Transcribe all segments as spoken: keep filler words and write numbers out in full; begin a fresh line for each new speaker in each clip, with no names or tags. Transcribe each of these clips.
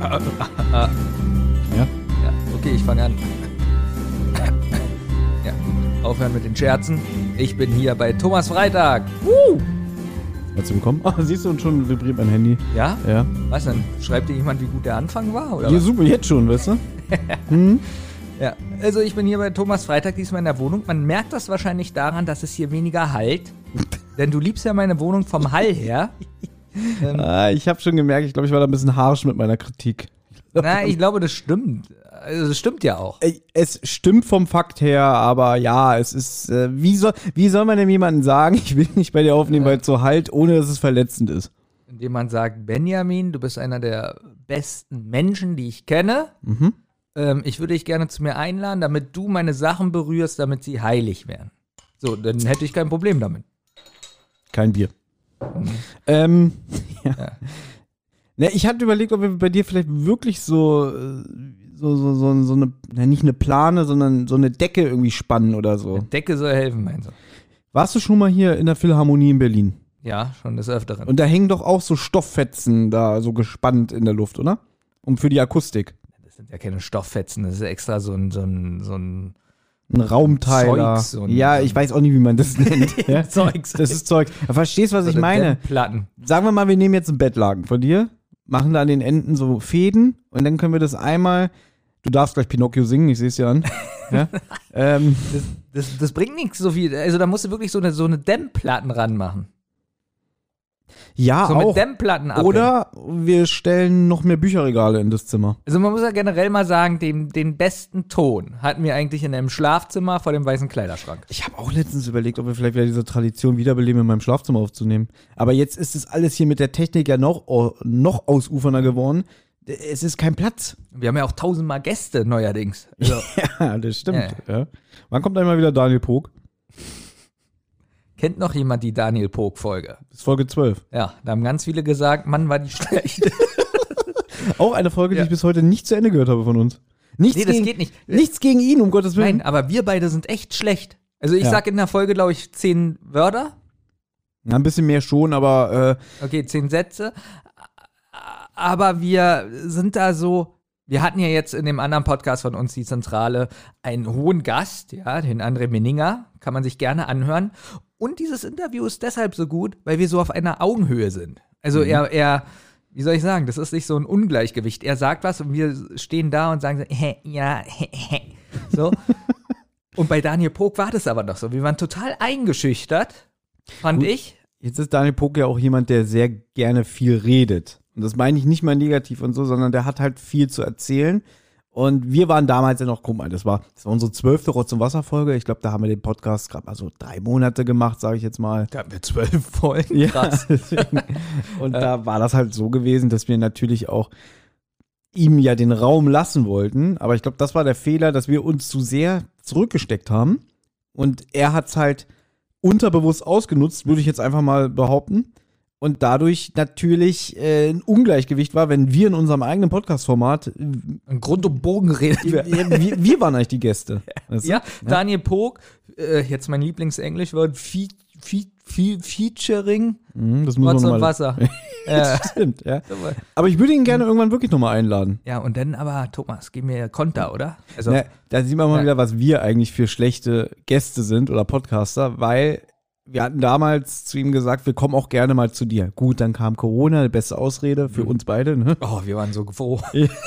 Ja?
Ja, okay, ich fange an. Ja, aufhören mit den Scherzen. Ich bin hier bei Thomas Freitag. Woo!
Herzlich willkommen. Ah, siehst du, und schon vibriert mein Handy.
Ja?
Ja.
Was denn? Schreibt dir jemand, wie gut der Anfang war? Oder
Ja,
was?
super, jetzt schon, weißt du? Hm?
Ja, also ich bin hier bei Thomas Freitag diesmal in der Wohnung. Man merkt das wahrscheinlich daran, dass es hier weniger hallt. Denn du liebst ja meine Wohnung vom Hall her. ähm,
Ah, ich habe schon gemerkt, ich glaube, ich war da ein bisschen harsch mit meiner Kritik.
na, ich glaube, das stimmt. Also das stimmt ja auch.
Ey, es stimmt vom Fakt her, aber ja, es ist, äh, wie soll, wie soll man denn jemandem sagen, ich will nicht bei dir aufnehmen, weil es so halt, ohne dass es verletzend ist?
Indem man sagt, Benjamin, du bist einer der besten Menschen, die ich kenne.
Mhm.
Ähm, ich würde dich gerne zu mir einladen, damit du meine Sachen berührst, damit sie heilig werden. So, dann hätte ich kein Problem damit.
Kein Bier.
Mhm.
Ähm, ja.
Ja.
Ne, ich hatte überlegt, ob wir bei dir vielleicht wirklich so, äh, so, so, so, so eine, na, nicht eine Plane, sondern so eine Decke irgendwie spannen oder so.
Die Decke soll helfen, meinst du?
Warst du schon mal hier in der Philharmonie in Berlin?
Ja, schon des Öfteren.
Und da hängen doch auch so Stofffetzen da so gespannt in der Luft, oder? Um für die Akustik.
Das sind ja keine Stofffetzen, das ist extra so ein, so ein, so ein
Ein Raumteiler.
Zeugs und-
ja, ich weiß auch nicht, wie man das nennt. ja?
Zeugs.
Das ist Zeug. Aber verstehst du, was ich meine?
Platten.
Sagen wir mal, wir nehmen jetzt einen Bettlaken von dir, machen da an den Enden so Fäden und dann können wir das einmal, du darfst gleich Pinocchio singen, ich sehe es dir an. ja? ähm,
Das, das, das bringt nichts so viel. Also da musst du wirklich so eine, so eine Dämmplatten ranmachen.
ja,
So
auch.
mit Dämmplatten ab.
Oder wir stellen noch mehr Bücherregale in das Zimmer.
Also man muss ja generell mal sagen, den, den besten Ton hatten wir eigentlich in einem Schlafzimmer vor dem weißen Kleiderschrank.
Ich habe auch letztens überlegt, ob wir vielleicht wieder diese Tradition wiederbeleben, in meinem Schlafzimmer aufzunehmen. Aber jetzt ist es alles hier mit der Technik ja noch, noch ausufernder geworden. Es ist kein Platz.
Wir haben ja auch tausendmal Gäste neuerdings. Also,
Ja, das stimmt. Ja. Wann kommt einmal wieder Daniel Pog?
kennt noch jemand die Daniel Pog-Folge?
Das ist Folge zwölf.
Ja, da haben ganz viele gesagt, Mann, war die schlecht.
Auch eine Folge,
Ja.
die ich bis heute nicht zu Ende gehört habe von uns. Nichts,
Nee, das
gegen,
geht nicht.
nichts gegen ihn, um Gottes Willen.
Nein, aber wir beide sind echt schlecht. Also ich
Ja.
sag in der Folge, glaube ich, zehn Wörter.
Ja, ein bisschen mehr schon, aber äh,
Okay, zehn Sätze. Aber wir sind da so, wir hatten ja jetzt in dem anderen Podcast von uns, die Zentrale, einen hohen Gast, ja, den André Menninger, kann man sich gerne anhören. Und dieses Interview ist deshalb so gut, weil wir so auf einer Augenhöhe sind. Also
Mhm.
er, er, wie soll ich sagen, das ist nicht so ein Ungleichgewicht. Er sagt was und wir stehen da und sagen so, hä, ja, hä, hä. So. Und bei Daniel Pog war das aber doch so. Wir waren total eingeschüchtert, fand
Gut.
ich.
jetzt ist Daniel Pog ja auch jemand, der sehr gerne viel redet. Und das meine ich nicht mal negativ und so, sondern der hat halt viel zu erzählen. Und wir waren damals ja noch, guck mal, das war, das war unsere zwölfte Rotz- und Wasser-Folge. Ich glaube, da haben wir den Podcast gerade mal so drei Monate gemacht, sage ich jetzt mal.
Da hatten wir zwölf Folgen.
Ja,
Krass.
deswegen. Und da war das halt so gewesen, dass wir natürlich auch ihm ja den Raum lassen wollten. Aber ich glaube, das war der Fehler, dass wir uns zu sehr zurückgesteckt haben. Und er hat es halt unterbewusst ausgenutzt, würde ich jetzt einfach mal behaupten. Und dadurch natürlich äh, ein Ungleichgewicht war, wenn wir in unserem eigenen Podcast-Format,
Ein Grund und Bogen redet.
wir, wir, wir waren eigentlich die Gäste. Weißt du?
Ja, Daniel Pog, äh, jetzt mein Lieblingsenglischwort, Fe Fe Fe Featuring,
Mhm, das muss
Rotz
man
und
mal.
Wasser. ja.
Stimmt, ja. Aber ich würde ihn gerne irgendwann wirklich nochmal einladen.
ja, und dann aber, Thomas, gib mir Konter, oder? Also,
Na, da sieht man mal
Ja.
wieder, was wir eigentlich für schlechte Gäste sind oder Podcaster, weil wir hatten damals zu ihm gesagt, wir kommen auch gerne mal zu dir. Gut, dann kam Corona, die beste Ausrede für
Mhm.
uns beide, ne?
oh, wir waren so froh.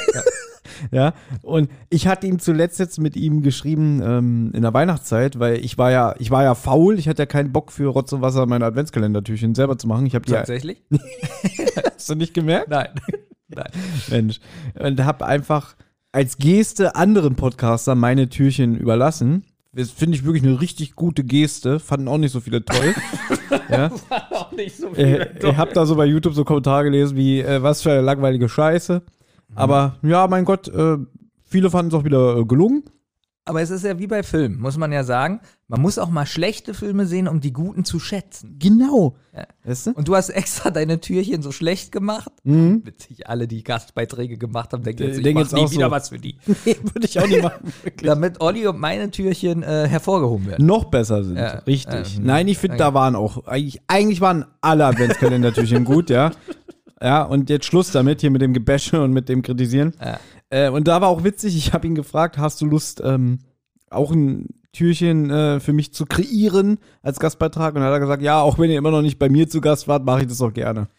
Ja, und ich hatte ihm zuletzt jetzt mit ihm geschrieben ähm, in der Weihnachtszeit, weil ich war ja, ich war ja faul, ich hatte ja keinen Bock für Rotz und Wasser meine Adventskalendertürchen selber zu machen. Ich habe die ja,
Tatsächlich?
hast du nicht gemerkt?
Nein. Nein.
Mensch. Und habe einfach als Geste anderen Podcaster meine Türchen überlassen. Das finde ich wirklich eine richtig gute Geste. Fanden auch nicht so viele toll. ja.
Auch nicht so
äh, ich habe da so bei YouTube so Kommentare gelesen wie, äh, was für eine langweilige Scheiße. Aber ja, mein Gott, äh, viele fanden es auch wieder äh, gelungen.
Aber es ist ja wie bei Filmen, muss man ja sagen. Man muss auch mal schlechte Filme sehen, um die guten zu schätzen.
Genau.
Ja.
Weißt du?
Und du hast extra deine Türchen so schlecht gemacht.
Mhm.
Witzig, alle, die Gastbeiträge gemacht haben, denken
Äh,
jetzt, ich
denken
mach
jetzt
nie
auch
wieder
so.
was für die.
Würde ich auch nicht machen. Wirklich.
Damit Olli und meine Türchen äh, hervorgehoben werden.
Noch besser sind.
Ja.
Richtig.
Ja.
Nein, ich finde,
Okay.
da waren auch, eigentlich, eigentlich waren alle Adventskalender-Türchen gut, ja. Ja, und jetzt Schluss damit, hier mit dem Gebäsche und mit dem Kritisieren.
Ja.
Äh, und da war auch witzig, ich habe ihn gefragt, hast du Lust, ähm, auch ein Türchen äh, für mich zu kreieren als Gastbeitrag? Und dann hat er gesagt, ja, auch wenn ihr immer noch nicht bei mir zu Gast wart, mache ich das auch gerne.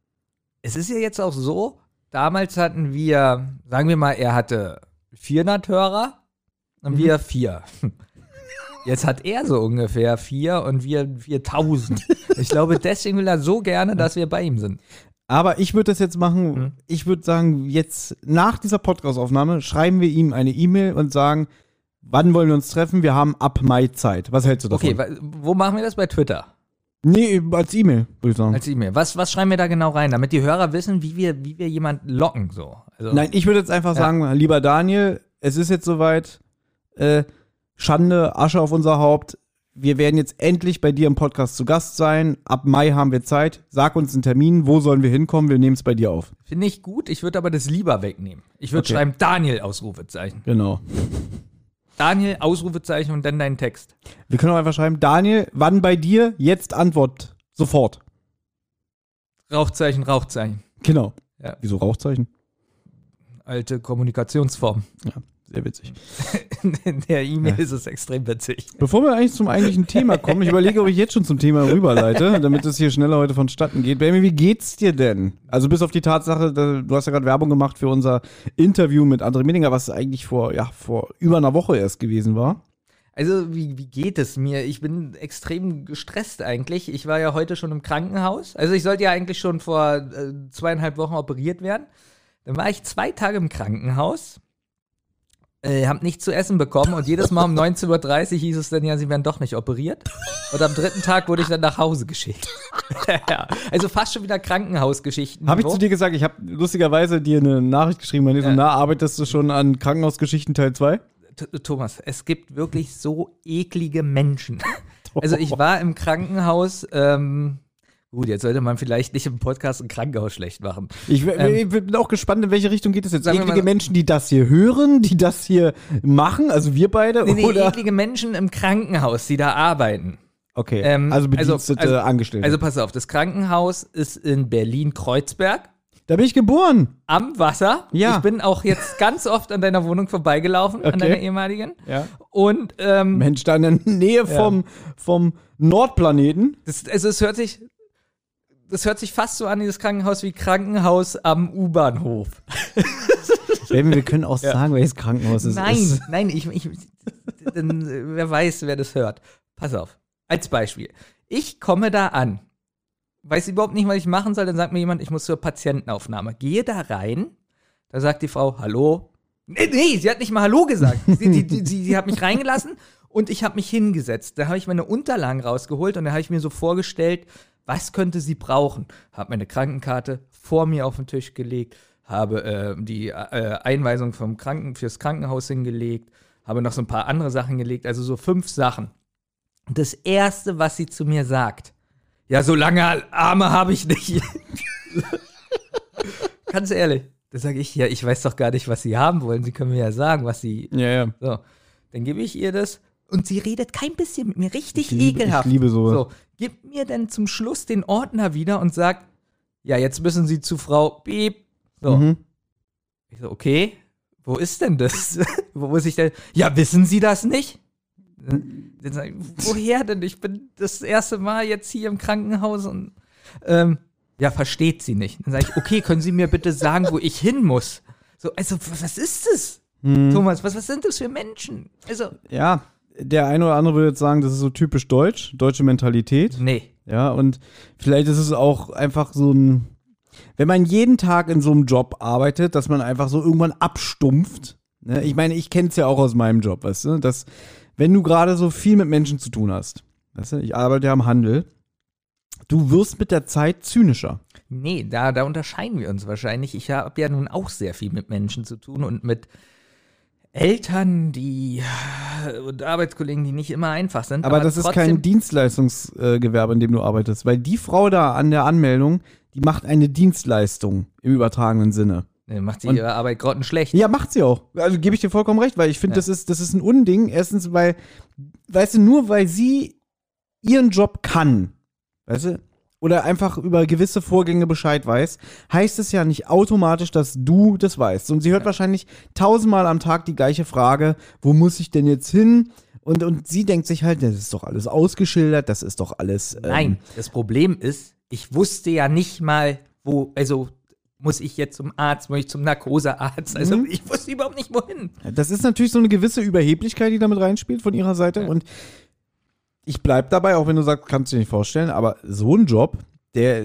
Es ist ja jetzt auch so, damals hatten wir, sagen wir mal, er hatte vierhundert Hörer und mhm. wir vier. Jetzt hat er so ungefähr vier und wir viertausend. Ich glaube, deswegen will er so gerne, dass wir bei ihm sind.
Aber ich würde das jetzt machen, mhm. ich würde sagen, jetzt nach dieser Podcast-Aufnahme schreiben wir ihm eine E-Mail und sagen, wann wollen wir uns treffen? Wir haben ab Mai Zeit. Was hältst du davon?
Okay, wo machen wir das? Bei Twitter?
Nee, als E-Mail, würde ich sagen.
Als E-Mail. Was, was schreiben wir da genau rein, damit die Hörer wissen, wie wir, wie wir jemanden locken? So. Also,
Nein, ich würde jetzt einfach ja. sagen, lieber Daniel, es ist jetzt soweit, äh, Schande, Asche auf unser Haupt. Wir werden jetzt endlich bei dir im Podcast zu Gast sein. Ab Mai haben wir Zeit. Sag uns einen Termin. Wo sollen wir hinkommen? Wir nehmen es bei dir auf.
Finde ich gut. Ich würde aber das lieber wegnehmen. Ich würde okay. schreiben Daniel, Ausrufezeichen.
Genau.
Daniel, Ausrufezeichen und dann deinen Text.
Wir können auch einfach schreiben, Daniel, wann bei dir? Jetzt Antwort. Sofort.
Rauchzeichen, Rauchzeichen.
Genau.
Ja.
Wieso Rauchzeichen?
Alte Kommunikationsform.
Ja. Sehr witzig.
In der E-Mail ja. ist es extrem witzig.
Bevor wir eigentlich zum eigentlichen Thema kommen, ich überlege, ob ich jetzt schon zum Thema rüberleite, damit es hier schneller heute vonstatten geht. Baby, wie geht's dir denn? Also bis auf die Tatsache, du hast ja gerade Werbung gemacht für unser Interview mit André Minninger, was eigentlich vor, ja, vor über einer Woche erst gewesen war.
Also wie, wie geht es mir? Ich bin extrem gestresst eigentlich. Ich war ja heute schon im Krankenhaus. Also ich sollte ja eigentlich schon vor äh, zweieinhalb Wochen operiert werden. Dann war ich zwei Tage im Krankenhaus. Äh, hab nichts zu essen bekommen und jedes Mal um neunzehn Uhr dreißig hieß es dann, ja, sie werden doch nicht operiert. Und am dritten Tag wurde ich dann nach Hause geschickt. Ja, also fast schon wieder Krankenhausgeschichten.
Habe ich zu dir gesagt, ich habe lustigerweise dir eine Nachricht geschrieben, weil ich so, na, arbeitest du schon an Krankenhausgeschichten Teil zwei?
Thomas, es gibt wirklich so eklige Menschen. Also ich war im Krankenhaus, ähm, gut, jetzt sollte man vielleicht nicht im Podcast ein Krankenhaus schlecht machen.
Ich, ähm, ich bin auch gespannt, in welche Richtung geht es jetzt. Eklige mal, Menschen, die das hier hören, die das hier machen, also wir beide?
Nee, nee,
oder?
Eklige Menschen im Krankenhaus, die da arbeiten.
Okay, ähm, also Bedienstete,
also, also,
Angestellte.
Also pass auf, das Krankenhaus ist in Berlin-Kreuzberg.
Da bin ich geboren.
Am Wasser.
Ja.
Ich bin auch jetzt ganz oft an deiner Wohnung vorbeigelaufen, okay. an deiner ehemaligen.
Ja.
Und, ähm,
Mensch, da in der Nähe vom, ja. vom Nordplaneten.
Das, also es hört sich... Das hört sich fast so an, dieses Krankenhaus, wie Krankenhaus am U-Bahnhof.
Wir können auch ja. sagen, welches Krankenhaus es
nein,
ist.
Nein, nein, ich, ich, denn, wer weiß, wer das hört. Pass auf, als Beispiel. Ich komme da an, weiß überhaupt nicht, was ich machen soll, dann sagt mir jemand, ich muss zur Patientenaufnahme. Gehe da rein, da sagt die Frau, hallo. Nee, nee, sie hat nicht mal Hallo gesagt. sie, sie, sie, sie, sie hat mich reingelassen und ich habe mich hingesetzt. Da habe ich meine Unterlagen rausgeholt und da habe ich mir so vorgestellt, was könnte sie brauchen? Habe meine Krankenkarte vor mir auf den Tisch gelegt, habe äh, die äh, Einweisung vom Kranken fürs Krankenhaus hingelegt, habe noch so ein paar andere Sachen gelegt, also so fünf Sachen. Und das Erste, was sie zu mir sagt, ja, so lange Arme habe ich nicht. Ganz ehrlich. Da sage ich, ja, ich weiß doch gar nicht, was Sie haben wollen. Sie können mir ja sagen, was Sie...
Ja, ja.
So, dann gebe ich ihr das und sie redet kein bisschen mit mir, richtig
ich liebe,
ekelhaft.
Ich liebe sowas.
So, gibt mir dann zum Schluss den Ordner wieder und sagt, ja, jetzt müssen Sie zu Frau Piep. So. Mhm. Ich so, okay, wo ist denn das? Wo muss ich denn? Ja, wissen Sie das nicht? Dann sag ich, woher denn? Ich bin das erste Mal jetzt hier im Krankenhaus und ähm, ja, versteht sie nicht. Dann sage ich, okay, können Sie mir bitte sagen, wo ich hin muss? So, also, was ist das? Hm. Thomas, was, was sind das für Menschen? Also,
ja, der eine oder andere würde jetzt sagen, das ist so typisch deutsch, deutsche Mentalität.
Nee.
Ja, und vielleicht ist es auch einfach so ein, wenn man jeden Tag in so einem Job arbeitet, dass man einfach so irgendwann abstumpft. Ne? Ich meine, ich kenne es ja auch aus meinem Job, weißt du, dass wenn du gerade so viel mit Menschen zu tun hast, weißt du, ich arbeite ja am Handel, du wirst mit der Zeit zynischer.
Nee, da, da unterscheiden wir uns wahrscheinlich. Ich habe ja nun auch sehr viel mit Menschen zu tun und mit Eltern, die und Arbeitskollegen, die nicht immer einfach sind.
Aber, aber das ist kein Dienstleistungsgewerbe, in dem du arbeitest, weil die Frau da an der Anmeldung, die macht eine Dienstleistung im übertragenen Sinne.
Nee, macht sie und, ihre Arbeit grottenschlecht.
Ja, macht sie auch. Also gebe ich dir vollkommen recht, weil ich finde, ja. das ist, das ist ein Unding. Erstens, weil, weißt du, nur weil sie ihren Job kann, weißt du, oder einfach über gewisse Vorgänge Bescheid weiß, heißt es ja nicht automatisch, dass du das weißt. Und sie hört ja. wahrscheinlich tausendmal am Tag die gleiche Frage, wo muss ich denn jetzt hin? Und, und sie denkt sich halt, das ist doch alles ausgeschildert, das ist doch alles. Ähm
Nein, das Problem ist, ich wusste ja nicht mal, wo, also muss ich jetzt zum Arzt, muss ich zum Narkosearzt, also mhm. ich wusste überhaupt nicht, wohin.
Das ist natürlich so eine gewisse Überheblichkeit, die damit reinspielt von ihrer Seite. Ja. Und ich bleib dabei, auch wenn du sagst, kannst du dir nicht vorstellen, aber so ein Job, der,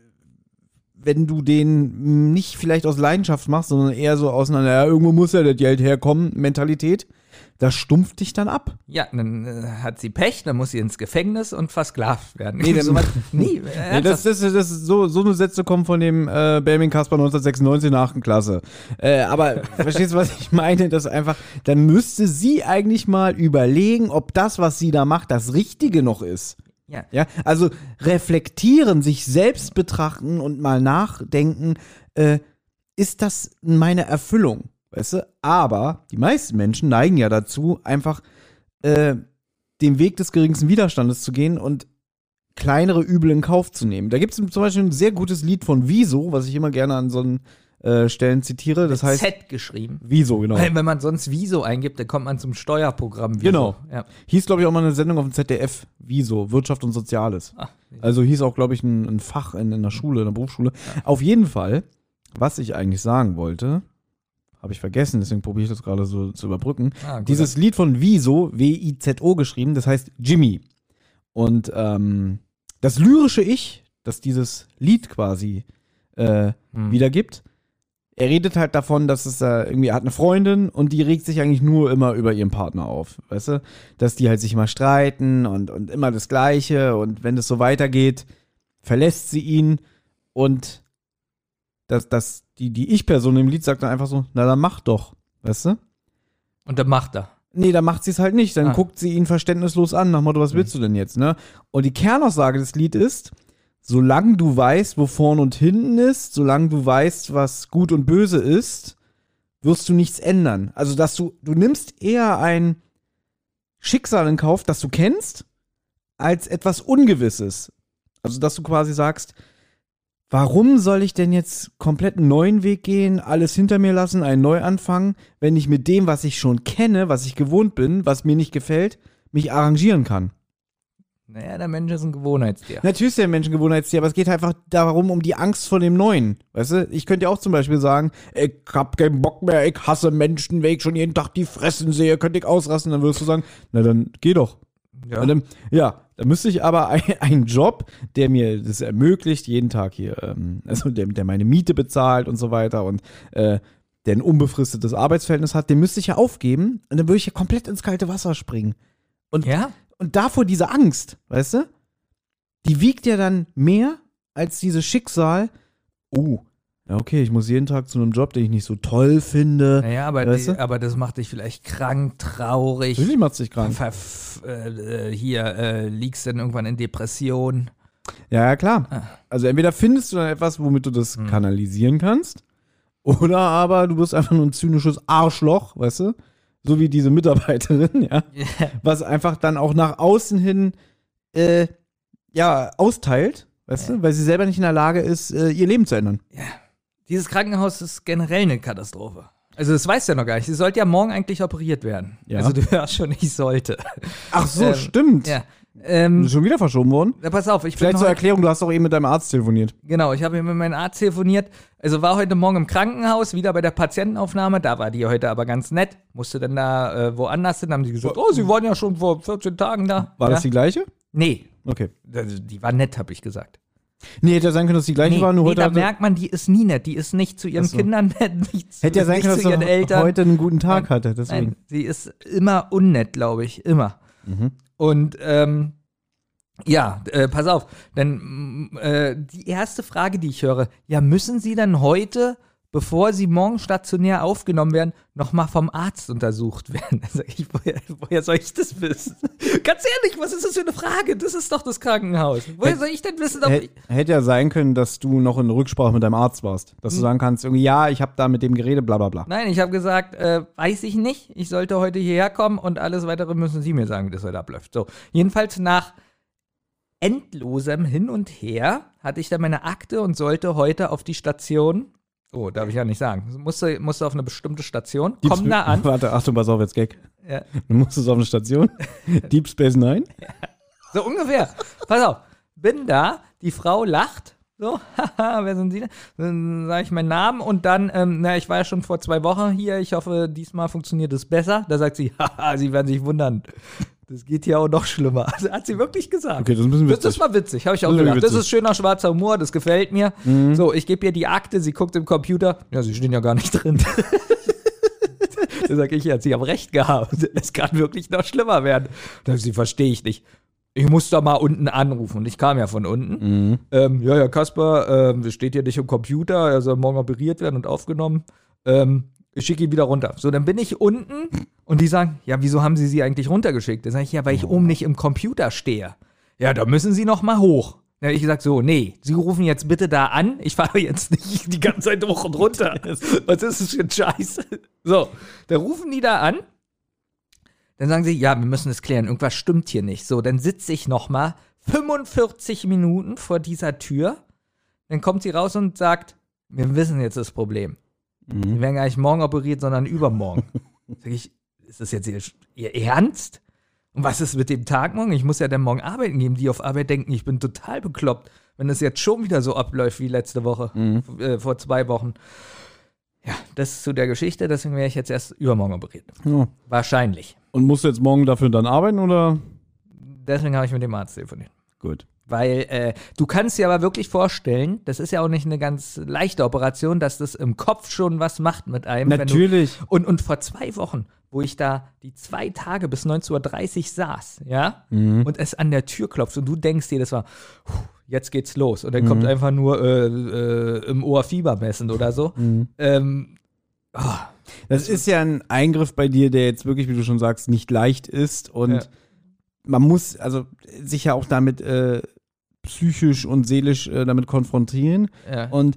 wenn du den nicht vielleicht aus Leidenschaft machst, sondern eher so aus einer, ja, irgendwo muss ja das Geld herkommen, Mentalität, das stumpft dich dann ab.
Ja, dann äh, hat sie Pech, dann muss sie ins Gefängnis und versklavt werden.
Nee, dann, nie, nee, das, das, das, das so, so eine Sätze kommen von dem äh, Benjamin Kasper neunzehnhundertsechsundneunzig in der achten Klasse. Äh, aber verstehst du, was ich meine? Das einfach, dann müsste sie eigentlich mal überlegen, ob das, was sie da macht, das Richtige noch ist.
Ja.
Ja, also reflektieren, sich selbst betrachten und mal nachdenken, äh, ist das meine Erfüllung? Weißt du? Aber die meisten Menschen neigen ja dazu, einfach äh, den Weg des geringsten Widerstandes zu gehen und kleinere Übel in Kauf zu nehmen. Da gibt es zum Beispiel ein sehr gutes Lied von Wieso, was ich immer gerne an so einen äh, Stellen zitiere. Das heißt
Z geschrieben.
Wieso, genau.
Weil wenn man sonst Wieso eingibt, dann kommt man zum Steuerprogramm Wieso.
Genau.
Ja.
Hieß, glaube ich, auch mal eine Sendung auf dem Z D F, Wieso, Wirtschaft und Soziales. Ach, also hieß auch, glaube ich, ein, ein Fach in, in der Schule, in der Berufsschule. Ja. Auf jeden Fall, was ich eigentlich sagen wollte, habe ich vergessen, deswegen probiere ich das gerade so zu überbrücken. Ah, Dieses Lied von Wieso, W I Z O geschrieben, das heißt Jimmy. Und ähm, das lyrische Ich, das dieses Lied quasi äh, hm. wiedergibt, er redet halt davon, dass es äh, irgendwie, er hat eine Freundin und die regt sich eigentlich nur immer über ihren Partner auf, weißt du? Dass die halt sich immer streiten und, und immer das Gleiche und wenn das so weitergeht, verlässt sie ihn und das, das, die, die Ich-Person im Lied sagt dann einfach so, na dann mach doch, weißt du?
Und dann macht er.
Nee, dann macht sie es halt nicht, dann ah. guckt sie ihn verständnislos an, nach dem Motto, was willst du denn jetzt, ne? Und die Kernaussage des Lieds ist, solange du weißt, wo vorn und hinten ist, solange du weißt, was gut und böse ist, wirst du nichts ändern. Also, dass du, du nimmst eher ein Schicksal in Kauf, das du kennst, als etwas Ungewisses. Also, dass du quasi sagst, warum soll ich denn jetzt komplett einen neuen Weg gehen, alles hinter mir lassen, einen Neuanfang, wenn ich mit dem, was ich schon kenne, was ich gewohnt bin, was mir nicht gefällt, mich arrangieren kann?
Naja, der Mensch ist ein Gewohnheitstier.
Natürlich ist der Mensch ein Gewohnheitstier, aber es geht einfach darum, um die Angst vor dem Neuen. Weißt du, ich könnte ja auch zum Beispiel sagen, ich hab keinen Bock mehr, ich hasse Menschen, wenn ich schon jeden Tag die fressen sehe, könnte ich ausrasten. Dann würdest du sagen, na dann geh doch. Ja, dann, ja, da müsste ich aber ein, einen Job, der mir das ermöglicht, jeden Tag hier, ähm, also der, der meine Miete bezahlt und so weiter und äh, der ein unbefristetes Arbeitsverhältnis hat, den müsste ich ja aufgeben und dann würde ich ja komplett ins kalte Wasser springen. Und
ja?
Und davor diese Angst, weißt du, die wiegt ja dann mehr als dieses Schicksal, oh, ja okay, ich muss jeden Tag zu einem Job, den ich nicht so toll finde.
Naja, aber, die, aber das macht dich vielleicht krank, traurig.
Natürlich macht es dich krank.
Verf, äh, hier äh, liegst dann irgendwann in Depression.
Ja, ja, klar. Ah. Also entweder findest du dann etwas, womit du das hm. kanalisieren kannst, oder aber du bist einfach nur ein zynisches Arschloch, weißt du? So wie diese Mitarbeiterin, ja, yeah. was einfach dann auch nach außen hin, äh, ja, austeilt, weißt yeah. du, weil sie selber nicht in der Lage ist, äh, ihr Leben zu ändern.
Ja, dieses Krankenhaus ist generell eine Katastrophe. Also das weißt du ja noch gar nicht. Sie sollte ja morgen eigentlich operiert werden. Ja. Also du hörst schon, ich sollte.
Ach so, ähm, stimmt.
Ja. Ähm,
ist schon wieder verschoben worden?
Ja, pass auf. Ich
Vielleicht zur Erklärung, du hast doch eben mit deinem Arzt telefoniert.
Genau, ich habe eben mit meinem Arzt telefoniert. Also war heute Morgen im Krankenhaus, wieder bei der Patientenaufnahme. Da war die heute aber ganz nett. Musste dann da äh, woanders hin. Haben sie gesagt, oh, sie waren ja schon vor vierzehn Tagen da.
War
ja.
das die gleiche?
Nee.
Okay.
Also, die war nett, habe ich gesagt.
Nee, hätte ja sein können, dass die gleiche
nee,
war. Nur
nee,
heute
da merkt man, die ist nie nett. Die ist nicht zu ihren so. Kindern nett, nicht zu,
hätte ja sein
nicht
können,
zu ihren
dass
Eltern.
heute einen guten Tag
Nein.
hatte. Deswegen.
Nein, sie ist immer unnett, glaube ich. Immer.
Mhm.
Und, ähm, ja, äh, pass auf, denn äh, die erste Frage, die ich höre, ja, müssen Sie dann heute, bevor Sie morgen stationär aufgenommen werden, nochmal vom Arzt untersucht werden? Da sag ich, woher, woher soll ich das wissen? Ganz ehrlich, was ist das für eine Frage? Das ist doch das Krankenhaus. Woher soll ich denn wissen, ob ich...
Hätte ja sein können, dass du noch in Rücksprache mit deinem Arzt warst. Dass hm. du sagen kannst, irgendwie, ja, ich habe da mit dem geredet, bla bla bla.
Nein, ich habe gesagt, äh, weiß ich nicht, ich sollte heute hierher kommen und alles Weitere müssen Sie mir sagen, wie das heute abläuft. So, jedenfalls nach endlosem Hin und Her hatte ich dann meine Akte und sollte heute auf die Station. Oh, darf ich ja nicht sagen. Musste, musste auf eine bestimmte Station.
Deep
Komm da an.
Warte, Achtung, pass auf, jetzt Gag.
Ja.
Du musstest auf eine Station. Deep Space Nine.
Ja. So ungefähr. Pass auf. Bin da, die Frau lacht. So, haha, wer sind Sie denn? Dann sage ich meinen Namen und dann, ähm, na, ich war ja schon vor zwei Wochen hier, ich hoffe, diesmal funktioniert es besser. Da sagt sie, haha, Sie werden sich wundern. Das geht ja auch noch schlimmer. Also, hat sie wirklich gesagt.
Okay, das ist ein bisschen witzig.
Das ist mal witzig, habe ich auch
Das ist
gedacht. Das
witzig.
ist schöner schwarzer Humor, das gefällt mir.
Mhm.
So, ich gebe ihr die Akte, sie guckt im Computer. Ja, sie stehen ja gar nicht drin. Da sage ich, ja, Sie haben recht gehabt. Es kann wirklich noch schlimmer werden. Da sie verstehe ich nicht. Ich muss da mal unten anrufen. Und ich kam ja von unten.
Mhm.
Ähm, ja, ja, Kasper, ähm, das steht hier nicht im Computer, er soll morgen operiert werden und aufgenommen. Ähm, ich schicke ihn wieder runter. So, dann bin ich unten und die sagen, ja, wieso haben Sie sie eigentlich runtergeschickt? Dann sage ich, ja, weil ich oben nicht im Computer stehe. Ja, da müssen Sie noch mal hoch. Dann habe ich gesagt, so, nee, Sie rufen jetzt bitte da an. Ich fahre jetzt nicht die ganze Zeit hoch und runter. Was ist das für ein Scheiß? So, dann rufen die da an. Dann sagen sie, ja, wir müssen es klären, irgendwas stimmt hier nicht. So, dann sitze ich noch mal fünfundvierzig Minuten vor dieser Tür. Dann kommt sie raus und sagt, wir wissen jetzt das Problem.
Mhm.
Sie werden gar nicht morgen operiert, sondern übermorgen. Sag ich, ist das jetzt Ihr, Ihr Ernst? Und was ist mit dem Tag morgen? Ich muss ja dann morgen arbeiten gehen. Die auf Arbeit denken, ich bin total bekloppt, wenn es jetzt schon wieder so abläuft wie letzte Woche,
Mhm.
äh, vor zwei Wochen. Ja, das ist zu der Geschichte, deswegen wäre ich jetzt erst übermorgen operiert.
Ja.
Wahrscheinlich.
Und musst du jetzt morgen dafür dann arbeiten, oder?
Deswegen habe ich mit dem Arzt telefoniert.
Gut.
Weil äh, du kannst dir aber wirklich vorstellen, das ist ja auch nicht eine ganz leichte Operation, dass das im Kopf schon was macht mit einem.
Natürlich.
Wenn du, und, und vor zwei Wochen, wo ich da die zwei Tage bis neunzehn Uhr dreißig saß, ja,
Mhm.
und es an der Tür klopft und du denkst dir, das war, puh, jetzt geht's los. Und dann
Mhm.
kommt einfach nur äh, äh, im Ohr Fieber messen oder so.
Mhm.
Ähm, oh,
Das ist ja ein Eingriff bei dir, der jetzt wirklich, wie du schon sagst, nicht leicht ist. Und
Ja.
man muss also sich ja auch damit äh, psychisch und seelisch äh, damit konfrontieren.
ja.
Und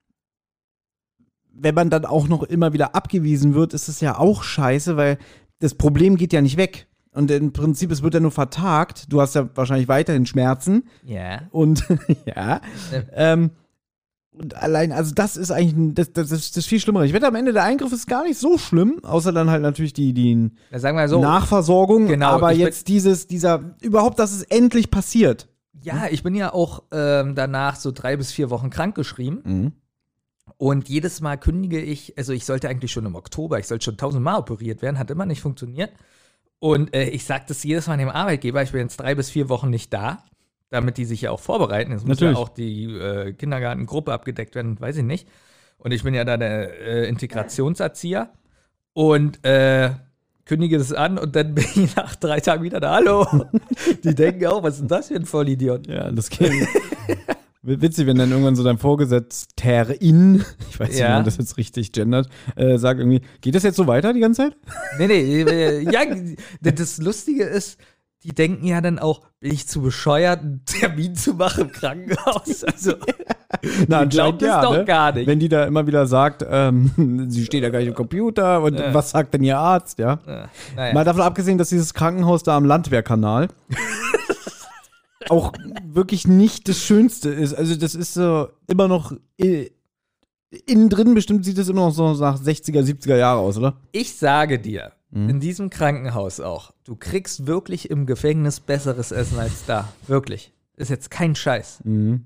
wenn man dann auch noch immer wieder abgewiesen wird, ist es ja auch scheiße, weil das Problem geht ja nicht weg. Und im Prinzip, es wird ja nur vertagt. Du hast ja wahrscheinlich weiterhin Schmerzen.
ja.
Und ja. Ähm, und allein, also das ist eigentlich ein, das, das, das ist viel schlimmer. Ich wette, am Ende der Eingriff ist gar nicht so schlimm, außer dann halt natürlich die, die
Ja, sagen wir so.
Nachversorgung.
Genau,
aber
ich bin-
jetzt dieses, dieser, überhaupt, dass es endlich passiert.
Ja, ich bin ja auch ähm, danach so drei bis vier Wochen krankgeschrieben.
Mhm.
Und jedes Mal kündige ich, also ich sollte eigentlich schon im Oktober, ich sollte schon tausendmal operiert werden, hat immer nicht funktioniert. Und äh, ich sage das jedes Mal dem Arbeitgeber, ich bin jetzt drei bis vier Wochen nicht da, damit die sich ja auch vorbereiten. Es muss ja
Natürlich.
auch die äh, Kindergartengruppe abgedeckt werden, weiß ich nicht. Und ich bin ja da der äh, Integrationserzieher und äh, kündige das an und dann bin ich nach drei Tagen wieder da. Hallo. Die denken auch, was ist denn das für ein Vollidiot?
Ja, das geht. Witzig, wenn dann irgendwann so dein Vorgesetzterin, ich weiß nicht,
Ja.
wie man das jetzt richtig gendert, äh, sagt irgendwie, geht das jetzt so weiter die ganze Zeit?
Nee, nee, äh, ja, das Lustige ist, die denken ja dann auch, bin ich zu bescheuert, einen Termin zu machen im Krankenhaus? Also,
Na,
die glauben das
ja,
doch
ne?
gar nicht.
Wenn die da immer wieder sagt, ähm, sie steht ja gar nicht im Computer und
Ja.
was sagt denn ihr Arzt, ja?
äh, naja.
Mal davon abgesehen, dass dieses Krankenhaus da am Landwehrkanal auch wirklich nicht das Schönste ist. Also das ist so immer noch i- innen drin bestimmt sieht es immer noch so nach sechziger, siebziger Jahre aus, oder?
Ich sage dir,
Mhm.
in diesem Krankenhaus auch, du kriegst wirklich im Gefängnis besseres Essen als da. Wirklich. Ist jetzt kein Scheiß.
Mhm.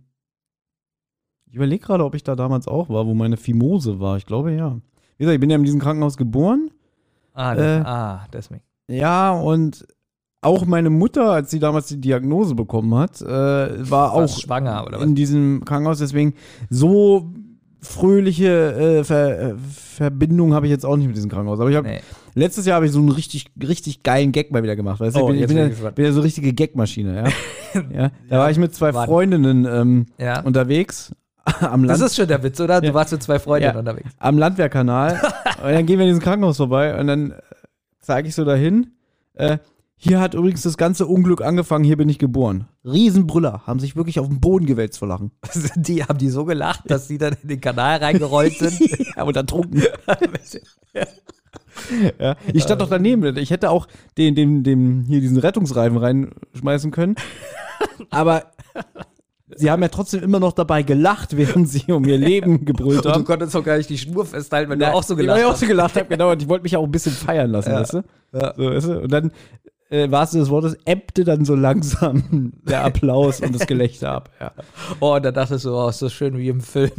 Ich überlege gerade, ob ich da damals auch war, wo meine Fimose war. Ich glaube, ja. Wie gesagt, ich bin ja in diesem Krankenhaus geboren.
Ah,
Äh.
ah deswegen.
Ja, und auch meine Mutter, als sie damals die Diagnose bekommen hat, äh, war auch
Warst schwanger, oder was?
in diesem Krankenhaus. Deswegen so fröhliche äh, Ver äh, Verbindung habe ich jetzt auch nicht mit diesem Krankenhaus. Aber ich habe
Nee.
letztes Jahr habe ich so einen richtig, richtig geilen Gag mal wieder gemacht. Weißt du,
Oh,
ich bin, ich
jetzt
bin,
bin
ja,
ich gespannt.
bin ja so richtige Gagmaschine, ja. ja. Da
Ja,
war ich mit zwei
wann?
Freundinnen ähm,
Ja.
unterwegs am
Das
Land.
ist schon der Witz, oder? Du
Ja.
warst mit zwei Freundinnen
Ja.
unterwegs.
am Landwehrkanal. Und dann gehen wir in diesem Krankenhaus vorbei und dann zeige ich so dahin. Äh, hier hat übrigens das ganze Unglück angefangen, hier bin ich geboren. Riesenbrüller, haben sich wirklich auf den Boden gewälzt vor Lachen.
Die haben die so gelacht, dass sie dann in den Kanal reingerollt sind.
Ja, und ertrunken. Ja, ich stand doch daneben. Ich hätte auch den, den, den, hier diesen Rettungsreifen reinschmeißen können. Aber sie haben ja trotzdem immer noch dabei gelacht, während sie um ihr Leben gebrüllt
Und
haben.
du konntest doch gar nicht die Schnur festhalten, wenn
Ja,
du auch so
Weil
gelacht
ich auch
hast.
so gelacht habe, genau. Und ich wollte mich auch ein bisschen feiern lassen,
Ja.
weißt du?
Ja.
So, weißt du? Und dann, äh, wahrsten des Wortes, ebbte dann so langsam der Applaus und das Gelächter ab. Ja.
Oh, und da dachtest du, oh, ist so schön wie im Film.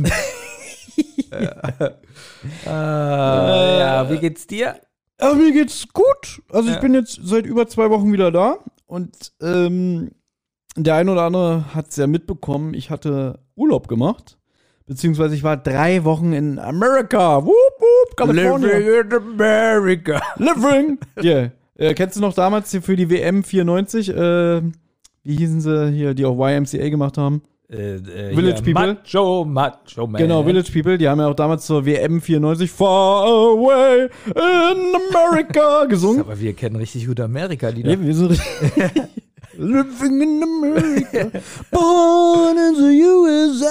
äh, ja, wie geht's dir?
Aber mir geht's gut. Also ich
Ja.
bin jetzt seit über zwei Wochen wieder da. Und ähm, der eine oder andere hat es ja mitbekommen, ich hatte Urlaub gemacht. Beziehungsweise ich war drei Wochen in Amerika. Woop, woop, California.
Living in America.
Living. Yeah. Äh, kennst du noch damals hier für die W M vierundneunzig? Äh, wie hießen sie hier, die auch Y M C A gemacht haben?
Äh, äh,
Village
hier,
People.
Macho, Macho Man.
Genau, Village People. Die haben ja auch damals zur W M vierundneunzig Far Away in America gesungen.
Aber wir kennen richtig gute Amerika-Lieder.
Ja, wir sind richtig- Living in America, born in the U S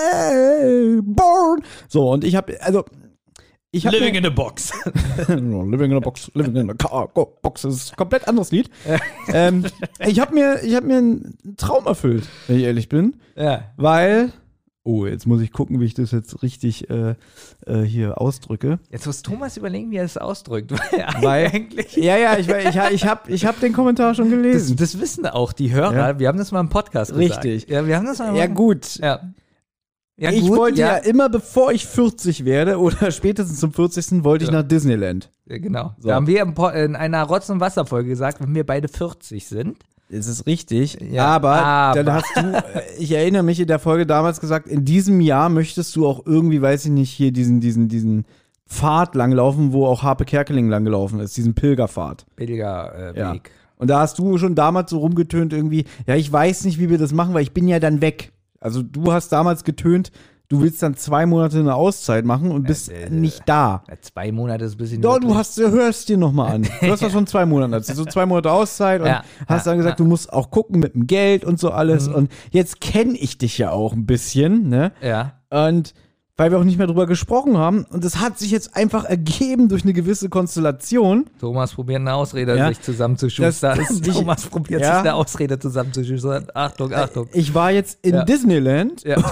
A, born. So, und ich habe, also, ich habe
Living in a Box.
Living in a Box, Living in a Cargo Box, das ist ein komplett anderes Lied. ähm, ich habe mir, ich habe mir einen Traum erfüllt, wenn ich ehrlich bin,
Ja.
weil, oh, jetzt muss ich gucken, wie ich das jetzt richtig äh, äh, hier ausdrücke.
Jetzt muss Thomas überlegen, wie er es ausdrückt.
Weil-
eigentlich.
Ja, ja, ich, ich, ich habe ich hab den Kommentar schon
Das,
gelesen.
das wissen auch die Hörer.
Ja.
Wir haben das mal im Podcast gesagt.
Richtig.
Ja, wir haben das mal
Ja, gut.
Ja. Ja,
ich
gut,
wollte ja.
ja.
immer, bevor ich vierzig werde oder spätestens zum vierzigsten wollte ich
Ja.
nach Disneyland.
Ja, genau.
So.
Da haben wir im Po- in einer Rotz- und Wasserfolge gesagt, wenn wir beide vierzig sind.
Das ist richtig.
Ja,
aber,
aber.
dann hast du, äh, ich erinnere mich in der Folge damals gesagt, in diesem Jahr möchtest du auch irgendwie, weiß ich nicht, hier diesen, diesen, diesen Pfad langlaufen, wo auch Harpe Kerkeling langgelaufen ist, diesen Pilgerpfad.
Billiger äh,
Ja.
Weg.
Und da hast du schon damals so rumgetönt irgendwie, ja, ich weiß nicht, wie wir das machen, weil ich bin ja dann weg. Also du hast damals getönt, du willst dann zwei Monate eine Auszeit machen und bist
äh,
nicht da.
Ja, zwei Monate ist ein bisschen.
Doch, du
wirklich-
hast, hörst dir nochmal an. Du hast das von zwei Monaten erzählt. So zwei Monate Auszeit und
Ja,
hast
ja,
dann gesagt,
ja.
du musst auch gucken mit dem Geld und so alles.
Mhm.
Und jetzt kenne ich dich ja auch ein bisschen, ne?
Ja.
Und weil wir auch nicht mehr drüber gesprochen haben. Und das hat sich jetzt einfach ergeben durch eine gewisse Konstellation.
Thomas probiert eine Ausrede,
Ja.
sich zusammenzuschustern.
Das- das-
Thomas probiert
Ja.
sich eine Ausrede zusammenzuschustern. Achtung, Achtung.
Ich war jetzt in
Ja.
Disneyland
Ja.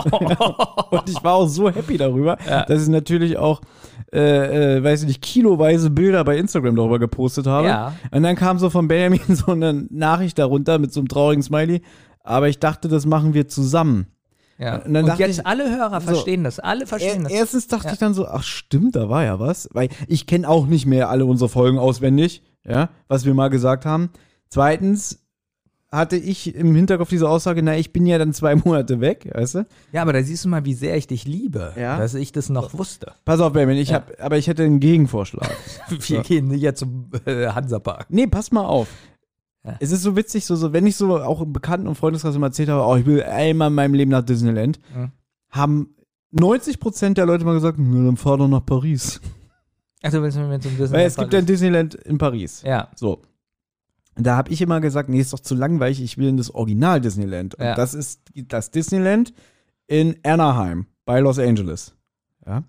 und ich war auch so happy darüber,
Ja.
dass ich natürlich auch, äh, äh, weiß ich nicht, kiloweise Bilder bei Instagram darüber gepostet habe.
Ja.
Und dann kam so von Benjamin so eine Nachricht darunter mit so einem traurigen Smiley. Aber ich dachte, das machen wir zusammen.
Ja.
Und
Und,
dann dachte
jetzt
ich-
alle Hörer
so.
verstehen das. Alle verstehen
Er,
das.
erstens dachte
Ja.
ich dann so, ach stimmt, da war ja was. Weil ich kenne auch nicht mehr alle unsere Folgen auswendig, ja, was wir mal gesagt haben. Zweitens hatte ich im Hinterkopf diese Aussage, na, ich bin ja dann zwei Monate weg, weißt du?
Ja, aber da siehst du mal, wie sehr ich dich liebe,
Ja.
dass ich das noch wusste.
Pass auf, Benjamin, ich
Ja.
hab, aber ich hätte einen Gegenvorschlag.
Wir
So.
gehen nicht jetzt zum äh, Hansapark.
Nee, pass mal auf.
Ja.
Es ist so witzig, so, so wenn ich so auch im Bekannten- und Freundeskreis immer erzählt habe, oh, ich will einmal in meinem Leben nach Disneyland,
Mhm.
haben neunzig Prozent der Leute mal gesagt, na, dann fahr doch nach Paris.
Also willst du mit zum Disney?
Weil es gibt ja ein Disneyland in Paris.
Ja.
So. Und da habe ich immer gesagt, nee, ist doch zu langweilig, ich will in das Original Disneyland. Und
Ja.
das ist das Disneyland in Anaheim bei Los Angeles. Ja.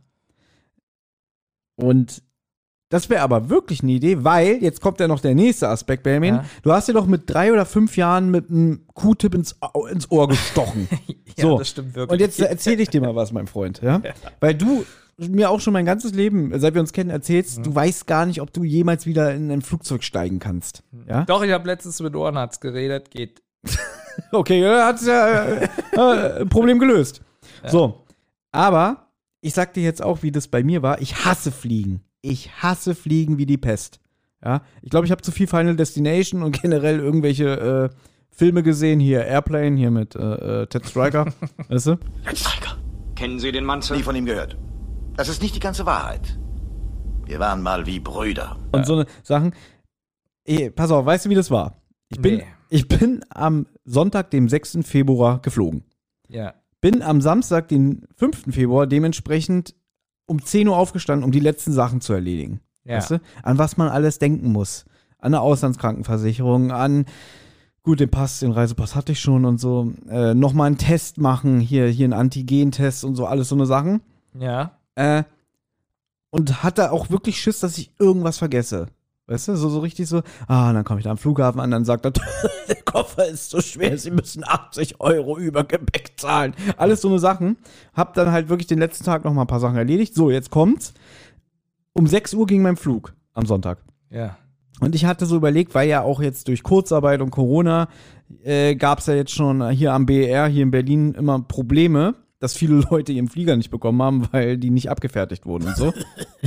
Und das wäre aber wirklich eine Idee, weil, jetzt kommt ja noch der nächste Aspekt, Benjamin.
Ja.
Du hast dir doch mit drei oder fünf Jahren mit einem Q-Tip ins, Au- ins Ohr gestochen.
Ja,
So.
das stimmt wirklich.
Und jetzt erzähle ich dir mal was, mein Freund. Ja? Weil du mir auch schon mein ganzes Leben, seit wir uns kennen, erzählst,
Mhm.
du weißt gar nicht, ob du jemals wieder in ein Flugzeug steigen kannst. Ja?
Doch, ich habe letztens mit Ohrenarzt geredet, geht.
Okay, ja, hat ja äh, äh, Problem gelöst. So, aber ich sag dir jetzt auch, wie das bei mir war. Ich hasse Fliegen. Ich hasse Fliegen wie die Pest. Ja, ich glaube, ich habe zu viel Final Destination und generell irgendwelche äh, Filme gesehen. Hier Airplane, hier mit äh, äh, Ted Stryker. Weißt du?
Stryker. Kennen Sie den Mann, Sir?
Nie von ihm gehört. Das ist nicht die ganze Wahrheit. Wir waren mal wie Brüder.
Und so eine Sachen. Ey, pass auf, weißt du, wie das war? Ich bin,
Nee.
ich bin am Sonntag, dem sechsten Februar, geflogen.
Ja.
Bin am Samstag, den fünften Februar, dementsprechend um zehn Uhr aufgestanden, um die letzten Sachen zu erledigen.
Ja.
Weißt du? An was man alles denken muss. An eine Auslandskrankenversicherung, an, gut, den Pass, den Reisepass hatte ich schon und so. Äh, Nochmal einen Test machen, hier, hier einen Antigen-Test und so, alles so eine Sachen.
Ja.
Äh, und hatte auch wirklich Schiss, dass ich irgendwas vergesse. Weißt du, so, so richtig so, ah, dann komme ich da am Flughafen an, dann sagt er, der Koffer ist so schwer, Sie müssen achtzig Euro über Gepäck zahlen. Alles so eine Sachen. Hab dann halt wirklich den letzten Tag noch mal ein paar Sachen erledigt. So, jetzt kommt's. Um sechs Uhr ging mein Flug am Sonntag.
Ja.
Und ich hatte so überlegt, weil ja auch jetzt durch Kurzarbeit und Corona äh, gab es ja jetzt schon hier am B E R, hier in Berlin, immer Probleme, dass viele Leute ihren Flieger nicht bekommen haben, weil die nicht abgefertigt wurden und so.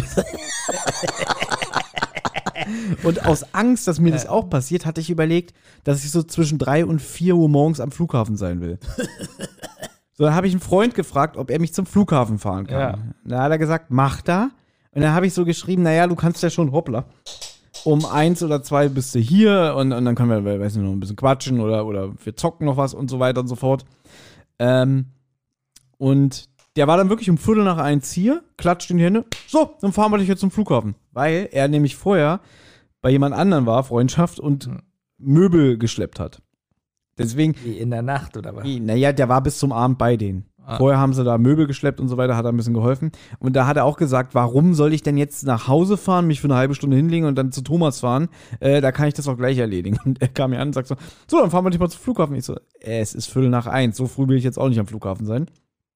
Und aus Angst, dass mir das auch passiert, hatte ich überlegt, dass ich so zwischen drei und vier Uhr morgens am Flughafen sein will. So, dann habe ich einen Freund gefragt, ob er mich zum Flughafen fahren kann.
Ja.
Da hat er gesagt, mach da. Und dann habe ich so geschrieben, naja, du kannst ja schon, hoppla, um eins oder zwei bist du hier und, und dann können wir, weiß nicht, noch ein bisschen quatschen oder, oder wir zocken noch was und so weiter und so fort. Ähm, und der war dann wirklich um Viertel nach eins hier, klatscht in die Hände, so, dann fahren wir dich jetzt zum Flughafen. Weil er nämlich vorher bei jemand anderem war, Freundschaft, und hm. Möbel geschleppt hat. Deswegen.
Wie in der Nacht, oder was?
Naja, der war bis zum Abend bei denen.
Ah.
Vorher haben sie da Möbel geschleppt und so weiter, hat er ein bisschen geholfen. Und da hat er auch gesagt, warum soll ich denn jetzt nach Hause fahren, mich für eine halbe Stunde hinlegen und dann zu Thomas fahren? Äh, da kann ich das auch gleich erledigen. Und er kam mir an und sagt so, so, dann fahren wir dich mal zum Flughafen. Ich so, äh, es ist Viertel nach eins, so früh will ich jetzt auch nicht am Flughafen sein.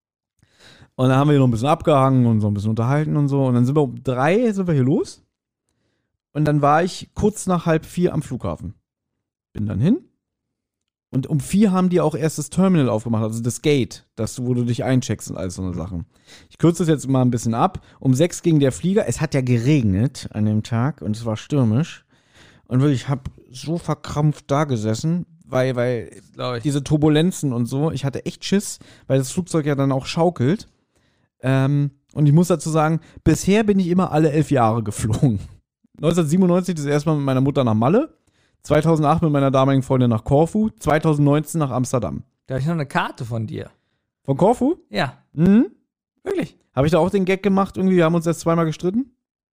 Und dann haben wir hier noch ein bisschen abgehangen und so ein bisschen unterhalten und so. Und dann sind wir um drei, sind wir hier los. Und dann war ich kurz nach halb vier am Flughafen. Bin dann hin. Und um vier haben die auch erst das Terminal aufgemacht, also das Gate, das, wo du dich eincheckst und all so eine Sachen. Ich kürze das jetzt mal ein bisschen ab. Um sechs ging der Flieger. Es hat ja geregnet an dem Tag und es war stürmisch. Und wirklich, ich habe so verkrampft da gesessen, weil, weil diese Turbulenzen und so, ich hatte echt Schiss, weil das Flugzeug ja dann auch schaukelt. Ähm, und ich muss dazu sagen, bisher bin ich immer alle elf Jahre geflogen. neunzehnhundertsiebenundneunzig das erste Mal mit meiner Mutter nach Malle. zweitausendacht mit meiner damaligen Freundin nach Korfu, zweitausendneunzehn nach Amsterdam.
Da habe ich noch eine Karte von dir.
Von Korfu?
Ja.
Mhm.
Wirklich?
Habe ich da auch den Gag gemacht irgendwie? Wir haben uns erst zweimal gestritten?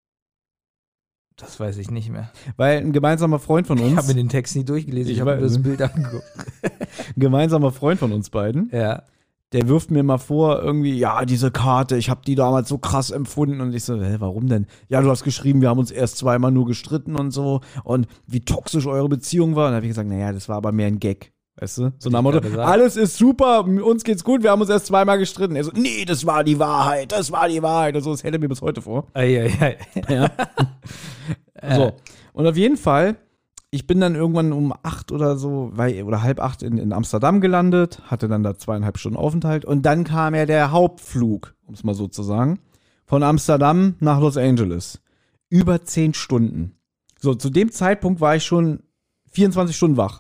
Das weiß ich nicht mehr.
Weil ein gemeinsamer Freund von uns.
Ich habe mir den Text nie durchgelesen, ich, ich habe mir das Bild angeguckt.
Ein gemeinsamer Freund von uns beiden.
Ja.
Der wirft mir mal vor, irgendwie, ja, diese Karte, ich habe die damals so krass empfunden. Und ich so, hä, warum denn? Ja, du hast geschrieben, wir haben uns erst zweimal nur gestritten und so. Und wie toxisch eure Beziehung war. Und da habe ich gesagt, naja, das war aber mehr ein Gag. Weißt du? So nach dem Motto, alles ist super, uns geht's gut, wir haben uns erst zweimal gestritten. Er so, nee, das war die Wahrheit, das war die Wahrheit. Und so, das hält er mir bis heute vor.
Ei, ei, ei.
Ja. So, und auf jeden Fall, ich bin dann irgendwann um acht oder so, weil, oder halb acht in, in Amsterdam gelandet, hatte dann da zweieinhalb Stunden Aufenthalt und dann kam ja der Hauptflug, um es mal so zu sagen, von Amsterdam nach Los Angeles. Über zehn Stunden. So, zu dem Zeitpunkt war ich schon vierundzwanzig Stunden wach.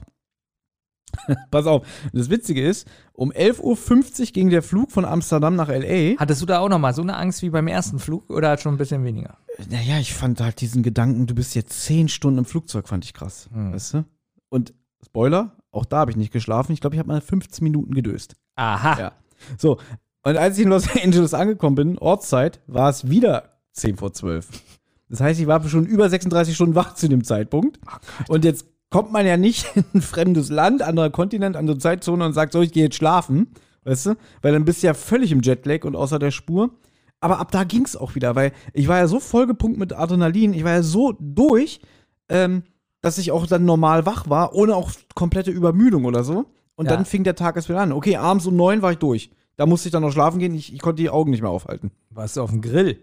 Pass auf, das Witzige ist, um elf Uhr fünfzig ging der Flug von Amsterdam nach L A.
Hattest du da auch nochmal so eine Angst wie beim ersten Flug oder schon ein bisschen weniger?
Naja, ich fand halt diesen Gedanken, du bist jetzt zehn Stunden im Flugzeug, fand ich krass. Hm. Weißt du? Und Spoiler, auch da habe ich nicht geschlafen. Ich glaube, ich habe mal fünfzehn Minuten gedöst.
Aha.
Ja. So, und als ich in Los Angeles angekommen bin, Ortszeit, war es wieder zehn vor zwölf. Das heißt, ich war schon über sechsunddreißig Stunden wach zu dem Zeitpunkt. Oh, und jetzt kommt man ja nicht in ein fremdes Land, anderer Kontinent, andere Zeitzone und sagt, so, ich gehe jetzt schlafen, weißt du? Weil dann bist du ja völlig im Jetlag und außer der Spur. Aber ab da ging es auch wieder, weil ich war ja so vollgepumpt mit Adrenalin, ich war ja so durch, ähm, dass ich auch dann normal wach war, ohne auch komplette Übermüdung oder so. Und ja. Dann fing der Tag erst wieder an. Okay, abends um neun war ich durch. Da musste ich dann noch schlafen gehen, ich, ich konnte die Augen nicht mehr aufhalten.
Warst du auf dem Grill?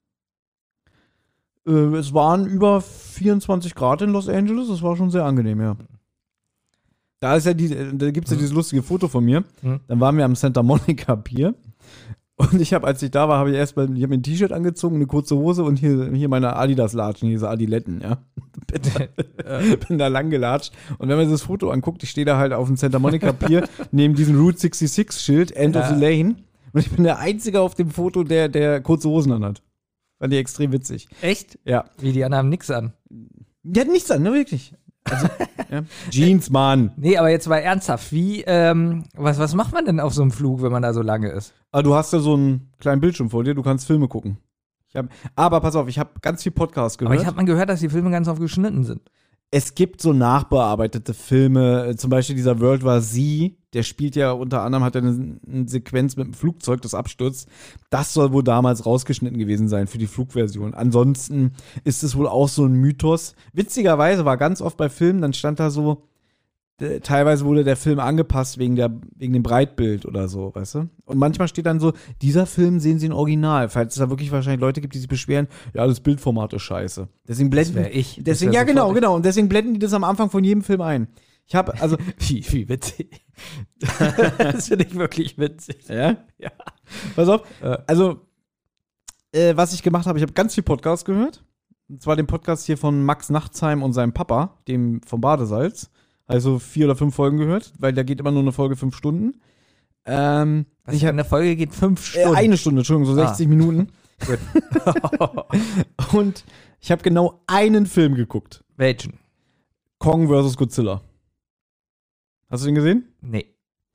Äh, es waren über vierundzwanzig Grad in Los Angeles, das war schon sehr angenehm, ja. Da ist ja die, da gibt es ja mhm. dieses lustige Foto von mir. Mhm. Dann waren wir am Santa Monica Pier. Und ich habe, als ich da war, habe ich erstmal, ich habe mir ein T-Shirt angezogen, eine kurze Hose und hier, hier meine Adidas-Latschen, diese Adiletten, ja. bin, da, bin da lang gelatscht. Und wenn man sich das Foto anguckt, ich stehe da halt auf dem Santa Monica Pier, neben diesem Route sechsundsechzig-Schild, End ja. of the Lane. Und ich bin der Einzige auf dem Foto, der, der kurze Hosen anhat. Fand ich extrem witzig.
Echt?
Ja.
Wie, die anderen haben nichts an?
Die hatten nichts an, ne, wirklich. Also, ja. Jeans, Mann.
Nee, aber jetzt mal ernsthaft, wie, ähm, was, was macht man denn auf so einem Flug, wenn man da so lange ist?
Ah, du hast ja so einen kleinen Bildschirm vor dir, du kannst Filme gucken. Ich hab, aber pass auf, ich habe ganz viel Podcasts gehört.
Aber ich habe mal gehört, dass die Filme ganz oft geschnitten sind.
Es gibt so nachbearbeitete Filme, zum Beispiel dieser World War Z, der spielt ja unter anderem, hat er eine, eine Sequenz mit dem Flugzeug, das abstürzt. Das soll wohl damals rausgeschnitten gewesen sein für die Flugversion. Ansonsten ist es wohl auch so ein Mythos. Witzigerweise war ganz oft bei Filmen, dann stand da so, äh, teilweise wurde der Film angepasst wegen, der, wegen dem Breitbild oder so, weißt du? Und manchmal steht dann so, dieser Film sehen Sie in Original. Falls es da wirklich wahrscheinlich Leute gibt, die sich beschweren, ja, das Bildformat ist scheiße. Deswegen blenden,
Das wär ich. Das
Deswegen,
wär
ja, genau,
sofort ich.
genau. Und deswegen blenden die das am Anfang von jedem Film ein. Ich habe, also,
Wie, wie witzig. Das finde ich wirklich witzig.
ja? Ja. Pass auf, also, äh, was ich gemacht habe, ich habe ganz viel Podcast gehört. Und zwar den Podcast hier von Max Nachtsheim und seinem Papa, dem vom Badesalz. Also vier oder fünf Folgen gehört, weil da geht immer nur eine Folge fünf Stunden. Ähm,
Was,
ich hab,
eine Folge geht fünf
äh,
Stunden.
eine Stunde, Entschuldigung, so
Ah.
sechzig Minuten. Und ich habe genau einen Film geguckt.
Welchen?
Kong versus Godzilla. Hast du den gesehen?
Nee.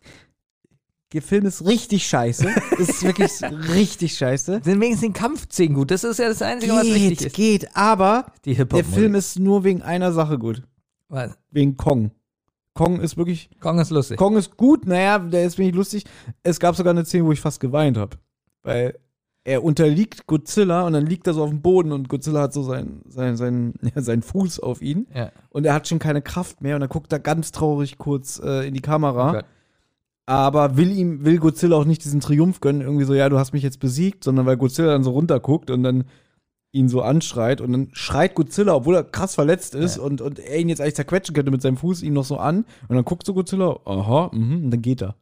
Der Film ist richtig scheiße. ist wirklich richtig scheiße.
Sind wenigstens den Kampfszenen gut. Das ist ja das Einzige, was wichtig
Geht,
ist.
geht, aber
Die
der
Hip-Hop.
Film ist nur wegen einer Sache gut.
Was?
Wegen Kong. Kong ist wirklich,
Kong ist lustig.
Kong ist gut, naja, der ist wenig lustig. Es gab sogar eine Szene, wo ich fast geweint habe. Weil er unterliegt Godzilla und dann liegt er so auf dem Boden und Godzilla hat so seinen sein, sein, ja, seinen Fuß auf ihn.
Ja.
Und er hat schon keine Kraft mehr und dann guckt er ganz traurig kurz äh, in die Kamera.
Oh Gott.
Aber will ihm, will Godzilla auch nicht diesen Triumph gönnen, irgendwie so, ja, du hast mich jetzt besiegt, sondern weil Godzilla dann so runterguckt und dann ihn so anschreit und dann schreit Godzilla, obwohl er krass verletzt ist
Ja.
und, und er ihn jetzt eigentlich zerquetschen könnte mit seinem Fuß, ihn noch so an und dann guckt so Godzilla, aha, mhm, und dann geht er.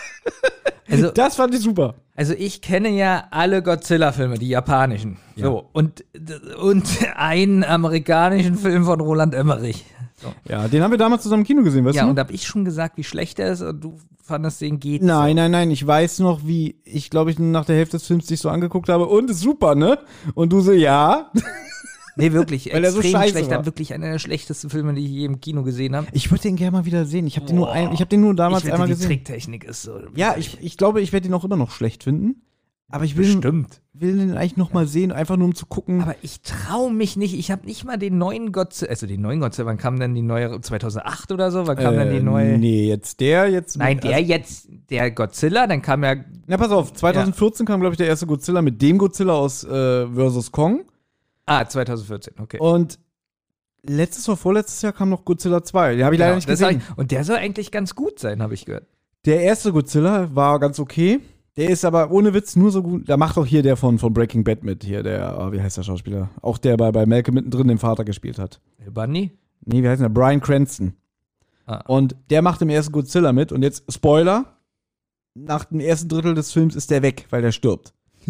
Also,
Das fand ich super.
also ich kenne ja alle Godzilla-Filme, die japanischen. So. Und, und einen amerikanischen Film von Roland Emmerich. So.
Ja, den haben wir damals zusammen im Kino gesehen, weißt
Ja,
du?
und da habe ich schon gesagt, wie schlecht er ist und du fandest, den geht.
Nein, nein, nein, ich weiß noch, wie ich, glaube ich, nach der Hälfte des Films dich so angeguckt habe und ist super, ne? Und du so, ja.
Nee, wirklich,
Weil er so
extrem
scheiße
schlecht.
war.
Wirklich einer der schlechtesten Filme, die ich je im Kino gesehen habe.
Ich würde den gerne mal wieder sehen. Ich habe den, nur ein, ich hab den nur damals
ich wette,
einmal
die
gesehen.
Tricktechnik ist so.
Ja, ich, ich glaube, ich werde ihn auch immer noch schlecht finden. Aber ich will,
Bestimmt.
will den eigentlich noch mal sehen, einfach nur um zu gucken.
Aber ich traue mich nicht. Ich habe nicht mal den neuen Godzilla, also den neuen Godzilla, wann kam denn die neue, zweitausendacht oder so? Wann kam
äh,
denn die neue?
Nee, jetzt der, jetzt.
Nein, der jetzt, der Godzilla, dann kam ja,
Na, pass auf, zwanzig vierzehn kam, glaube ich, der erste Godzilla mit dem Godzilla aus äh, versus Kong.
ah, zwanzig vierzehn, okay.
Und letztes oder vorletztes Jahr kam noch Godzilla zwei. Den habe ich leider
Genau,
nicht
das hab
gesehen.
ich, und der soll eigentlich ganz gut sein, habe ich gehört.
Der erste Godzilla war ganz okay. Der ist aber ohne Witz nur so gut. Da macht auch hier der von, von Breaking Bad mit. Hier, der, oh, wie heißt der Schauspieler? Auch der bei, bei Malcolm mittendrin den Vater gespielt hat.
Bunny?
Nee, wie heißt der? Bryan Cranston.
Ah.
Und der macht im ersten Godzilla mit. Und jetzt, Spoiler, nach dem ersten Drittel des Films ist der weg, weil der stirbt.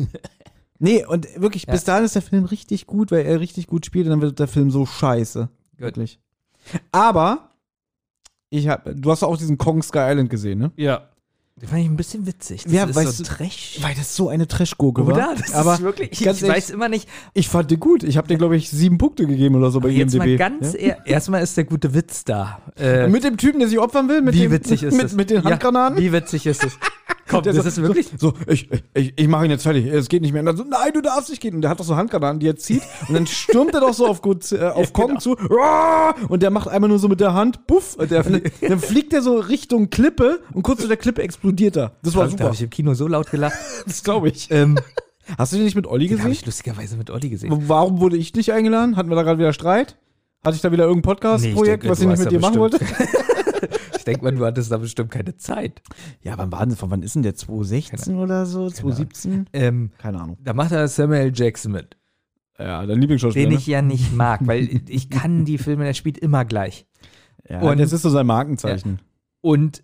Nee, und wirklich,
Ja.
bis dahin ist der Film richtig gut, weil er richtig gut spielt. Und dann wird der Film so scheiße. Wirklich. Aber, ich hab, du hast auch diesen Kong Sky Island gesehen, ne?
Ja. Den fand ich ein bisschen witzig. Das
Ja,
ist
weißt
so
du-
Trash.
Weil das so eine Trash-Gurke war.
Oder? Das
aber
ist wirklich, ich
ganz
weiß
ehrlich,
immer nicht,
ich fand den gut. Ich habe dir, glaube ich, sieben Punkte gegeben oder so bei
jetzt
I M D B.
mal ganz
ja?
ehr, erstmal ist der gute Witz da. Äh,
Mit dem Typen, der sich opfern will? Mit
wie
dem,
witzig ist
mit,
das?
Mit den
Ja,
Handgranaten?
wie witzig ist das? Komm,
Der
das
so,
ist wirklich.
So, so ich, ich, ich mache ihn jetzt fertig. Es geht nicht mehr. Und dann so, nein, du darfst nicht gehen. Und der hat doch so Handgranaten, die er zieht. Und dann stürmt er doch so auf, Gut, äh, auf Kong zu. Und der macht einmal nur so mit der Hand, puff. Und, der, und dann fliegt er so Richtung Klippe und kurz zu der Klippe explodiert er. Das war
Da
super.
habe ich im Kino so laut gelacht.
Das glaube ich.
ähm,
Hast du den nicht mit Olli
den habe
gesehen?
ich lustigerweise mit Olli gesehen.
Warum wurde ich nicht eingeladen? Hatten wir da gerade wieder Streit? Hatte ich da wieder irgendein Podcast-Projekt,
Nee, ich denke,
was
du
ich nicht
hast
mit dir
da
machen wollte?
Ich denke mal, du hattest da bestimmt keine Zeit.
Ja, wann war denn, von wann ist denn der? zwanzig sechzehn oder so? zwanzig siebzehn?
Ähm,
Keine Ahnung.
da macht er Samuel Jackson mit,
Ja, dein Lieblingsschauspieler.
den ich ja nicht mag, weil ich kann die Filme, der spielt immer gleich.
ne? Ja,
und-
das ist so sein Markenzeichen.
Und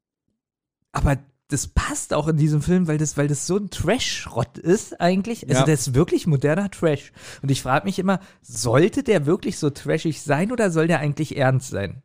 aber das passt auch in diesem Film, weil das, weil das so ein Trash-Schrott ist eigentlich. Also
Ja.
der ist wirklich moderner Trash. Und ich frage mich immer, sollte der wirklich so trashig sein oder soll der eigentlich ernst sein?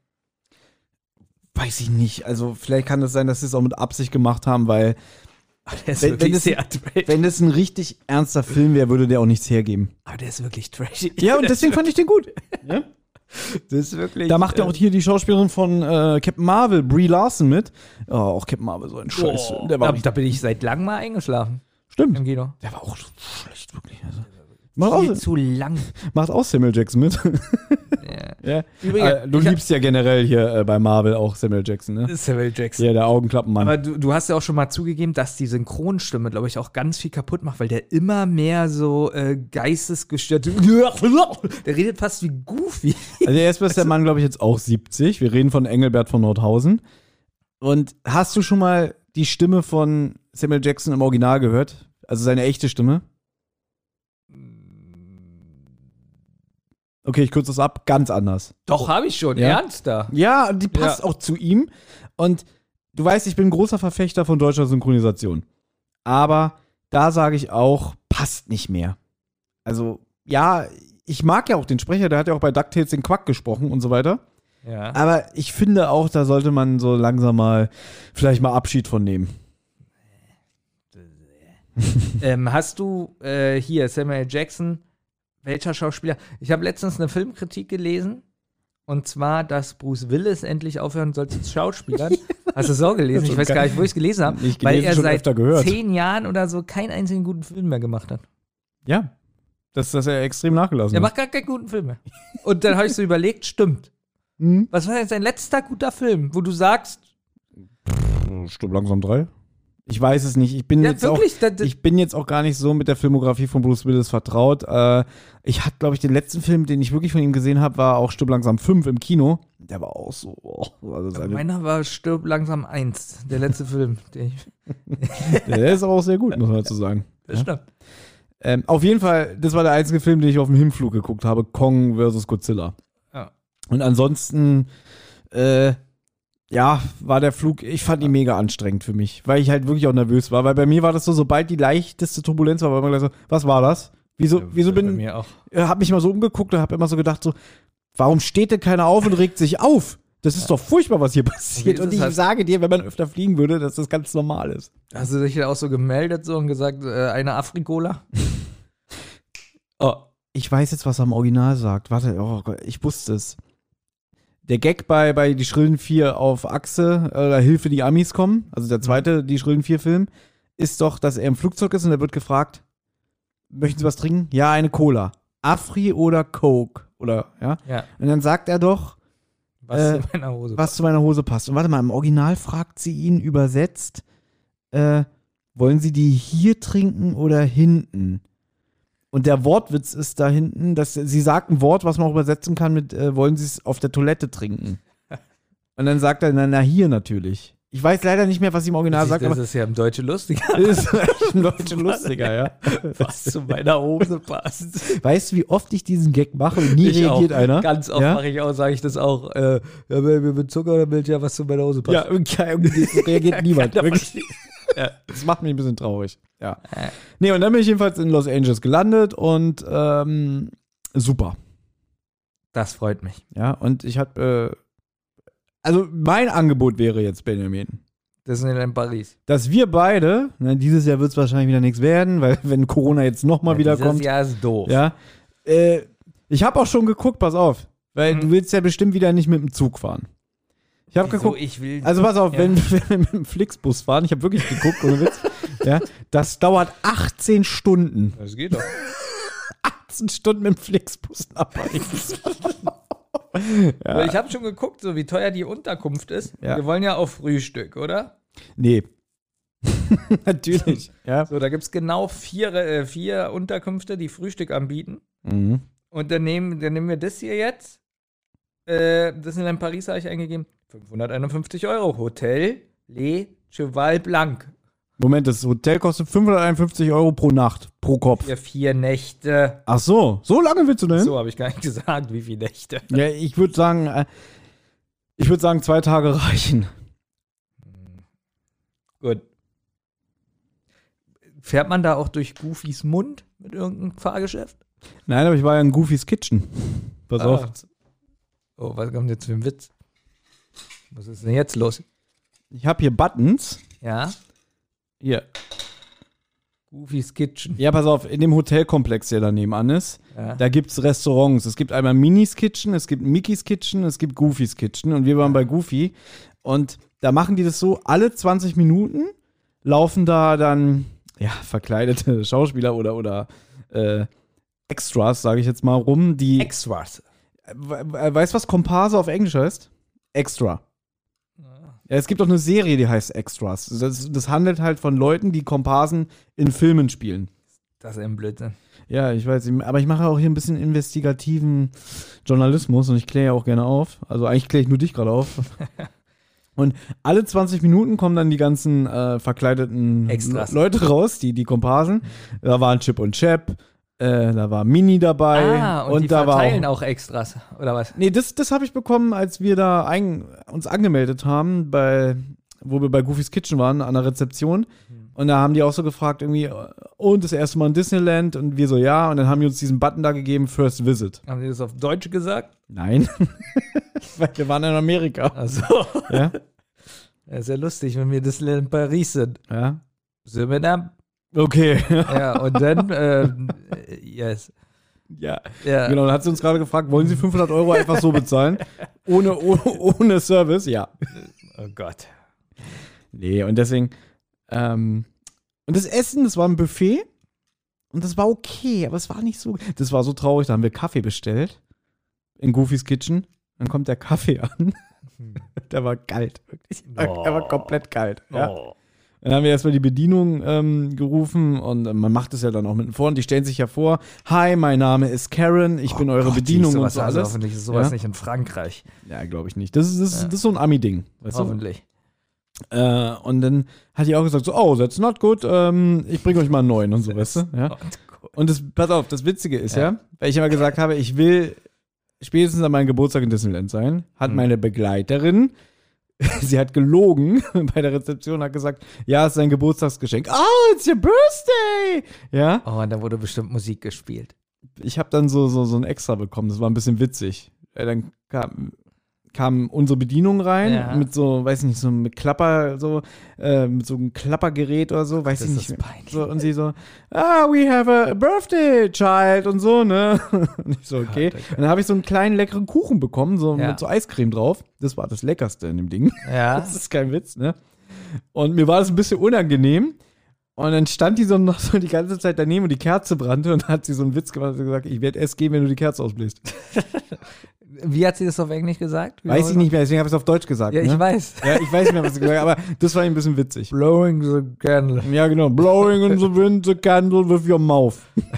Weiß ich nicht. Also vielleicht kann es sein, dass sie es auch mit Absicht gemacht haben, weil
Der ist
Wenn-
wirklich
wenn es-
sehr trash.
wenn das ein richtig ernster Film wäre, würde der auch nichts hergeben.
Aber der ist wirklich trashig.
Ja, und deswegen fand ich den gut. Ja?
Das ist wirklich.
Da macht ja auch hier die Schauspielerin von äh, Captain Marvel, Brie Larson, mit. Oh, auch Captain Marvel, so ein Scheiß.
Oh,
Der war
da, da bin ich seit langem mal eingeschlafen
Stimmt.
im Kino.
Der war auch so schlecht, wirklich. Also. Macht,
Viel
auch,
zu lang.
macht auch Samuel Jackson mit.
Ja.
Ja.
Übrigens,
äh, du
ich hab-
liebst ja generell hier äh, bei Marvel auch Samuel Jackson, ne?
Samuel Jackson.
Ja, der Augenklappenmann.
Aber du, du hast ja auch schon mal zugegeben, dass die Synchronstimme, glaube ich, auch ganz viel kaputt macht, weil der immer mehr so äh, geistesgestört. Der redet fast wie Goofy.
Also erst ist der Mann, glaube ich, jetzt auch siebzig. Wir reden von Engelbert von Nordhausen. Und hast du schon mal die Stimme von Samuel Jackson im Original gehört? Also seine echte Stimme? Okay, ich kürze das ab. Ganz anders.
Doch, habe ich schon.
Ja?
Ernst da.
Ja, die passt
Ja.
auch zu ihm. Und du weißt, ich bin ein großer Verfechter von deutscher Synchronisation. Aber da sage ich auch, passt nicht mehr. Also, ja, ich mag ja auch den Sprecher, der hat ja auch bei DuckTales den Quack gesprochen und so weiter.
Ja.
Aber ich finde auch, da sollte man so langsam mal vielleicht mal Abschied von nehmen.
ähm, hast du äh, hier Samuel Jackson, welcher Schauspieler? Ich habe letztens eine Filmkritik gelesen. Und zwar, dass Bruce Willis endlich aufhören sollte zu Schauspielern. Hast du es auch gelesen? Ich weiß gar nicht, wo ich es gelesen habe.
Nicht
Weil
gelesen,
er
schon
seit
öfter gehört.
zehn Jahren oder so keinen einzigen guten Film mehr gemacht hat.
Ja, dass das er extrem nachgelassen
Er
hat.
macht gar keinen guten Film mehr. Und dann habe ich so überlegt, stimmt.
Hm?
Was war jetzt dein letzter guter Film, wo du sagst,
Stimmt langsam drei? Ich weiß es nicht. Ich bin,
ja,
jetzt
wirklich,
auch,
da- da-
ich bin jetzt auch gar nicht so mit der Filmografie von Bruce Willis vertraut. Äh, ich hatte, glaube ich, den letzten Film, den ich wirklich von ihm gesehen habe, war auch Stirb langsam fünf im Kino. Der war auch so. Oh, also seine,
meiner war Stirb langsam eins, der letzte Film. Den ich,
der ist aber auch sehr gut, muss man dazu sagen.
das stimmt.
Ähm, auf jeden Fall, das war der einzige Film, den ich auf dem Hinflug geguckt habe. Kong versus Godzilla.
Ja.
Und ansonsten, äh, ja, war der Flug, ich fand ihn mega anstrengend für mich, weil ich halt wirklich auch nervös war. Weil bei mir war das so, sobald die leichteste Turbulenz war, war immer gleich so, was war das? Wieso, wieso
Bei
bin
mir auch.
ich, hab mich mal so umgeguckt und hab immer so gedacht so, warum steht denn keiner auf und regt sich auf? Das ist doch furchtbar, was hier passiert.
ist
Und
es
ich
halt-
sage dir, wenn man öfter fliegen würde, dass das ganz normal ist.
Hast du dich ja auch so gemeldet so und gesagt, äh, eine Afrikola?
Oh, ich weiß jetzt, was er im Original sagt. Warte, oh Gott, ich wusste es. Der Gag bei, bei Die Schrillen vier auf Achse, äh, Hilfe, die Amis kommen, also der zweite Die Schrillen vier Film, ist doch, dass er im Flugzeug ist und er wird gefragt, möchten Sie was trinken? Ja, eine Cola. Afri oder Coke? Oder, ja?
Ja.
Und dann sagt er doch,
Was
Äh,
zu meiner Hose.
was zu meiner Hose passt. Und warte mal, im Original fragt sie ihn übersetzt, äh, wollen Sie die hier trinken oder hinten? Und der Wortwitz ist da hinten, dass sie sagt ein Wort, was man auch übersetzen kann mit, äh, wollen Sie es auf der Toilette trinken? Und dann sagt er, na, na hier natürlich. Ich weiß leider nicht mehr, was sie im Original
das
sagt,
ist,
aber
das ist ja im Deutschen lustiger.
das ist echt ein deutscher lustiger, ja.
Was zu meiner Hose passt.
Weißt du, wie oft ich diesen Gag mache und nie
Ich
reagiert
auch.
einer?
Ganz oft
Ja?
mache ich auch, sage ich das auch. Äh, ja, mit Zucker oder Milch, ja, was zu meiner Hose passt.
Ja, irgendwie reagiert niemand.
Keiner
Wirklich.
versteht.
Ja, das macht mich ein bisschen traurig. Ja. Nee, und dann bin ich jedenfalls in Los Angeles gelandet und ähm, super.
Das freut mich.
Ja, und ich hatte, äh, also mein Angebot wäre jetzt, Benjamin,
Disneyland Paris.
dass wir beide, ne, dieses Jahr wird es wahrscheinlich wieder nichts werden, weil wenn Corona jetzt nochmal
Ja,
wieder
dieses
kommt.
Jahr ist doof.
Ja. Äh, ich habe auch schon geguckt, pass auf, weil
Mhm.
du willst ja bestimmt wieder nicht mit dem Zug fahren. Ich habe
Wieso?
geguckt.
Ich will.
Also pass auf,
Ja.
wenn, wenn wir mit dem Flixbus fahren, ich habe wirklich geguckt, ohne Witz, ja, das dauert achtzehn Stunden.
Das geht doch.
achtzehn Stunden mit dem Flixbus nach Paris.
Weil ich habe schon geguckt, so wie teuer die Unterkunft ist.
Ja.
Wir wollen ja auf Frühstück, oder?
Nee. Natürlich. Ja.
So, da gibt es genau vier, äh, vier Unterkünfte, die Frühstück anbieten.
Mhm.
Und dann nehmen, dann nehmen wir das hier jetzt. Äh, Disneyland Paris habe ich eingegeben. fünfhunderteinundfünfzig Euro. Hotel Le Cheval Blanc.
Moment, das Hotel kostet fünfhunderteinundfünfzig Euro pro Nacht, pro Kopf.
Für vier Nächte.
Ach so, so lange willst du denn?
So habe ich gar nicht gesagt, wie viele Nächte.
Ja, ich würde sagen, äh, ich würde sagen, zwei Tage reichen.
Gut. Fährt man da auch durch Goofys Mund mit irgendeinem Fahrgeschäft?
Nein, aber ich war ja in Goofys Kitchen. Pass auf.
Ah. Oh, was kommt jetzt für ein Witz? Was ist denn jetzt los?
Ich habe hier Buttons.
Ja?
Hier.
Goofys Kitchen.
Ja, pass auf, in dem Hotelkomplex, der da nebenan ist,
Ja.
da gibt's Restaurants. Es gibt einmal Minis Kitchen, es gibt Mickeys Kitchen, es gibt Goofys Kitchen und wir waren bei Goofy. Und da machen die das so, alle zwanzig Minuten laufen da dann, ja, verkleidete Schauspieler oder, oder äh, Extras, sage ich jetzt mal, rum, die
Extras.
weißt du, was Komparse auf Englisch heißt? Extra. Ja, es gibt auch eine Serie, die heißt Extras. Das, das handelt halt von Leuten, die Komparsen in Filmen spielen.
Das ist ein Blödsinn.
Ja, ich weiß, aber ich mache auch hier ein bisschen investigativen Journalismus und ich kläre ja auch gerne auf. Also eigentlich kläre ich nur dich gerade auf. Und alle zwanzig Minuten kommen dann die ganzen äh, verkleideten
Extras.
Leute raus, die, die Komparsen. Da waren Chip und Chap, äh, da war Mini dabei.
Ah, und,
und
die
da
verteilen
war auch,
auch Extras, oder was?
Nee, das, das habe ich bekommen, als wir da ein, uns angemeldet haben, bei, wo wir bei Goofy's Kitchen waren, an der Rezeption. Und da haben die auch so gefragt, irgendwie, und das erste Mal in Disneyland? Und wir so, ja. Und dann haben die uns diesen Button da gegeben, First Visit.
Haben die das auf Deutsch gesagt?
Nein. Weil wir waren in Amerika.
Also,
Ja?
das ist ja lustig, wenn wir Disneyland in Paris sind.
Ja.
Sind wir da?
Okay.
Ja, und dann, äh, yes.
Ja.
Ja.
Genau, dann hat sie uns gerade gefragt, wollen Sie fünfhundert Euro einfach so bezahlen? Ohne, ohne, ohne Service? Ja.
Oh Gott.
Nee, und deswegen, ähm, und das Essen, das war ein Buffet und das war okay, aber es war nicht so, das war so traurig, da haben wir Kaffee bestellt in Goofy's Kitchen, dann kommt der Kaffee an, der war kalt, wirklich,
Oh.
er war komplett kalt, ja.
Oh.
Dann haben wir erstmal die Bedienung ähm, gerufen und äh, man macht es ja dann auch mitten vor und die stellen sich ja vor, hi, mein Name ist Karen, ich bin eure
Gott,
Bedienung und
sowas,
so
also
alles.
hoffentlich ist sowas
Ja?
nicht in Frankreich.
Ja, glaube ich nicht. Das ist, das, ist-
Ja.
das ist so ein Ami-Ding, weißt du?
Hoffentlich.
Äh, und dann hat die auch gesagt so, oh, that's not good, ähm, ich bringe euch mal einen neuen und so, weißt du? Ja? Und das, pass auf, das Witzige ist ja,
Ja.
weil ich immer gesagt habe, ich will spätestens an meinem Geburtstag in Disneyland sein, hat
Mhm.
meine Begleiterin, sie hat gelogen bei der Rezeption, hat gesagt, ja, es ist ein Geburtstagsgeschenk. Oh, it's your birthday! Ja,
Oh, und da wurde bestimmt Musik gespielt.
ich habe dann so, so, so ein Extra bekommen, das war ein bisschen witzig. Äh, Dann kam, kam unsere Bedienung rein
Ja.
mit so, weiß nicht, so mit Klapper, so, äh, mit so einem Klappergerät oder so, weiß
Das
ich
ist
nicht mehr.
peinlich.
So, und sie so, ah, we have a birthday child und so, ne? Und ich so, okay.
Gott, oh Gott.
Und dann habe ich so einen kleinen leckeren Kuchen bekommen, so
Ja.
mit so Eiscreme drauf. Das war das Leckerste in dem Ding.
Ja.
Das ist kein Witz, ne? Und mir war das ein bisschen unangenehm. Und dann stand die so noch so die ganze Zeit daneben und die Kerze brannte und hat sie so einen Witz gemacht und gesagt, ich werde erst gehen, wenn du die Kerze ausbläst.
Wie hat sie das auf Englisch gesagt? Wie
Weiß
war
ich
das?
nicht mehr, deswegen habe ich es auf Deutsch gesagt.
Ja,
ne?
ich weiß.
Ja, ich weiß nicht mehr, was sie gesagt hat, aber das war ein bisschen witzig.
Blowing the candle.
Ja, genau. Blowing in the wind, the candle with your mouth.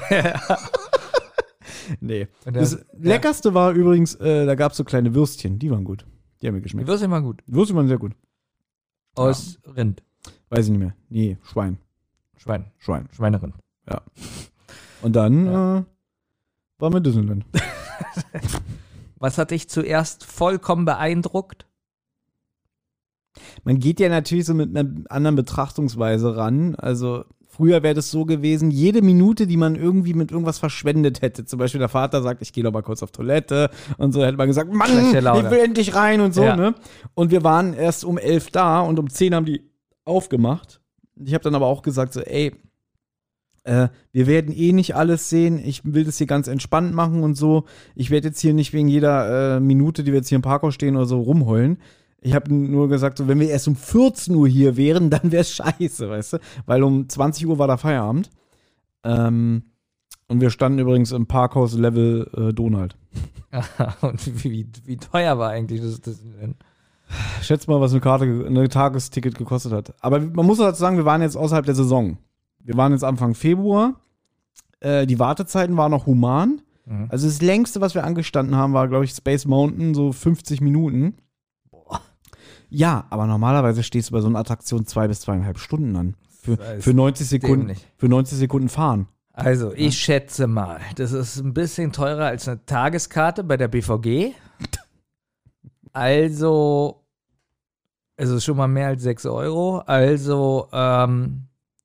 Nee.
Und
Das
dann-
Leckerste war übrigens, äh, da gab es so kleine Würstchen, die waren gut. Die haben mir
Die
geschmeckt.
wirst immer gut.
Würstchen waren sehr gut.
Aus Rind.
Weiß ich nicht mehr. Nee, Schwein.
Schwein.
Schwein.
Schweinerind.
Und dann äh, waren wir in Disneyland.
Was hat dich zuerst vollkommen beeindruckt?
Man geht ja natürlich so mit einer anderen Betrachtungsweise ran. Also früher wäre das so gewesen, jede Minute, die man irgendwie mit irgendwas verschwendet hätte, zum Beispiel der Vater sagt, ich gehe doch mal kurz auf Toilette und so, hätte man gesagt, Mann,
Schlechte Laune.
ich will endlich rein und so,
Ja.
ne? Und wir waren erst um elf da und um zehn haben die aufgemacht. Ich habe dann aber auch gesagt so, ey, äh, wir werden eh nicht alles sehen, ich will das hier ganz entspannt machen und so. Ich werde jetzt hier nicht wegen jeder äh, Minute, die wir jetzt hier im Parkhaus stehen oder so, rumheulen. Ich habe nur gesagt, so, wenn wir erst um vierzehn Uhr hier wären, dann wäre es scheiße, weißt du? Weil um zwanzig Uhr war da Feierabend. Ähm, und wir standen übrigens im Parkhaus Level äh, Donald.
Und wie, wie, wie teuer war eigentlich das? das denn?
Schätz mal, was eine Karte, eine Tagesticket gekostet hat. Aber man muss dazu sagen, wir waren jetzt außerhalb der Saison. Wir waren jetzt Anfang Februar. Äh, die Wartezeiten waren noch human.
Mhm.
Also das längste, was wir angestanden haben, war, glaube ich, Space Mountain, so fünfzig Minuten. Ja, aber normalerweise stehst du bei so einer Attraktion zwei bis zweieinhalb Stunden an. Für,
Das ist
für neunzig Sekunden,
dämlich.
für neunzig Sekunden fahren.
Also, ich schätze mal, das ist ein bisschen teurer als eine Tageskarte bei der B V G. Also, es ist schon mal mehr als sechs Euro. Also, ähm,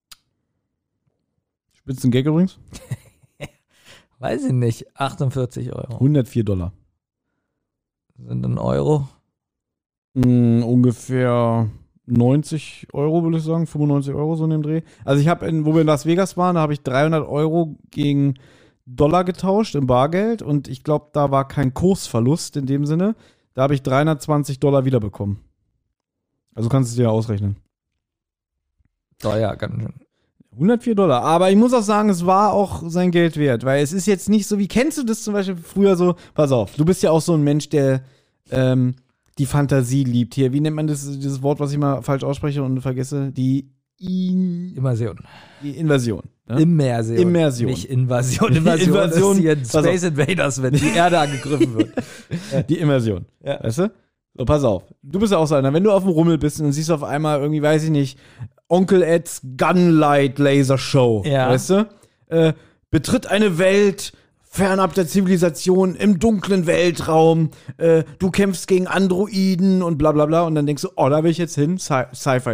Spitzen-Gag übrigens.
weiß ich nicht, achtundvierzig Euro.
hundertvier Dollar.
Sind ein Euro.
Mm, ungefähr neunzig Euro, würde ich sagen. fünfundneunzig Euro so in dem Dreh. Also ich habe, wo wir in Las Vegas waren, da habe ich dreihundert Euro gegen Dollar getauscht im Bargeld. Und ich glaube, da war kein Kursverlust in dem Sinne. Da habe ich dreihundertzwanzig Dollar wiederbekommen. Also kannst du es dir ja ausrechnen.
Teuer, ganz schön.
hundertvier Dollar. Aber ich muss auch sagen, es war auch sein Geld wert, weil es ist jetzt nicht so, wie kennst du das zum Beispiel früher so, pass auf, du bist ja auch so ein Mensch, der ähm, die Fantasie liebt. Hier, wie nennt man das, dieses Wort, was ich mal falsch ausspreche und vergesse? Die In-
Invasion.
Die Invasion. Ne?
Immersion.
Immersion.
Nicht Invasion. Invasion,
Invasion.
ist hier Space Invaders, wenn die Erde angegriffen wird.
Die Immersion.
Ja.
Weißt du? So, pass auf. Du bist ja auch so einer, wenn du auf dem Rummel bist und dann siehst du auf einmal irgendwie, weiß ich nicht, Onkel Eds Gunlight Laser Show.
Ja.
Weißt du? Äh, betritt eine Welt fernab der Zivilisation im dunklen Weltraum. Äh, du kämpfst gegen Androiden und bla bla bla. Und dann denkst du, oh, da will ich jetzt hin. Sci-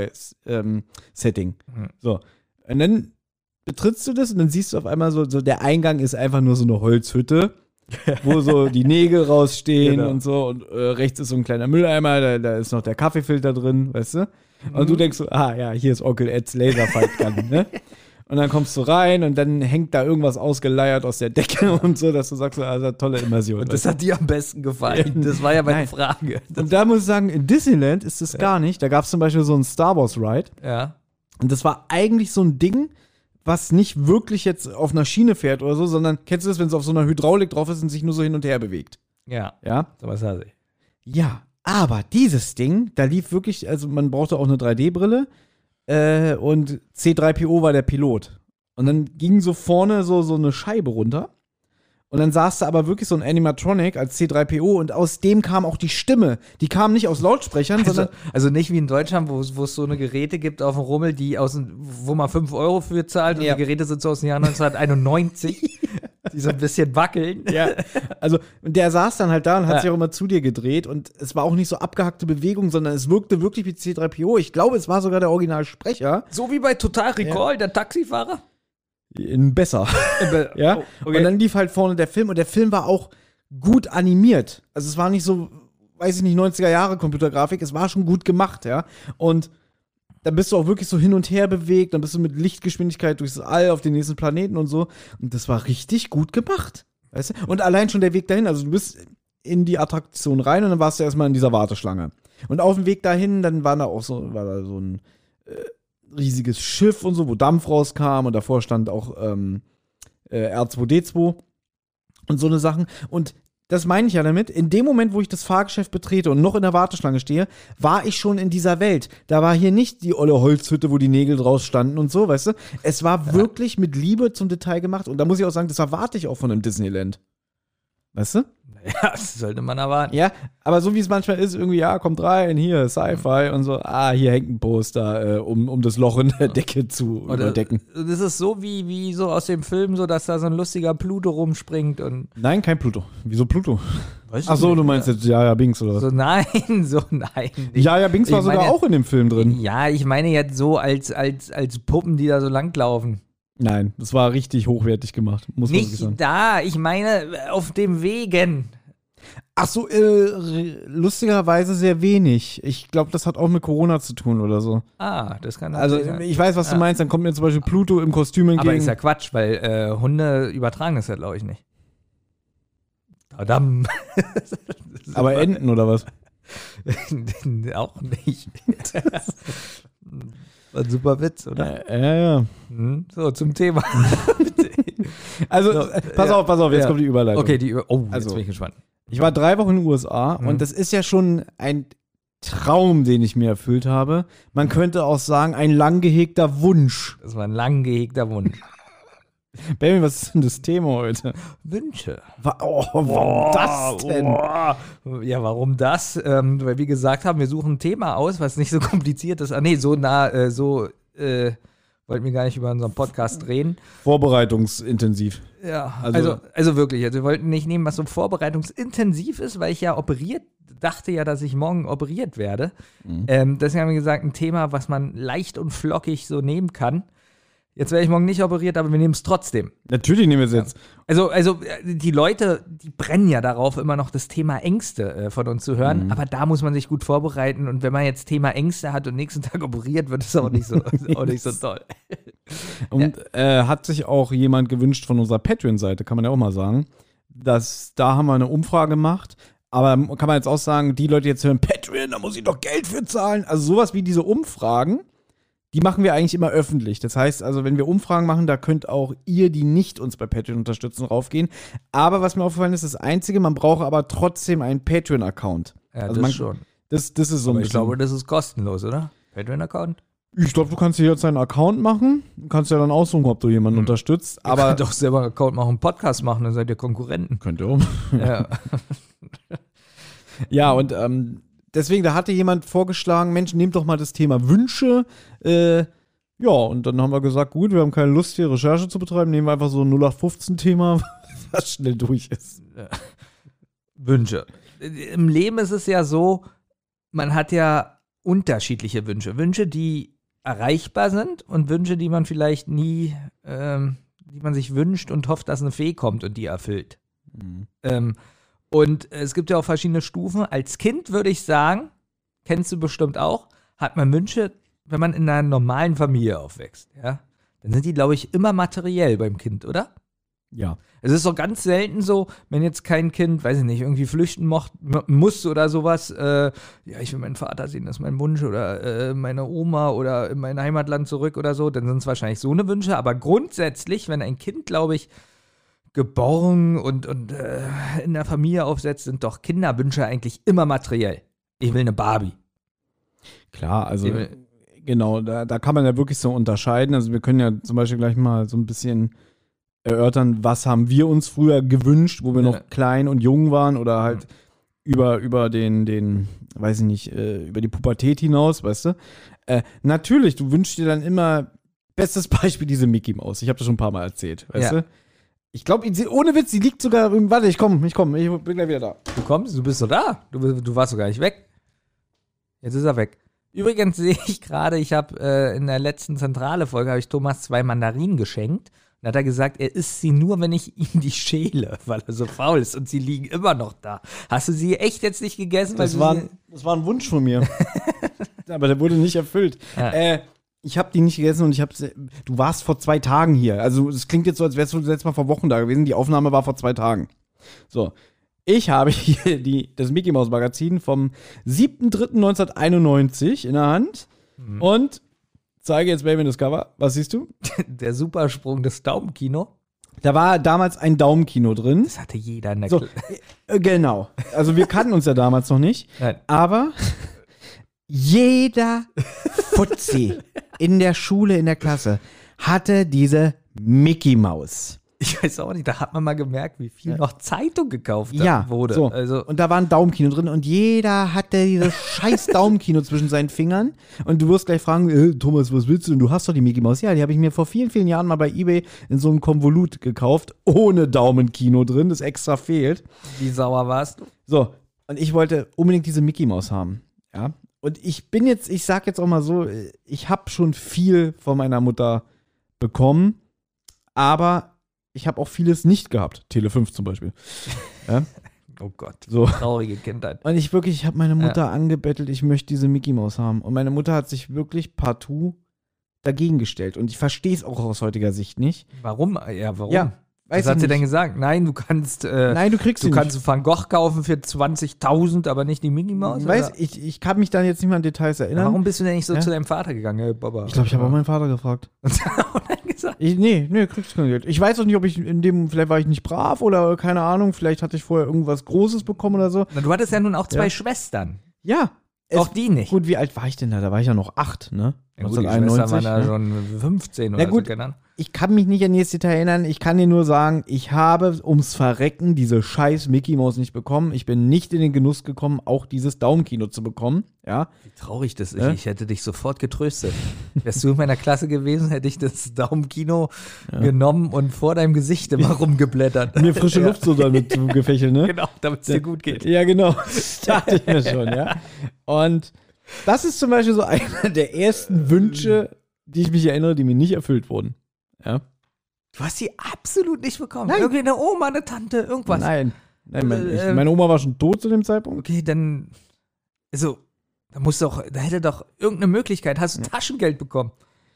Sci-Fi-Setting.
Mhm.
So. Und dann betrittst du das und dann siehst du auf einmal so, so der Eingang ist einfach nur so eine Holzhütte, wo so die Nägel rausstehen
Genau.
und so. Und äh, rechts ist so ein kleiner Mülleimer, da, da ist noch der Kaffeefilter drin, weißt du? Und
Mhm.
du denkst so, ah ja, hier ist Onkel Eds Laserfight Gun, ne? Und dann kommst du rein und dann hängt da irgendwas ausgeleiert aus der Decke und so, dass du sagst, so, also tolle Immersion.
Und das hat dir am besten gefallen. Das war ja meine
Nein.
Frage.
Und da muss ich sagen, in Disneyland ist das gar nicht. Da gab es zum Beispiel so einen Star Wars Ride.
Ja.
Und das war eigentlich so ein Ding, was nicht wirklich jetzt auf einer Schiene fährt oder so, sondern kennst du das, wenn es auf so einer Hydraulik drauf ist und sich nur so hin und her bewegt?
Ja.
Ja?
So was hatte ich.
Ja, aber dieses Ding, da lief wirklich, also man brauchte auch eine drei D-Brille äh, und C drei P O war der Pilot. Und dann ging so vorne so, so eine Scheibe runter. Und dann saß da aber wirklich so ein Animatronic als C drei P O und aus dem kam auch die Stimme. Die kam nicht aus Lautsprechern,
Also,
sondern
also nicht wie in Deutschland, wo es wo es so eine Geräte gibt auf dem Rummel, die aus dem- wo man fünf Euro für zahlt und
Ja.
die Geräte sind so aus dem Jahr neunzehnhunderteinundneunzig, die so ein bisschen wackeln.
ja, also und der saß dann halt da und hat
Ja.
sich auch immer zu dir gedreht und es war auch nicht so abgehackte Bewegung, sondern es wirkte wirklich wie C drei P O. Ich glaube, es war sogar der Originalsprecher.
So wie bei Total Recall, der Taxifahrer.
In besser. Ja,
Oh, okay.
und dann lief halt vorne der Film und der Film war auch gut animiert. Also es war nicht so, weiß ich nicht, neunziger Jahre Computergrafik, es war schon gut gemacht, ja. Und dann bist du auch wirklich so hin und her bewegt, dann bist du mit Lichtgeschwindigkeit durchs All auf den nächsten Planeten und so. Und das war richtig gut gemacht. Weißt du? Und allein schon der Weg dahin, also du bist in die Attraktion rein und dann warst du erstmal in dieser Warteschlange. Und auf dem Weg dahin, dann war da auch so, war da so ein äh, riesiges Schiff und so, wo Dampf rauskam und davor stand auch ähm, äh, R zwei D zwei und so eine Sachen. Und das meine ich ja damit, in dem Moment, wo ich das Fahrgeschäft betrete und noch in der Warteschlange stehe, war ich schon in dieser Welt. Da war hier nicht die olle Holzhütte, wo die Nägel draus standen und so, weißt du? Es war ja. wirklich mit Liebe zum Detail gemacht und da muss ich auch sagen, das erwarte ich auch von einem Disneyland. Weißt du?
Ja, das sollte man erwarten.
Ja, aber so wie es manchmal ist, irgendwie, ja, kommt rein, hier, Sci-Fi und so, ah, hier hängt ein Poster, äh, um, um das Loch in der Decke zu
Oder
überdecken.
das ist so wie, wie so aus dem Film, so dass da so ein lustiger Pluto rumspringt und.
Nein, kein Pluto. Wieso Pluto?
Weißt
Ach so, du meinst jetzt Jaja Binks oder was?
So, nein, so nein.
Jaja Binks war
ich meine
sogar
jetzt-
auch in dem Film drin.
Ja, ich meine jetzt so als, als, als Puppen, die da so langlaufen.
Nein, das war richtig hochwertig gemacht, muss man wirklich
Nicht
sagen.
da, ich meine auf dem Wegen.
Ach so, äh, r- lustigerweise sehr wenig. Ich glaube, das hat auch mit Corona zu tun oder so.
Ah, das kann
Also,
natürlich sein.
ich weiß, was du
Ja.
meinst, dann kommt mir zum Beispiel Pluto im Kostüm entgegen.
Aber ist ja Quatsch, weil äh, Hunde übertragen das ja, glaube ich, nicht. Tadam.
Aber Enten oder was?
Auch nicht. War ein super Witz, oder?
Äh, ja, ja.
Hm? So, zum Thema.
Also,
So,
äh, pass
ja.
auf, pass auf, jetzt
Ja.
kommt die Überleitung.
Okay, die Über Oh, jetzt
Also-
bin ich gespannt.
Ich war drei Wochen in den U S A
Mhm.
und das ist ja schon ein Traum, den ich mir erfüllt habe. Man könnte auch sagen, ein lang gehegter Wunsch.
Das war ein lang gehegter Wunsch.
Baby, was ist denn das Thema heute?
Wünsche.
Wa- Oh, warum das denn?
Boah. Ja, warum das? Ähm, weil wir gesagt haben, wir suchen ein Thema aus, was nicht so kompliziert ist. Ah, nee, so nah, äh, so, äh, wollten wir gar nicht über unseren Podcast reden.
Vorbereitungsintensiv.
Ja,
Also-
also, also, wirklich, also wir wollten nicht nehmen, was so vorbereitungsintensiv ist, weil ich ja operiert, dachte ja, dass ich morgen operiert werde.
Mhm.
Ähm, deswegen haben wir gesagt, ein Thema, was man leicht und flockig so nehmen kann. Jetzt werde ich morgen nicht operiert, aber wir nehmen es trotzdem.
Natürlich nehmen wir es jetzt.
Also, also äh, die Leute, die brennen ja darauf, immer noch das Thema Ängste äh, von uns zu hören,
Mhm.
aber da muss man sich gut vorbereiten und wenn man jetzt Thema Ängste hat und nächsten Tag operiert, wird es auch nicht so, auch nicht so toll.
Und äh, hat sich auch jemand gewünscht von unserer Patreon-Seite, kann man ja auch mal sagen, dass da haben wir eine Umfrage gemacht. Aber kann man jetzt auch sagen, die Leute, die jetzt hören, Patreon, da muss ich doch Geld für zahlen. Also sowas wie diese Umfragen, die machen wir eigentlich immer öffentlich. Das heißt, also wenn wir Umfragen machen, da könnt auch ihr, die nicht uns bei Patreon unterstützen, raufgehen. Aber was mir aufgefallen ist, das Einzige, man braucht aber trotzdem einen Patreon-Account.
Ja,
also
das
man,
schon.
Das, das ist so ein
Aber ich
bisschen.
glaube, das ist kostenlos, oder? Patreon-Account?
Ich glaube, du kannst dir jetzt einen Account machen. Du kannst ja dann aussuchen, ob du jemanden
Hm.
unterstützt.
Aber
Aber
doch selber einen Account machen, einen Podcast machen, dann seid ihr Konkurrenten.
könnt ihr.
Ja.
Ja, und ähm, deswegen, da hatte jemand vorgeschlagen, Mensch, nehmt doch mal das Thema Wünsche. Äh, ja, und dann haben wir gesagt, gut, wir haben keine Lust, hier Recherche zu betreiben, nehmen wir einfach so ein null acht fünfzehn-Thema, was schnell durch ist.
Wünsche. Im Leben ist es ja so, man hat ja unterschiedliche Wünsche. Wünsche, die erreichbar sind und Wünsche, die man vielleicht nie, ähm, die man sich wünscht und hofft, dass eine Fee kommt und die erfüllt.
Mhm.
Ähm, und es gibt ja auch verschiedene Stufen. Als Kind würde ich sagen, kennst du bestimmt auch, hat man Wünsche, wenn man in einer normalen Familie aufwächst, ja, dann sind die, glaube ich, immer materiell beim Kind, oder?
Ja.
Es ist doch ganz selten so, wenn jetzt kein Kind, weiß ich nicht, irgendwie flüchten mocht, m- muss oder sowas, äh, ja, ich will meinen Vater sehen, das ist mein Wunsch, oder äh, meine Oma oder in mein Heimatland zurück oder so, dann sind es wahrscheinlich so eine Wünsche, aber grundsätzlich, wenn ein Kind, glaube ich, geboren und, und äh, in der Familie aufsetzt, sind doch Kinderwünsche eigentlich immer materiell. Ich will eine Barbie.
Klar, also
Ich will-
genau, da, da kann man ja wirklich so unterscheiden. Also wir können ja zum Beispiel gleich mal so ein bisschen erörtern, was haben wir uns früher gewünscht, wo wir
Ja.
noch klein und jung waren oder halt über, über den, den, weiß ich nicht, äh, über die Pubertät hinaus, weißt du? Äh, natürlich, du wünschst dir dann immer, bestes Beispiel, diese Mickey Maus. Ich habe das schon ein paar Mal erzählt, weißt
Ja.
du? Ich glaube, ohne Witz, die liegt sogar, im- warte, ich komme, ich komme, ich bin gleich wieder da.
Du kommst, du bist so da. Du, bist- du warst so gar nicht weg. Jetzt ist er weg. Übrigens sehe ich gerade, ich habe äh, in der letzten Zentrale-Folge habe ich Thomas zwei Mandarinen geschenkt. Und hat er gesagt, er isst sie nur, wenn ich ihm die schäle, weil er so faul ist. Und sie liegen immer noch da. Hast du sie echt jetzt nicht gegessen? weil
Das
du
war,
sie-
ein- das war ein Wunsch von mir. Aber der wurde nicht erfüllt.
Ja.
Äh, ich habe die nicht gegessen und ich habe du warst vor zwei Tagen hier. Also es klingt jetzt so, als wärst du das letzte Mal vor Wochen da gewesen. Die Aufnahme war vor zwei Tagen. So, ich habe hier die, das Mickey Mouse Magazin vom siebten dritten neunzehnhunderteinundneunzig in der Hand und zeige jetzt Baby das Cover. Was siehst du?
Der Supersprung des Daumenkino.
Da war damals ein Daumenkino drin.
Das hatte jeder in der
So,
Kla-
äh, genau. Also wir kannten uns ja damals noch nicht.
Nein.
Aber jeder Fuzzi in der Schule, in der Klasse, hatte diese Mickey Maus.
Ich weiß auch nicht, da hat man mal gemerkt, wie viel noch Zeitung gekauft
Ja,
wurde.
so.
Also,
Und da war ein Daumenkino drin und jeder hatte dieses scheiß Daumenkino zwischen seinen Fingern. Und du wirst gleich fragen, äh, Thomas, was willst du denn? Du hast doch die Mickey Maus. Ja, die habe ich mir vor vielen, vielen Jahren mal bei eBay in so einem Konvolut gekauft, ohne Daumenkino drin, das extra fehlt.
wie sauer warst du?
So, und ich wollte unbedingt diese Mickey Maus haben. Ja. Und ich bin jetzt, ich sag jetzt auch mal so, ich habe schon viel von meiner Mutter bekommen, aber ich habe auch vieles nicht gehabt. Tele fünf zum Beispiel. Ja.
Oh Gott,
So.
traurige Kindheit.
Und ich wirklich, ich habe meine Mutter angebettelt, ich möchte diese Mickey Maus haben. Und meine Mutter hat sich wirklich partout dagegen gestellt. Und ich verstehe es auch aus heutiger Sicht nicht.
Warum? Ja, warum?
Ja,
Was
weiß
hat
ich
sie
nicht.
denn gesagt? Nein, du kannst, äh,
Nein, du kriegst
du
sie
kannst
nicht.
Van Gogh kaufen für zwanzigtausend, aber nicht die Mickey Maus?
Weiß,
oder?
ich, ich kann mich da jetzt nicht mehr an Details erinnern.
Warum bist du denn nicht so
Ja.
zu deinem Vater gegangen, hey, Baba?
Ich glaube, ich habe auch meinen Vater gefragt.
Und dann gesagt,
Ich, nee, nee, kriegst kein Geld. Ich weiß auch nicht, ob ich in dem, vielleicht war ich nicht brav oder keine Ahnung, vielleicht hatte ich vorher irgendwas Großes bekommen oder so.
na, du hattest ja nun auch zwei
Ja.
Schwestern.
Ja. Es,
Auch die nicht.
Gut, wie alt war ich denn da? Da war ich ja noch acht, ne?
Ja, gut, die Schwestern waren da
ne?
schon fünfzehn
Na
oder
gut.
so, keine Ahnung.
Ich kann mich nicht an jedes Detail erinnern. Ich kann dir nur sagen, ich habe ums Verrecken diese scheiß Mickey Maus nicht bekommen. Ich bin nicht in den Genuss gekommen, auch dieses Daumenkino zu bekommen. Ja.
Wie traurig das ist.
Ja?
Ich hätte dich sofort getröstet. Wärst du in meiner Klasse gewesen, hätte ich das Daumenkino genommen und vor deinem Gesicht immer rumgeblättert.
Mir frische
Ja.
Luft so damit gefächelt, ne?
Genau, damit es dir gut geht.
Ja, genau. Das dachte ich mir schon, ja. Und das ist zum Beispiel so einer der ersten Wünsche, die ich mich erinnere, die mir nicht erfüllt wurden. Ja.
Du hast sie absolut nicht bekommen.
Nein.
Irgendwie eine Oma, eine Tante, irgendwas.
Nein. Nein, mein, ich,
Äh,
meine Oma war schon tot zu dem Zeitpunkt.
Okay, dann, also, da muss doch, da hätte doch irgendeine Möglichkeit. Hast du Taschengeld bekommen?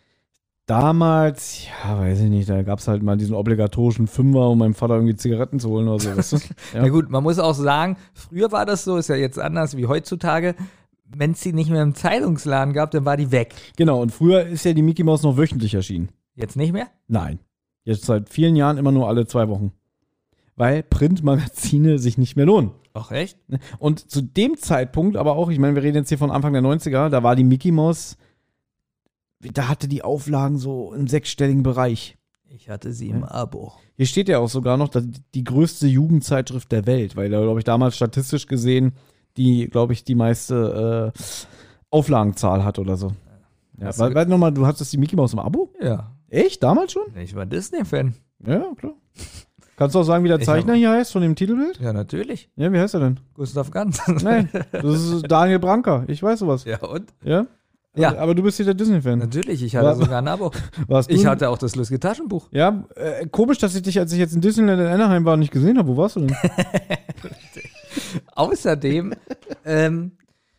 Damals, ja, weiß ich nicht, da gab es halt mal diesen obligatorischen Fünfer, um meinem Vater irgendwie Zigaretten zu holen oder so. Weißt du? Ja.
Na gut, man muss auch sagen, früher war das so, ist ja jetzt anders wie heutzutage. wenn es die nicht mehr im Zeitungsladen gab, dann war die weg.
Genau, und früher ist ja die Mickey Maus noch wöchentlich erschienen.
Jetzt nicht mehr?
Nein. Jetzt seit vielen Jahren immer nur alle zwei Wochen. Weil Printmagazine sich nicht mehr lohnen.
Ach, echt?
Und zu dem Zeitpunkt, aber auch, ich meine, wir reden jetzt hier von Anfang der neunziger, da war die Mickey Maus, da hatte die Auflagen so im sechsstelligen Bereich.
Ich hatte sie im Abo.
Hier steht ja auch sogar noch, dass die größte Jugendzeitschrift der Welt, weil da, glaube ich, damals statistisch gesehen die, glaube ich, die meiste äh, Auflagenzahl hat oder so. Ja,
Hast
weil,
du-
weil nochmal, du hattest die Mickey Maus im Abo?
Ja.
Echt? Damals schon?
Ich war Disney-Fan.
Ja, klar. Kannst du auch sagen, wie der
Ich
Zeichner
hab-
hier heißt von dem Titelbild?
Ja, natürlich.
Ja, wie heißt er denn?
Gustav Ganz.
Nein, das ist Daniel Branker. Ich weiß sowas.
Ja, und?
Ja?
Ja.
Aber, aber du bist hier der Disney-Fan.
Natürlich, ich hatte
War-
sogar ein Abo.
Warst du?
Ich hatte auch das lustige Taschenbuch.
Ja, äh, komisch, dass ich dich, als ich jetzt in Disneyland in Anaheim war, nicht gesehen habe. Wo warst du denn?
Außerdem, ähm,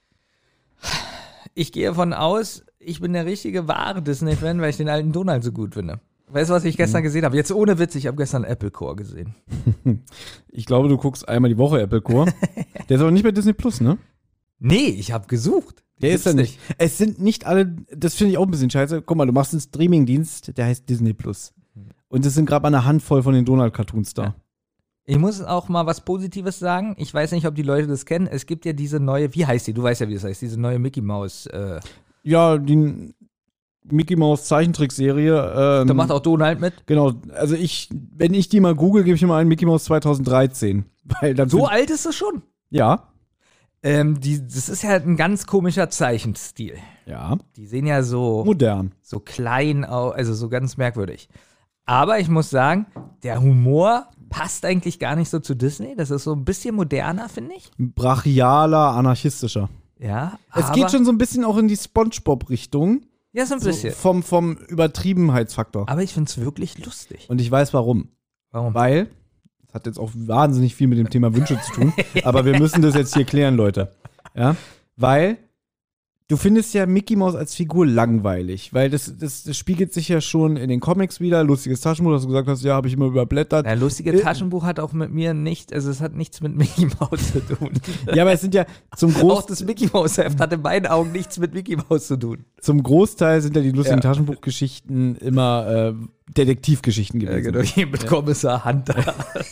ich gehe davon aus, ich bin der richtige wahre Disney-Fan, weil ich den alten Donald so gut finde. Weißt du, was ich gestern gesehen habe? Jetzt ohne Witz, ich habe gestern Apple Core gesehen.
Ich glaube, du guckst einmal die Woche Apple Core. Der ist aber nicht bei Disney Plus, ne?
Nee, ich habe gesucht.
Der
Gibt's
ist da nicht. Es sind nicht alle, das finde ich auch ein bisschen scheiße. Guck mal, du machst einen Streaming-Dienst, der heißt Disney Plus. Und es sind gerade mal eine Handvoll von den Donald-Cartoons da.
Ich muss auch mal was Positives sagen. Ich weiß nicht, ob die Leute das kennen. Es gibt ja diese neue, wie heißt die? Du weißt ja, wie das heißt. Diese neue Mickey Mouse. Äh,
Ja, die Mickey Mouse Zeichentrickserie. Ähm,
da macht auch Donald mit.
Genau, also ich, wenn ich die mal google, gebe ich immer einen Mickey Mouse zweitausenddreizehn. Weil dann
So
find-
alt ist es schon.
Ja.
Ähm, die, das ist ja ein ganz komischer Zeichenstil.
Ja.
Die sehen ja so,
Modern.
so klein aus, also so ganz merkwürdig. Aber ich muss sagen, der Humor passt eigentlich gar nicht so zu Disney. Das ist so ein bisschen moderner, finde ich.
Brachialer, anarchistischer.
Ja,
Es
aber,
geht schon so ein bisschen auch in die SpongeBob-Richtung.
Ja, so ein
So
bisschen.
vom, vom Übertriebenheitsfaktor.
Aber ich finde es wirklich lustig.
Und ich weiß warum.
Warum?
Weil, das hat jetzt auch wahnsinnig viel mit dem Thema Wünsche zu tun, aber wir müssen das jetzt hier klären, Leute. Ja, weil du findest ja Mickey Mouse als Figur langweilig, weil das, das, das spiegelt sich ja schon in den Comics wieder. Lustiges Taschenbuch, dass du gesagt hast, ja, habe ich immer überblättert.
Ein lustige
Äh,
Taschenbuch hat auch mit mir nicht, also es hat nichts mit Mickey Mouse zu tun.
Ja, aber es sind ja zum,
Auch
Groß,
das Mickey Mouse Heft hat in meinen Augen nichts mit Mickey Mouse zu tun.
zum Großteil sind ja die lustigen
Ja.
Taschenbuchgeschichten immer äh, Detektivgeschichten
Ja,
gewesen.
genau, hier mit Kommissar Hunter.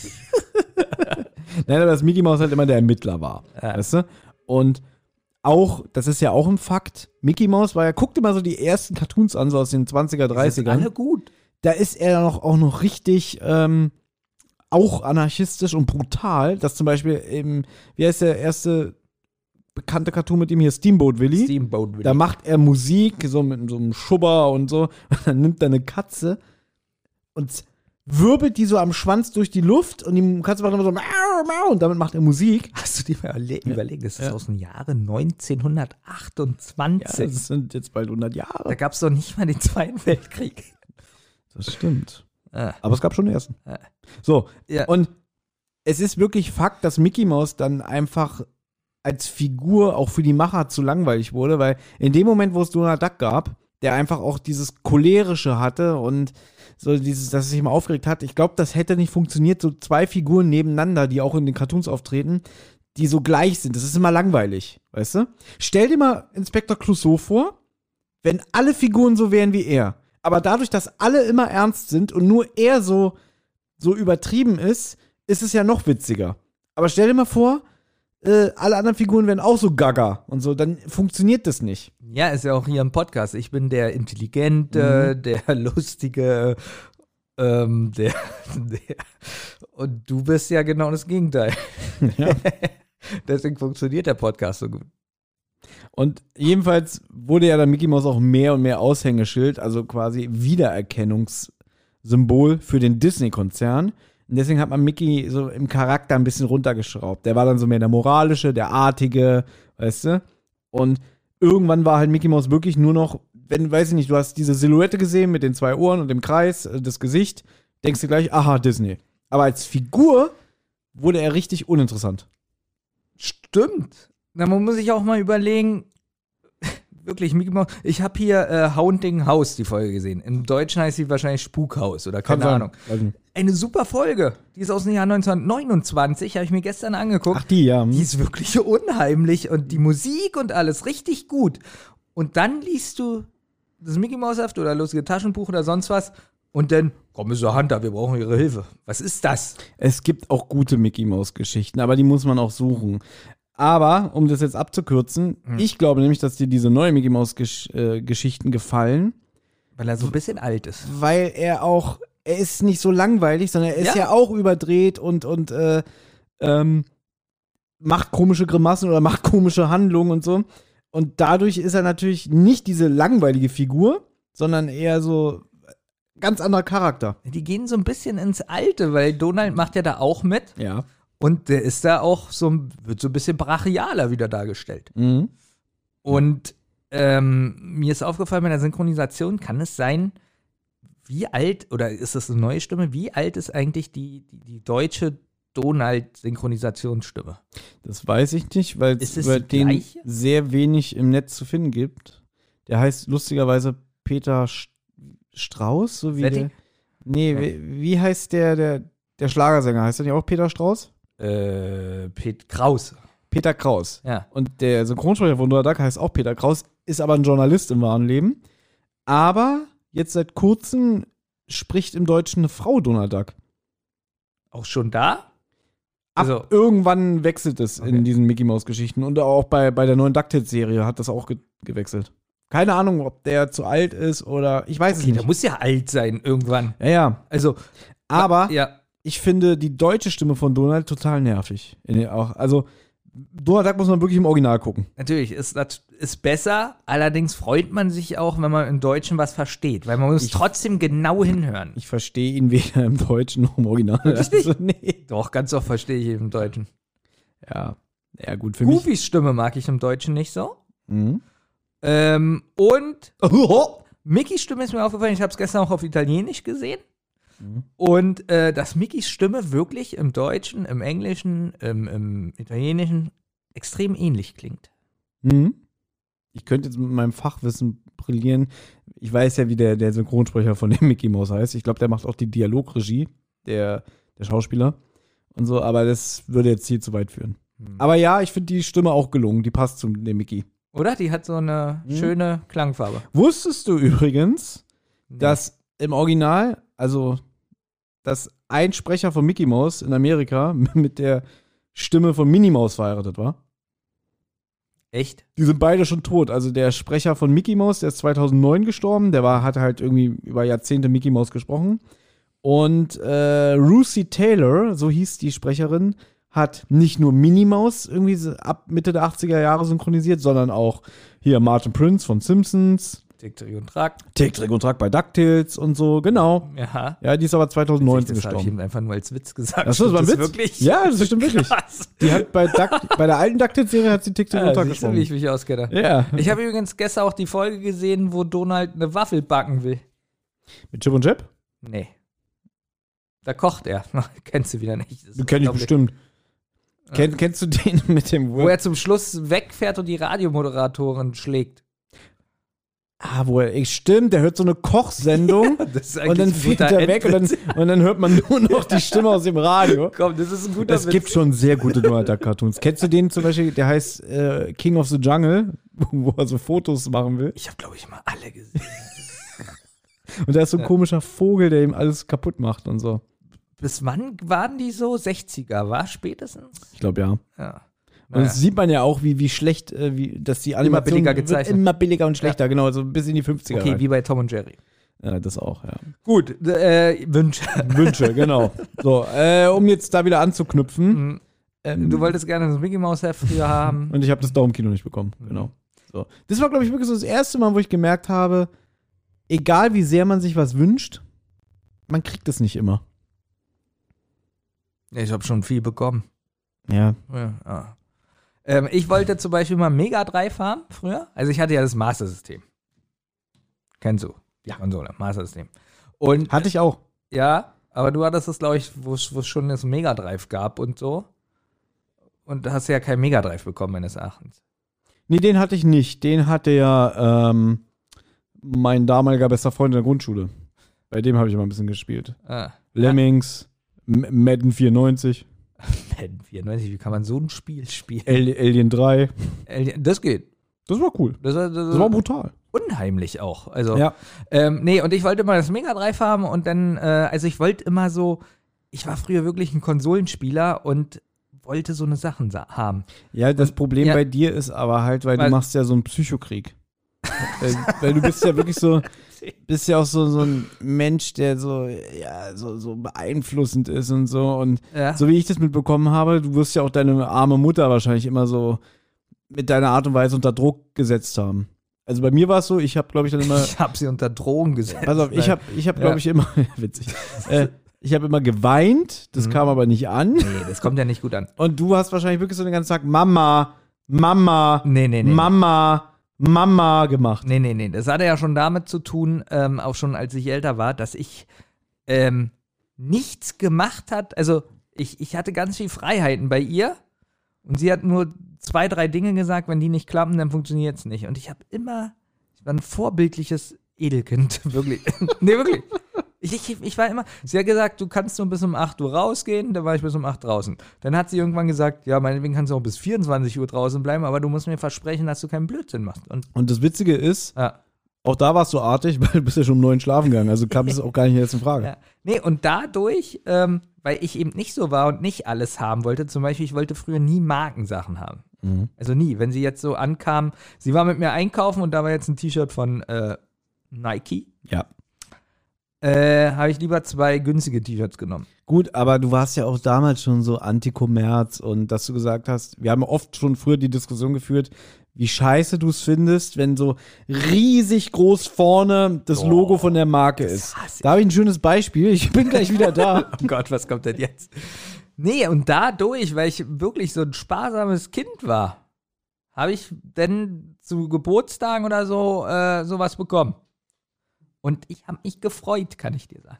Nein, aber dass Mickey Mouse halt immer der Ermittler war.
Ja.
Weißt du? Und auch, das ist ja auch ein Fakt, Mickey Mouse war ja, guck dir mal so die ersten Cartoons an, so aus den zwanziger,
Die sind
dreißigern.
alle gut.
Da ist er noch, auch noch richtig, ähm, auch anarchistisch und brutal, dass zum Beispiel im, wie heißt der erste bekannte Cartoon mit ihm hier, Steamboat Willie?
Steamboat Willie.
Da macht er Musik, so mit so einem Schubber und so. Und dann nimmt er eine Katze und wirbelt die so am Schwanz durch die Luft und die Katze macht immer so mau, mau, und damit macht er Musik.
Hast du dir mal überle- überlegt, das ist
Ja.
aus dem Jahre
Ja,
neunzehnhundertachtundzwanzig.
das sind jetzt bald hundert Jahre.
Da gab es doch nicht mal den Zweiten Weltkrieg.
Das stimmt.
Ah.
Aber es gab schon den ersten.
Ja.
So,
Ja.
und es ist wirklich Fakt, dass Mickey Mouse dann einfach als Figur auch für die Macher zu langweilig wurde, weil in dem Moment, wo es Donald Duck gab, der einfach auch dieses Cholerische hatte und so dieses, dass es sich mal aufgeregt hat, ich glaube, das hätte nicht funktioniert, so zwei Figuren nebeneinander, die auch in den Cartoons auftreten, die so gleich sind. Das ist immer langweilig, weißt du? Stell dir mal Inspektor Clouseau vor, wenn alle Figuren so wären wie er. Aber dadurch, dass alle immer ernst sind und nur er so, so übertrieben ist, ist es ja noch witziger. Aber stell dir mal vor, äh, alle anderen Figuren wären auch so gaga und so, dann funktioniert das nicht.
Ja, ist ja auch hier im Podcast. Ich bin der Intelligente, der Lustige, ähm, der, der. Und du bist ja genau das Gegenteil.
Ja.
Deswegen funktioniert der Podcast so gut.
Und jedenfalls wurde ja dann Mickey Mouse auch mehr und mehr Aushängeschild, also quasi Wiedererkennungssymbol für den Disney-Konzern. Und deswegen hat man Mickey so im Charakter ein bisschen runtergeschraubt. Der war dann so mehr der moralische, der artige, weißt du? Und irgendwann war halt Mickey Mouse wirklich nur noch, wenn, weiß ich nicht, du hast diese Silhouette gesehen mit den zwei Ohren und dem Kreis, äh, das Gesicht, denkst du gleich, aha, Disney. Aber als Figur wurde er richtig uninteressant.
Stimmt. Na, man muss sich auch mal überlegen, wirklich Mickey Mouse. Ich habe hier äh, Haunting House, die Folge gesehen. Im Deutschen heißt sie wahrscheinlich Spukhaus oder keine
Kann
Ahnung.
sein. Weiß nicht.
Eine super Folge. Die ist aus dem Jahr neunzehnhundertneunundzwanzig, habe ich mir gestern angeguckt.
Ach, die, ja.
Die ist wirklich unheimlich und die Musik und alles richtig gut. Und dann liest du das Mickey Mouse Heft oder lustige Taschenbuch oder sonst was und dann, Kommissar Hunter, wir brauchen Ihre Hilfe. Was ist das?
Es gibt auch gute Mickey Mouse Geschichten, aber die muss man auch suchen. Aber, um das jetzt abzukürzen, hm. ich glaube nämlich, dass dir diese neuen Mickey Mouse Gesch- äh, Geschichten gefallen.
Weil er so ein bisschen alt ist.
Weil er auch, er ist nicht so langweilig, sondern er ist ja, ja auch überdreht und, und äh, ähm, macht komische Grimassen oder macht komische Handlungen und so. Und dadurch ist er natürlich nicht diese langweilige Figur, sondern eher so ganz anderer Charakter.
Die gehen so ein bisschen ins Alte, weil Donald macht ja da auch mit.
Ja.
Und der ist da auch so, wird so ein bisschen brachialer wieder dargestellt.
Mhm.
Und ähm, mir ist aufgefallen bei der Synchronisation, kann es sein, wie alt, oder ist das eine neue Stimme, wie alt ist eigentlich die, die, die deutsche Donald-Synchronisationsstimme?
Das weiß ich nicht, weil es über den
gleiche?
sehr wenig im Netz zu finden gibt. Der heißt lustigerweise Peter St- Strauß, so wie
Setti?
der, Nee,
Ja.
wie, wie heißt der, der, der Schlagersänger? Heißt der nicht auch Peter Strauß?
Äh, Pet Kraus.
Peter Kraus.
Ja.
Und der Synchronsprecher von Donald Duck heißt auch Peter Kraus, ist aber ein Journalist im wahren Leben. Aber jetzt seit kurzem spricht im Deutschen eine Frau Donald Duck.
Auch schon da?
Ab
Also-
irgendwann wechselt es
Okay.
in diesen Mickey Mouse Geschichten. Und auch bei, bei der neuen DuckTales-Serie hat das auch ge- gewechselt. Keine Ahnung, ob der zu alt ist oder ich weiß
Okay,
es
der
nicht.
muss ja alt sein irgendwann.
Ja, ja.
Also,
Aber
ja.
ich finde die deutsche Stimme von Donald total nervig. In den auch, also Donald Duck muss man wirklich im Original gucken.
Natürlich, ist, das ist besser, allerdings freut man sich auch, wenn man im Deutschen was versteht, weil man muss
Ich-
trotzdem genau hinhören.
Ich verstehe ihn weder im Deutschen noch im Original.
Wirklich nicht?
Also, nee.
Doch, ganz oft verstehe ich ihn im Deutschen.
Ja. Ja, gut, für mich.
Goofys Stimme mag ich im Deutschen nicht so.
Mhm.
Ähm, und Mickys Stimme ist mir aufgefallen, ich habe es gestern auch auf Italienisch gesehen.
Mhm.
Und äh, dass Mickys Stimme wirklich im Deutschen, im Englischen, im, im Italienischen extrem ähnlich klingt.
Mhm. Ich könnte jetzt mit meinem Fachwissen brillieren. Ich weiß ja, wie der, der Synchronsprecher von dem Mickey Mouse heißt. Ich glaube, der macht auch die Dialogregie, der, der Schauspieler und so, aber das würde jetzt hier zu weit führen.
Hm.
Aber ja, ich finde die Stimme auch gelungen. Die passt zu dem Mickey.
Oder? Die hat so eine
Mhm.
schöne Klangfarbe.
Wusstest du übrigens, dass im Original, also dass ein Sprecher von Mickey Mouse in Amerika mit der Stimme von Minnie Maus verheiratet war?
Echt?
Die sind beide schon tot. Also der Sprecher von Mickey Mouse, der ist zweitausendneun gestorben, der war, hat halt irgendwie über Jahrzehnte Mickey Mouse gesprochen. Und äh, Russi Taylor, so hieß die Sprecherin, hat nicht nur Minnie Maus irgendwie so ab Mitte der achtziger Jahre synchronisiert, sondern auch hier Martin Prince von Simpsons,
Tick, Trick und Track.
Tick, Trick und Track bei DuckTales und so, genau.
Ja.
Ja, die ist aber zweitausendneunzehn
Das habe ich
gestorben.
ihm einfach nur als Witz gesagt.
Das ist mal ein
Stimmt
Witz?
wirklich?
Ja, das stimmt wirklich.
Krass.
Die hat bei, Duck, bei der alten DuckTales-Serie hat sie Tick, Trick und
Ja,
Track
siehst du,
gesprochen.
wie ich mich auskenne.
Ja.
Ich habe übrigens gestern auch die Folge gesehen, wo Donald eine Waffel backen will.
Mit Chip und Chap?
Nee. Da kocht er. Kennst du wieder nicht. Das
Du
ist
kenn ich
unglaublich.
bestimmt. Kenn, kennst du den mit dem
Wo er zum Schluss wegfährt und die Radiomoderatorin schlägt.
Ah, wo er, ey, stimmt, der hört so eine Kochsendung
Das ist
und dann
ein
fährt
guter
er weg und dann,
Endwitz.
und dann hört man nur noch die Stimme aus dem Radio.
Komm, das ist ein guter
Es
Witz.
gibt schon sehr gute Donald Duck Cartoons. Kennst du den zum Beispiel, der heißt äh, King of the Jungle, wo er so Fotos machen will?
Ich habe, glaube ich, mal alle gesehen.
Und da ist so ein komischer Vogel, der ihm alles kaputt macht und so.
Bis wann waren die so? sechziger, war spätestens?
Ich glaube, ja.
Ja.
Und das sieht man ja auch, wie, wie schlecht, äh, wie, dass die Animation
billiger
wird
gezeichnet.
immer billiger und schlechter, genau, so bis in die fünfziger.
Okay,
rein.
wie bei Tom und Jerry.
Ja, das auch, ja.
Gut, äh, Wünsche.
Wünsche, genau. So, äh, um jetzt da wieder anzuknüpfen. Ähm,
Du wolltest gerne das Mickey Mouse Heft früher haben.
Und ich habe das Daumenkino nicht bekommen, genau. So. Das war, glaube ich, wirklich so das erste Mal, wo ich gemerkt habe, egal wie sehr man sich was wünscht, man kriegt es nicht immer.
Ich habe schon viel bekommen.
Ja.
Ja, ja. Ähm, ich wollte zum Beispiel mal Mega Drive haben früher. Also ich hatte ja das Master System. Kennst du? Ja. Konsole, Master System. Und
Hatte ich auch.
ja, aber du hattest das, glaube ich, wo es wo es schon das Mega Drive gab und so. Und da hast du ja kein Mega Drive bekommen, meines Erachtens.
Nee, den hatte ich nicht. Den hatte ja ähm, mein damaliger bester Freund in der Grundschule. Bei dem habe ich immer ein bisschen gespielt.
Ah.
Lemmings, M- Madden vierundneunzig,
Madden vierundneunzig, wie kann man so ein Spiel spielen?
Al- Alien drei.
Alien- Das geht.
Das war cool.
Das, das,
Das war brutal.
unheimlich auch. Also,
Ja.
ähm, nee, und ich wollte immer das Mega Drive haben und dann, äh, also ich wollte immer so, ich war früher wirklich ein Konsolenspieler und wollte so eine Sachen sa- haben.
Ja, das Problem
Ja.
bei dir ist aber halt, weil,
Weil-
du machst ja so einen Psychokrieg. weil, weil du bist ja wirklich so, bist ja auch so, so ein Mensch, der so, ja, so, so beeinflussend ist und so. Und
Ja.
so wie ich das mitbekommen habe, du wirst ja auch deine arme Mutter wahrscheinlich immer so mit deiner Art und Weise unter Druck gesetzt haben. Also bei mir war es so, ich habe, glaube ich, dann immer.
Ich habe sie unter Drogen gesetzt.
Pass auf, ich habe, ich hab,
Ja.
glaube ich, immer. Witzig. Äh, ich habe immer geweint, das
Mhm.
kam aber nicht an.
Nee, das kommt ja nicht gut an.
Und du hast wahrscheinlich wirklich so den ganzen Tag Mama, Mama,
Nee, nee, nee.
Mama, Mama gemacht.
Nee, nee, nee. Das hatte ja schon damit zu tun, ähm, auch schon als ich älter war, dass ich ähm, nichts gemacht hat. Also ich, ich hatte ganz viel Freiheiten bei ihr und sie hat nur zwei, drei Dinge gesagt, wenn die nicht klappen, dann funktioniert es nicht. Und ich habe immer, ich war ein vorbildliches Edelkind, wirklich. Nee, wirklich. Ich, ich, ich war immer, sie hat gesagt, du kannst nur bis um acht Uhr rausgehen, dann war ich bis um acht draußen. Dann hat sie irgendwann gesagt, ja, meinetwegen kannst du auch bis vierundzwanzig Uhr draußen bleiben, aber du musst mir versprechen, dass du keinen Blödsinn machst. Und
Und das Witzige ist,
ja.
auch da warst du artig, weil du bist ja schon um neun schlafen gegangen. Also kam es auch gar nicht jetzt in Frage.
Ja. Nee, und dadurch, ähm, weil ich eben nicht so war und nicht alles haben wollte, zum Beispiel, ich wollte früher nie Markensachen haben.
Mhm.
Also nie. Wenn sie jetzt so ankam, sie war mit mir einkaufen und da war jetzt ein T-Shirt von äh, Nike,
Ja.
äh, habe ich lieber zwei günstige T-Shirts genommen.
Gut, aber du warst ja auch damals schon so Anti-Kommerz und dass du gesagt hast, wir haben oft schon früher die Diskussion geführt, wie scheiße du es findest, wenn so riesig groß vorne das
Oh,
Logo von der Marke ist.
hasse ich.
Da habe ich ein schönes Beispiel. Ich bin gleich wieder da.
Oh Gott, was kommt denn jetzt? Nee, und dadurch, weil ich wirklich so ein sparsames Kind war, habe ich denn zu Geburtstagen oder so äh, sowas bekommen. Und ich habe mich gefreut, kann ich dir sagen.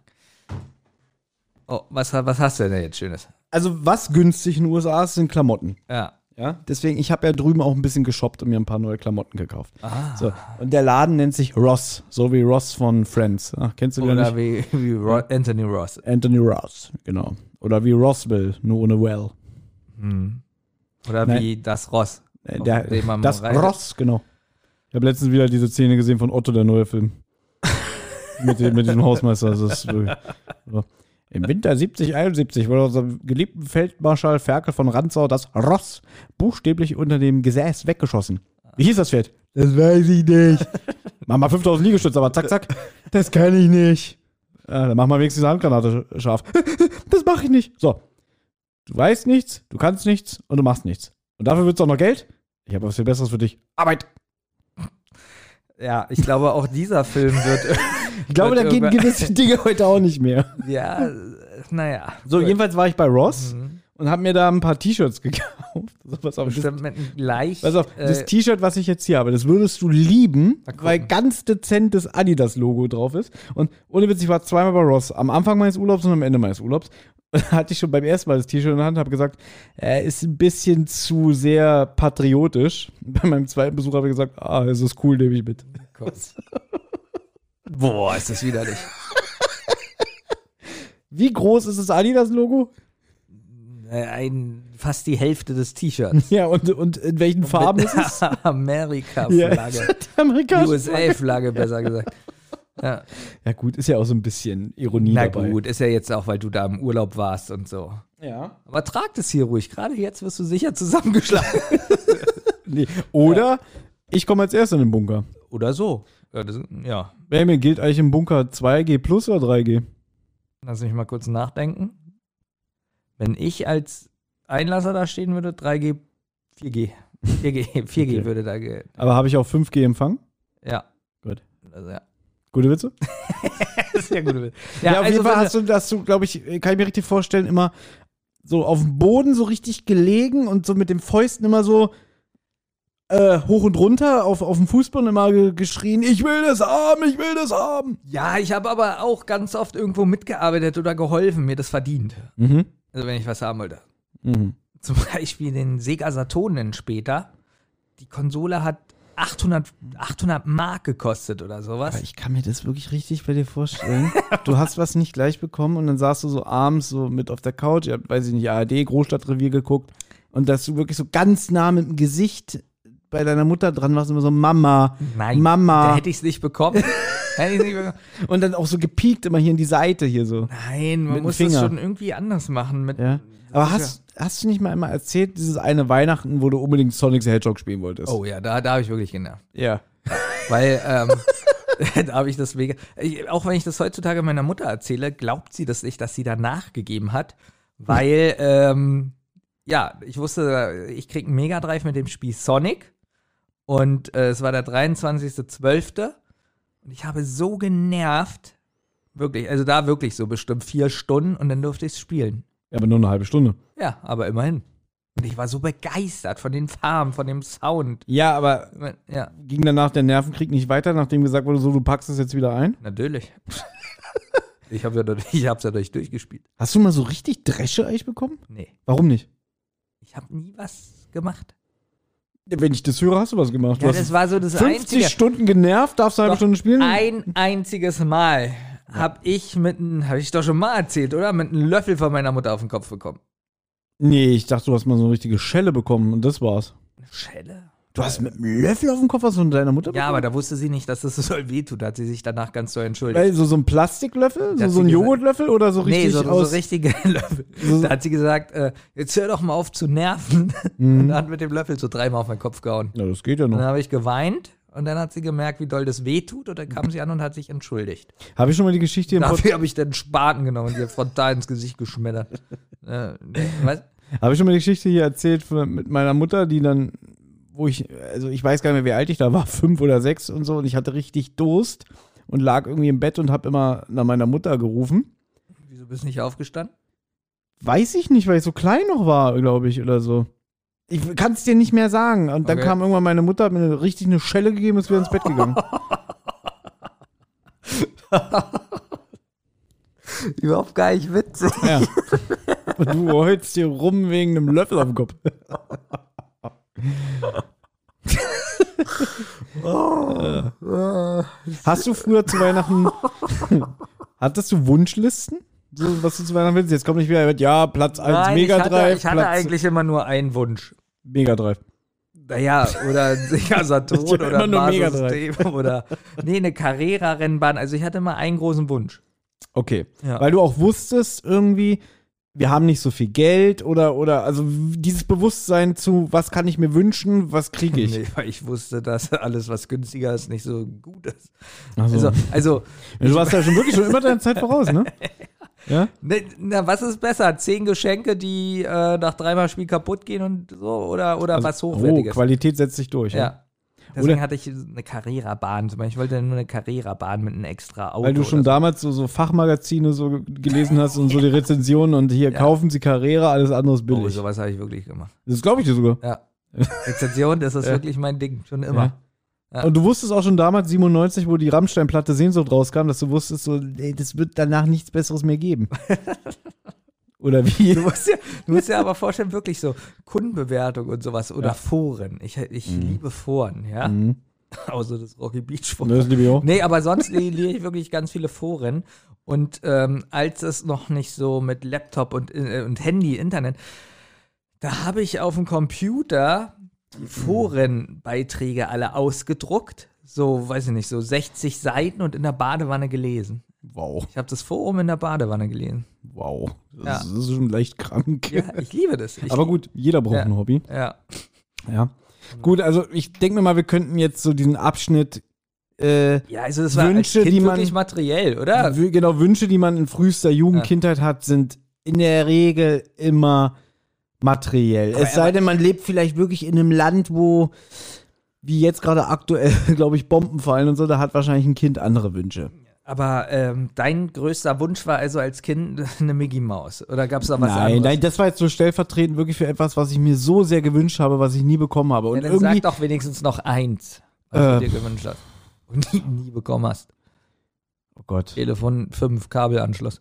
Oh, was, was hast du denn jetzt Schönes?
Also was günstig in den U S A ist, sind Klamotten.
Ja.
Ja, deswegen, ich habe ja drüben auch ein bisschen geshoppt und mir ein paar neue Klamotten gekauft.
Ah.
So, und der Laden nennt sich Ross, so wie Ross von Friends. Ach, kennst du den
Oder
nicht?
wie, wie Ro Anthony Ross.
Anthony Ross, genau. Oder wie Roswell, nur ohne Well.
Hm. Oder
Nein.
wie das Ross.
Äh,
auf
Der,
dem man
das
reitet.
Ross, genau. Ich habe letztens wieder diese Szene gesehen von Otto, der neue Film. mit, dem, mit diesem Hausmeister. Das ist wirklich, so. Im Winter siebzig, einundsiebzig wurde unserem geliebten Feldmarschall Ferkel von Rantzau das Ross buchstäblich unter dem Gesäß weggeschossen. Wie hieß das Pferd? Das weiß ich nicht. Mach mal fünftausend Liegestütze, aber zack, zack. Das kann ich nicht. Ja, dann mach mal wenigstens eine Handgranate scharf. Das mache ich nicht. So. Du weißt nichts, du kannst nichts und du machst nichts. Und dafür willst du auch noch Geld? Ich habe was viel Besseres für dich. Arbeit.
Ja, ich glaube, auch dieser Film wird.
Ich glaube, da
wird
gehen
irgendwann-
gewisse Dinge heute auch nicht mehr.
Ja, naja.
So, jedenfalls war ich bei Ross
Mhm.
und habe mir da ein paar T-Shirts gekauft. So, pass auf, das,
Bestimmt mit einem leicht.
pass auf, das
äh,
T-Shirt, was ich jetzt hier habe, das würdest du lieben,
Mal gucken.
weil ganz dezent das Adidas-Logo drauf ist. Und ohne Witz, ich war zweimal bei Ross. Am Anfang meines Urlaubs und am Ende meines Urlaubs. Und da hatte ich schon beim ersten Mal das T-Shirt in der Hand und habe gesagt, er ist ein bisschen zu sehr patriotisch. Bei meinem zweiten Besuch habe ich gesagt, ah, es ist cool, nehme ich mit.
kurz. Boah, ist das widerlich.
Wie groß ist das Adidas-Logo?
Äh, Ein, fast die Hälfte des T-Shirts.
Ja, und, und in welchen Farben ist es? Ja,
Amerika-Flagge.
die amerikanische
U S A-Flagge, besser gesagt. Ja.
Ja gut, ist ja auch so ein bisschen Ironie
Na
dabei.
gut, ist ja jetzt auch, weil du da im Urlaub warst und so.
Ja.
Aber trag das hier ruhig. Gerade jetzt wirst du sicher zusammengeschlagen.
Nee. Oder ich komme als erster in den Bunker.
Oder so. Ja, das, ja.
Benjamin, gilt eigentlich im Bunker zwei G plus oder drei G?
Lass mich mal kurz nachdenken. Wenn ich als Einlasser da stehen würde, drei G, vier G. vier G, vier G
Okay.
würde da gehen.
Aber habe ich auch fünf G Empfang?
Ja.
Gut.
Also, ja.
Gute Witze?
Sehr gut.
Ja, auf
also
jeden Fall
von-
hast du, hast du, glaube ich, kann ich mir richtig vorstellen, immer so auf dem Boden so richtig gelegen und so mit den Fäusten immer so äh, hoch und runter auf, auf dem Fußboden immer ge- geschrien, ich will das haben, ich will das haben.
Ja, ich habe aber auch ganz oft irgendwo mitgearbeitet oder geholfen, mir das verdient.
Mhm.
Also wenn ich was haben wollte.
Mhm.
Zum Beispiel den Sega Saturn später. die Konsole hat achthundert, achthundert Mark gekostet oder sowas.
Aber ich kann mir das wirklich richtig bei dir vorstellen. Du hast was nicht gleich bekommen und dann saßt du so abends so mit auf der Couch, ihr habt, weiß ich nicht, A R D, Großstadtrevier geguckt und dass du wirklich so ganz nah mit dem Gesicht bei deiner Mutter dran warst, immer so Mama,
Nein,
Mama.
da hätte ich es nicht bekommen. hätte ich's nicht bekommen.
Und dann auch so gepiekt immer hier in die Seite hier so.
Nein, man
Mit dem
muss das
Finger.
schon irgendwie anders machen. Mit,
Ja. Aber hast, hast du nicht mal immer erzählt, dieses eine Weihnachten, wo du unbedingt Sonic the Hedgehog spielen wolltest?
Oh ja, da, da habe ich wirklich genervt.
Ja.
Weil, ähm, da habe ich das mega. Ich, auch wenn ich das heutzutage meiner Mutter erzähle, glaubt sie das nicht, dass sie da nachgegeben hat. Weil, ähm, ja, ich wusste, ich krieg einen Mega Drive mit dem Spiel Sonic. Und äh, es war der dreiundzwanzigster zwölfte Und ich habe so genervt. Wirklich, also da wirklich so bestimmt vier Stunden und dann durfte ich es spielen.
Ja, aber nur eine halbe Stunde.
Ja, aber immerhin. Und ich war so begeistert von den Farben, von dem Sound.
Ja, aber
Ja,
ging danach der Nervenkrieg nicht weiter, nachdem gesagt wurde, so, du packst es jetzt wieder ein?
natürlich. ich habe ja dadurch, ich hab's ja dadurch durchgespielt.
Hast du mal so richtig Dresche eigentlich bekommen?
Nee,
Warum nicht?
ich habe nie was gemacht.
Wenn ich das höre, hast du was gemacht.
Ja,
du
das
hast
war so das
fünfzig
Einzige.
Stunden genervt, darfst du eine halbe
Doch,
Stunde spielen?
Ein einziges Mal habe ich mit einem, habe ich doch schon mal erzählt, oder? Mit einem Löffel von meiner Mutter auf den Kopf bekommen.
Nee, ich dachte, du hast mal so eine richtige Schelle bekommen und das war's.
Eine Schelle?
Du hast mit einem Löffel auf dem Kopf was von deiner Mutter bekommen?
Ja, aber da wusste sie nicht, dass das so soll wehtut. Da hat sie sich danach ganz so entschuldigt.
Weil so, so ein Plastiklöffel? So,
hat
so ein
sie gesagt-
Joghurtlöffel oder so richtig
nee, so, so
aus...
richtige Löffel.
So-
Da hat sie gesagt, äh, jetzt hör doch mal auf zu nerven. Und hat mit dem Löffel so dreimal auf meinen Kopf gehauen.
Ja, das geht ja
Und dann
noch.
habe ich geweint und dann hat sie gemerkt, wie doll das wehtut und dann kam sie an und hat sich entschuldigt.
Habe ich schon mal die Geschichte im Pod-
Dafür habe ich dann Spaten genommen und ihr frontal ins Gesicht geschmettert. äh, was?
Habe ich schon mal die Geschichte hier erzählt von, mit meiner Mutter, die dann, wo ich, also ich weiß gar nicht mehr, wie alt ich da war, fünf oder sechs und so, und ich hatte richtig Durst und lag irgendwie im Bett und habe immer nach meiner Mutter gerufen.
Wieso bist du nicht aufgestanden?
Weiß ich nicht, weil ich so klein noch war, glaube ich, oder so. Ich kann es dir nicht mehr sagen. Und dann
Okay.
kam irgendwann meine Mutter, hat mir eine, richtig eine Schelle gegeben und ist wieder ins Bett gegangen.
Überhaupt gar nicht witzig.
Ja. Und du heulst hier rum wegen einem Löffel auf dem Kopf. Hast du früher zu Weihnachten, hattest du Wunschlisten? So, was du zu Weihnachten willst? Jetzt kommt nicht wieder, ja, Platz eins
Nein,
Mega
ich hatte,
Drive,
ich hatte
Platz
eigentlich immer nur einen Wunsch.
Mega Drive.
Naja, oder ein Sega Saturn
Ich hab
oder
immer
ein
nur Mega
Basissystem oder nee, eine Carrera-Rennbahn. Also ich hatte immer einen großen Wunsch.
Okay.
Ja.
Weil du auch wusstest irgendwie, wir haben nicht so viel Geld oder, oder, also dieses Bewusstsein zu, was kann ich mir wünschen, was kriege ich?
Nee, weil ich wusste, dass alles, was günstiger ist, nicht so gut ist.
Ach so.
Also, also
Ja, du warst ja schon wirklich schon immer deine Zeit voraus, ne? Ja?
ne, na, was ist besser? Zehn Geschenke, die äh, nach dreimal Spiel kaputt gehen und so oder, oder was
Oh,
Hochwertiges?
Qualität setzt sich durch. Ja.
Ja. Deswegen
Oder-
hatte ich eine Carrera-Bahn. Zum Beispiel, ich wollte nur eine Carrera-Bahn mit einem extra Auto.
Weil du schon
oder so.
damals so, so Fachmagazine so gelesen hast und so die Rezensionen und hier
Ja.
kaufen sie Carrera, alles andere ist
Oh,
billig.
sowas habe ich wirklich gemacht.
Das glaube ich dir sogar.
Ja. Rezension, das ist
Ja.
wirklich mein Ding, schon immer. Ja.
Und du wusstest auch schon damals, siebenundneunzig, wo die Rammstein-Platte Sehnsucht rauskam, dass du wusstest, so, ey, das wird danach nichts Besseres mehr geben. Oder wie?
Du musst, ja, du musst ja aber vorstellen, wirklich so Kundenbewertung und sowas oder
Ja.
Foren. Ich, ich liebe Foren, ja.
Mhm.
Außer das Rocky Beach
Das
Forum.
liebe ich auch.
Nee, aber sonst li- liebe ich wirklich ganz viele Foren. Und ähm, als es noch nicht so mit Laptop und, äh, und Handy, Internet, da habe ich auf dem Computer die Forenbeiträge alle ausgedruckt. So, weiß ich nicht, so sechzig Seiten und in der Badewanne gelesen.
Wow.
Ich habe das Forum in der Badewanne gelesen.
Wow. Das,
Ja.
ist, das ist schon leicht krank.
Ja, ich liebe das. Ich,
Aber gut, jeder braucht
Ja.
ein Hobby.
Ja.
Ja. Gut, also ich denke mir mal, wir könnten jetzt so diesen Abschnitt, äh,
Ja, also das war
Wünsche,
als Kind
die man-
wirklich materiell, oder?
w- genau, Wünsche, die man in frühester Jugend,
Ja.
Kindheit hat, sind in der Regel immer materiell.
Aber-
es sei denn, man lebt vielleicht wirklich in einem Land, wo, wie jetzt gerade aktuell, glaube ich, Bomben fallen und so, da hat wahrscheinlich ein Kind andere Wünsche.
Aber ähm, dein größter Wunsch war also als Kind eine Mickey Maus? Oder gab es da was
nein,
anderes?
nein, das war jetzt so stellvertretend wirklich für etwas, was ich mir so sehr gewünscht habe, was ich nie bekommen habe. Und
Ja, dann
irgendwie,
sag doch wenigstens noch eins, was
Äh.
du dir gewünscht hast. Und nie, nie bekommen hast.
oh Gott.
Telefon fünf Kabelanschluss.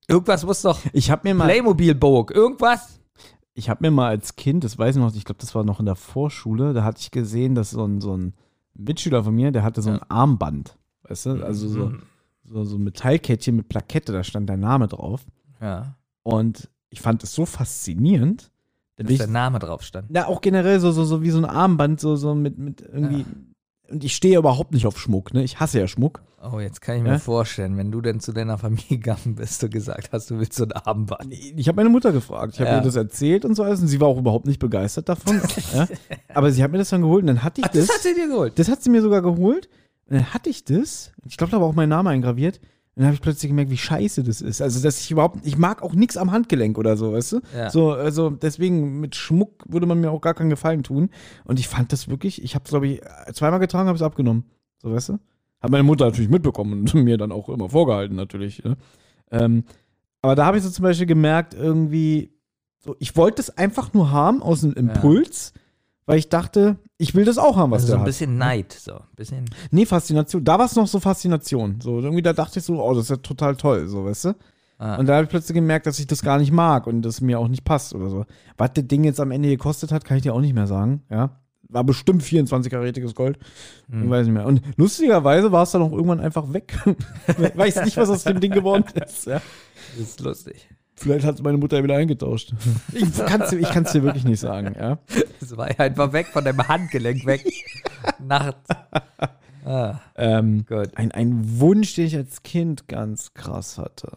Irgendwas muss doch
Ich habe mir mal
Playmobil-Burg, irgendwas?
Ich habe mir mal als Kind, das weiß ich noch, ich glaube, das war noch in der Vorschule, da hatte ich gesehen, dass so ein, so ein Mitschüler von mir, der hatte so ein Armband, weißt du, also so, so, so ein Metallkettchen mit Plakette, da stand der Name drauf.
Ja.
Und ich fand es so faszinierend.
Dass
ich,
der Name drauf stand.
Na, auch generell so, so, so wie so ein Armband, so, so mit, mit irgendwie. Ja. Und ich stehe überhaupt nicht auf Schmuck, ne? Ich hasse ja Schmuck.
Oh, jetzt kann ich mir
ja?
vorstellen, wenn du denn zu deiner Familie gegangen bist und gesagt hast, du willst so ein Armband.
Ich habe meine Mutter gefragt. Ich habe
ja.
ihr das erzählt und so alles. Und sie war auch überhaupt nicht begeistert davon. ja? Aber sie hat mir das dann geholt und dann hatte ich
Ach,
das.
Das hat sie dir geholt?
Das hat sie mir sogar geholt. Und dann hatte ich das. Ich glaube, da war auch mein Name eingraviert. Und dann habe ich plötzlich gemerkt, wie scheiße das ist. Also, dass ich überhaupt, ich mag auch nichts am Handgelenk oder so, weißt du?
Ja.
So, also deswegen, mit Schmuck würde man mir auch gar keinen Gefallen tun. Und ich fand das wirklich, ich habe es, glaube ich, zweimal getragen, habe es abgenommen. So, weißt du? Hat meine Mutter natürlich mitbekommen und mir dann auch immer vorgehalten, natürlich. Ne? Ähm, aber da habe ich so zum Beispiel gemerkt, irgendwie, so, ich wollte es einfach nur haben aus einem Impuls, ja. weil ich dachte, ich will das auch haben, was
also
der
so ein
hat.
bisschen Neid, so ein bisschen.
Nee, Faszination. Da war es noch so Faszination. So, irgendwie da dachte ich so, oh, das ist ja total toll, so, weißt du? Ah. Und da habe ich plötzlich gemerkt, dass ich das gar nicht mag und das mir auch nicht passt oder so. Was das Ding jetzt am Ende gekostet hat, kann ich dir auch nicht mehr sagen, ja. War bestimmt vierundzwanzig-karätiges Gold. Hm. Ich weiß nicht mehr. Und lustigerweise war es dann auch irgendwann einfach weg. Ich weiß nicht, was aus dem Ding geworden ist. Ja.
Das ist lustig.
Vielleicht hat meine Mutter wieder eingetauscht. Ich kann es ich kann's dir wirklich nicht sagen. Ja.
Das war ja einfach weg von deinem Handgelenk weg. Nachts. Ah,
ähm, gut. Ein, ein Wunsch, den ich als Kind ganz krass hatte.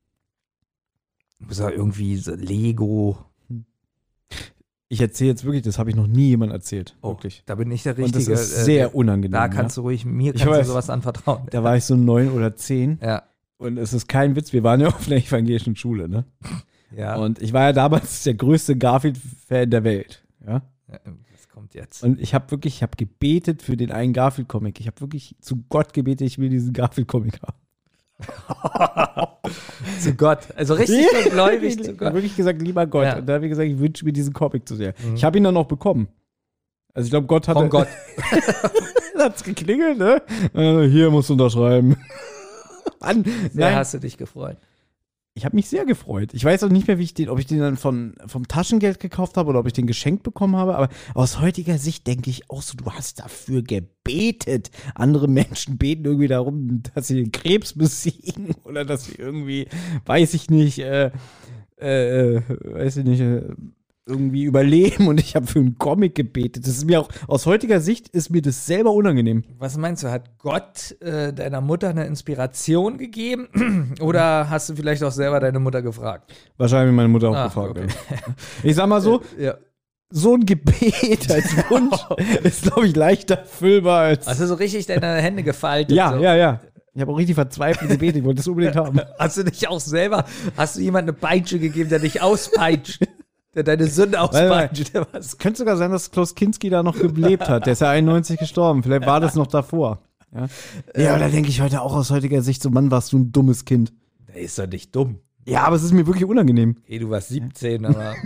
Das war irgendwie so Lego.
Ich erzähle jetzt wirklich, das habe ich noch nie jemandem erzählt.
Oh,
wirklich.
Da bin ich der Richtige.
Und das ist sehr äh, unangenehm.
Da kannst
ja.
du ruhig, mir kannst
ich weiß,
du sowas anvertrauen.
Da war ich so neun oder zehn.
Ja.
Und es ist kein Witz, wir waren ja auf einer evangelischen Schule, ne?
Ja.
Und ich war ja damals der größte Garfield-Fan der Welt, ja?
Ja, was kommt jetzt?
Und ich habe wirklich, ich habe gebetet für den einen Garfield-Comic. Ich habe wirklich zu Gott gebetet, ich will diesen Garfield-Comic haben.
Zu Gott. Also richtig so gläubig zu Gott.
Ich habe wirklich gesagt, lieber Gott.
Ja.
Und da habe ich gesagt, ich wünsche mir diesen Comic zu sehr. Mhm. Ich habe ihn dann auch bekommen. Also ich glaube, Gott hat.
Von Gott.
Hat's geklingelt, ne? Äh, hier musst du unterschreiben. Mann,
sehr nein. Hast du dich gefreut?
Ich habe mich sehr gefreut. Ich weiß auch nicht mehr, wie ich den, ob ich den dann von, vom Taschengeld gekauft habe oder ob ich den geschenkt bekommen habe. Aber aus heutiger Sicht denke ich auch so, du hast dafür gebetet. Andere Menschen beten irgendwie darum, dass sie den Krebs besiegen oder dass sie irgendwie, weiß ich nicht, äh, äh, weiß ich nicht, äh, irgendwie überleben und ich habe für einen Comic gebetet. Das ist mir auch, aus heutiger Sicht ist mir das selber unangenehm.
Was meinst du, hat Gott äh, deiner Mutter eine Inspiration gegeben oder hast du vielleicht auch selber deine Mutter gefragt?
Wahrscheinlich meine Mutter auch
Ach,
gefragt.
Okay.
Ja. Ich sag mal so,
ja.
so ein Gebet als Wunsch ist, glaube ich, leichter erfüllbar als...
Hast du so richtig deine Hände gefaltet?
Ja,
so?
ja, ja. Ich habe auch richtig verzweifelt gebetet, ich wollte das unbedingt haben.
Hast du dich auch selber, hast du jemandem eine Peitsche gegeben, der dich auspeitscht? Der deine Sünde auspeitscht?
Es könnte sogar sein, dass Klaus Kinski da noch gelebt hat. Der ist ja einundneunzig gestorben. Vielleicht war das noch davor. Ja, ja, aber da denke ich heute auch aus heutiger Sicht so, Mann, warst du ein dummes Kind.
Der ist doch nicht dumm.
Ja, aber es ist mir wirklich unangenehm.
Okay, du warst siebzehn, aber äh,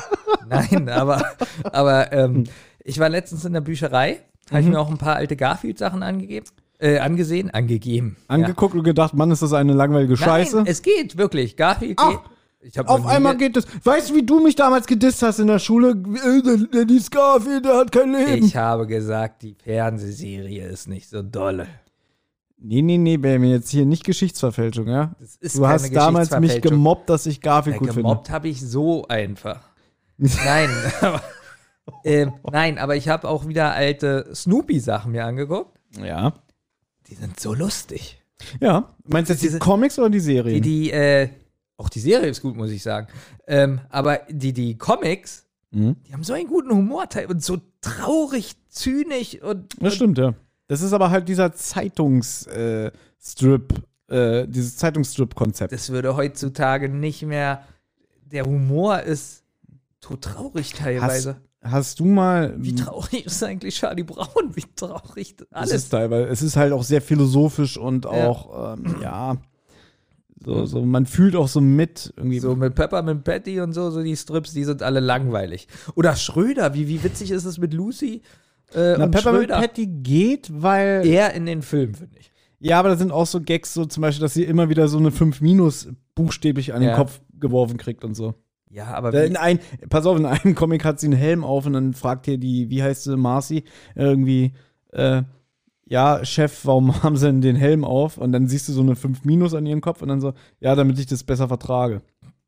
nein, aber, aber ähm, ich war letztens in der Bücherei, habe ich
Mhm.
mir auch ein paar alte Garfield-Sachen angegeben, äh, angesehen, angegeben.
Angeguckt und gedacht, Mann, ist das eine langweilige
Ja.
Scheiße.
Nein, es geht, wirklich. Garfield
Ach,
geht. Ich hab
Auf
noch nie
einmal
ge-
geht es. Weißt du, wie du mich damals gedisst hast in der Schule? Äh, Der, der, die Garfield, der hat kein Leben.
Ich habe gesagt, die Fernsehserie ist nicht so dolle.
Nee, nee, nee, Baby, jetzt hier nicht Geschichtsverfälschung, ja?
Das ist
Du
keine
hast damals mich
Geschichtsverfälschung.
gemobbt, dass ich Garfield
Ja,
gut finde.
gemobbt habe ich so einfach. Nein, aber, ähm, nein, aber ich habe auch wieder alte Snoopy-Sachen mir angeguckt.
Ja.
Die sind so lustig.
Ja. Meinst du jetzt die
Diese-
Comics oder die Serien?
Die, die, äh, auch die Serie ist gut, muss ich sagen. Ähm, aber die, die Comics,
Mhm.
die haben so einen guten Humor und so traurig, zynisch und.
Das stimmt, ja. Das ist aber halt dieser Zeitungsstrip, äh, äh, dieses Zeitungsstrip-Konzept.
Das würde heutzutage nicht mehr. Der Humor ist so traurig teilweise.
Hast, hast du mal.
Wie traurig ist eigentlich Charlie Brown? Wie traurig
Es
alles.
ist teilweise, es ist halt auch sehr philosophisch und auch, ähm, ja, so, so, man fühlt auch so mit. Irgendwie.
So mit Peppermint Patty und so, so die Strips, die sind alle langweilig. Oder Schröder, wie, wie witzig ist es mit Lucy äh,
Na,
und
Peppermint
Schröder?
Patty geht, weil.
Eher in den Filmen, finde ich.
Ja, aber da sind auch so Gags, so zum Beispiel, dass sie immer wieder so eine fünf minus buchstäblich an den
Ja.
Kopf geworfen kriegt und so.
Ja, aber
Da
wie,
In ein, pass auf, in einem Comic hat sie einen Helm auf und dann fragt hier die, wie heißt sie, Marcy, irgendwie, äh, ja, Chef, warum haben sie denn den Helm auf? Und dann siehst du so eine fünf Minus an ihrem Kopf und dann so, ja, damit ich das besser vertrage.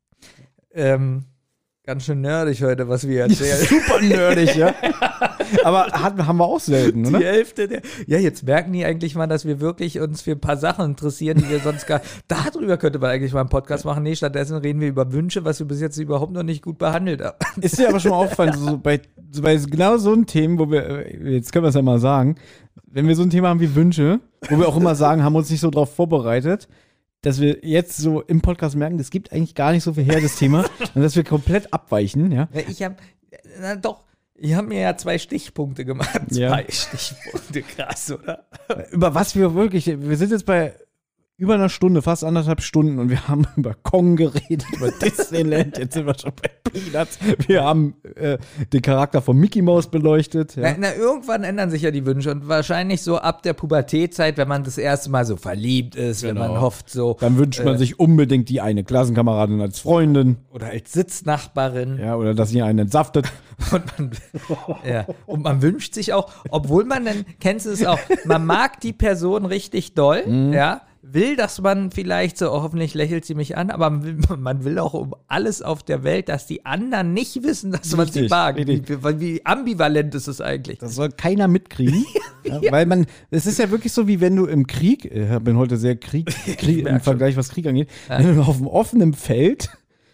ähm, ganz schön nerdig heute, was wir erzählen.
Super nerdig, ja. Aber hat, haben wir auch selten,
Die
oder?
Hälfte der. Ja, jetzt merken die eigentlich mal, dass wir wirklich uns für ein paar Sachen interessieren, die wir sonst gar. Darüber könnte man eigentlich mal einen Podcast machen. Nee, stattdessen reden wir über Wünsche, was wir bis jetzt überhaupt noch nicht gut behandelt haben.
Ist dir aber schon mal aufgefallen, so bei, so bei genau so einem Themen, wo wir, äh, jetzt können wir es ja mal sagen, wenn wir so ein Thema haben wie Wünsche, wo wir auch immer sagen, haben uns nicht so drauf vorbereitet, dass wir jetzt so im Podcast merken, es gibt eigentlich gar nicht so viel her, das Thema, und dass wir komplett abweichen, ja.
Ja, Ich habe, na doch, ich habe mir ja zwei Stichpunkte gemacht.
Ja.
Zwei Stichpunkte, krass, oder?
Über was wir wirklich, wir sind jetzt bei über einer Stunde, fast anderthalb Stunden und wir haben über Kong geredet, über Disneyland, jetzt sind wir schon bei Peanuts. Wir haben äh, den Charakter von Mickey Mouse beleuchtet. Ja.
Na, na, irgendwann ändern sich ja die Wünsche und wahrscheinlich so ab der Pubertätzeit, wenn man das erste Mal so verliebt ist, wenn man
Genau.
hofft so.
Dann wünscht man
äh,
sich unbedingt die eine Klassenkameradin als Freundin.
Oder als Sitznachbarin.
Ja, oder dass sie einen entsaftet.
Und man, ja, und man wünscht sich auch, obwohl man dann, kennst du es auch, man mag die Person richtig doll,
Mhm.
ja, will, dass man vielleicht so, oh, hoffentlich lächelt sie mich an, aber man will, man will auch um alles auf der Welt, dass die anderen nicht wissen, dass man sie
Richtig,
mag.
richtig.
Wie, wie ambivalent ist es eigentlich?
Das soll keiner mitkriegen. ja, weil man, es ist ja wirklich so, wie wenn du im Krieg, ich bin heute sehr Krieg, Krieg im
merk
Vergleich, was Krieg angeht, wenn du auf dem offenen Feld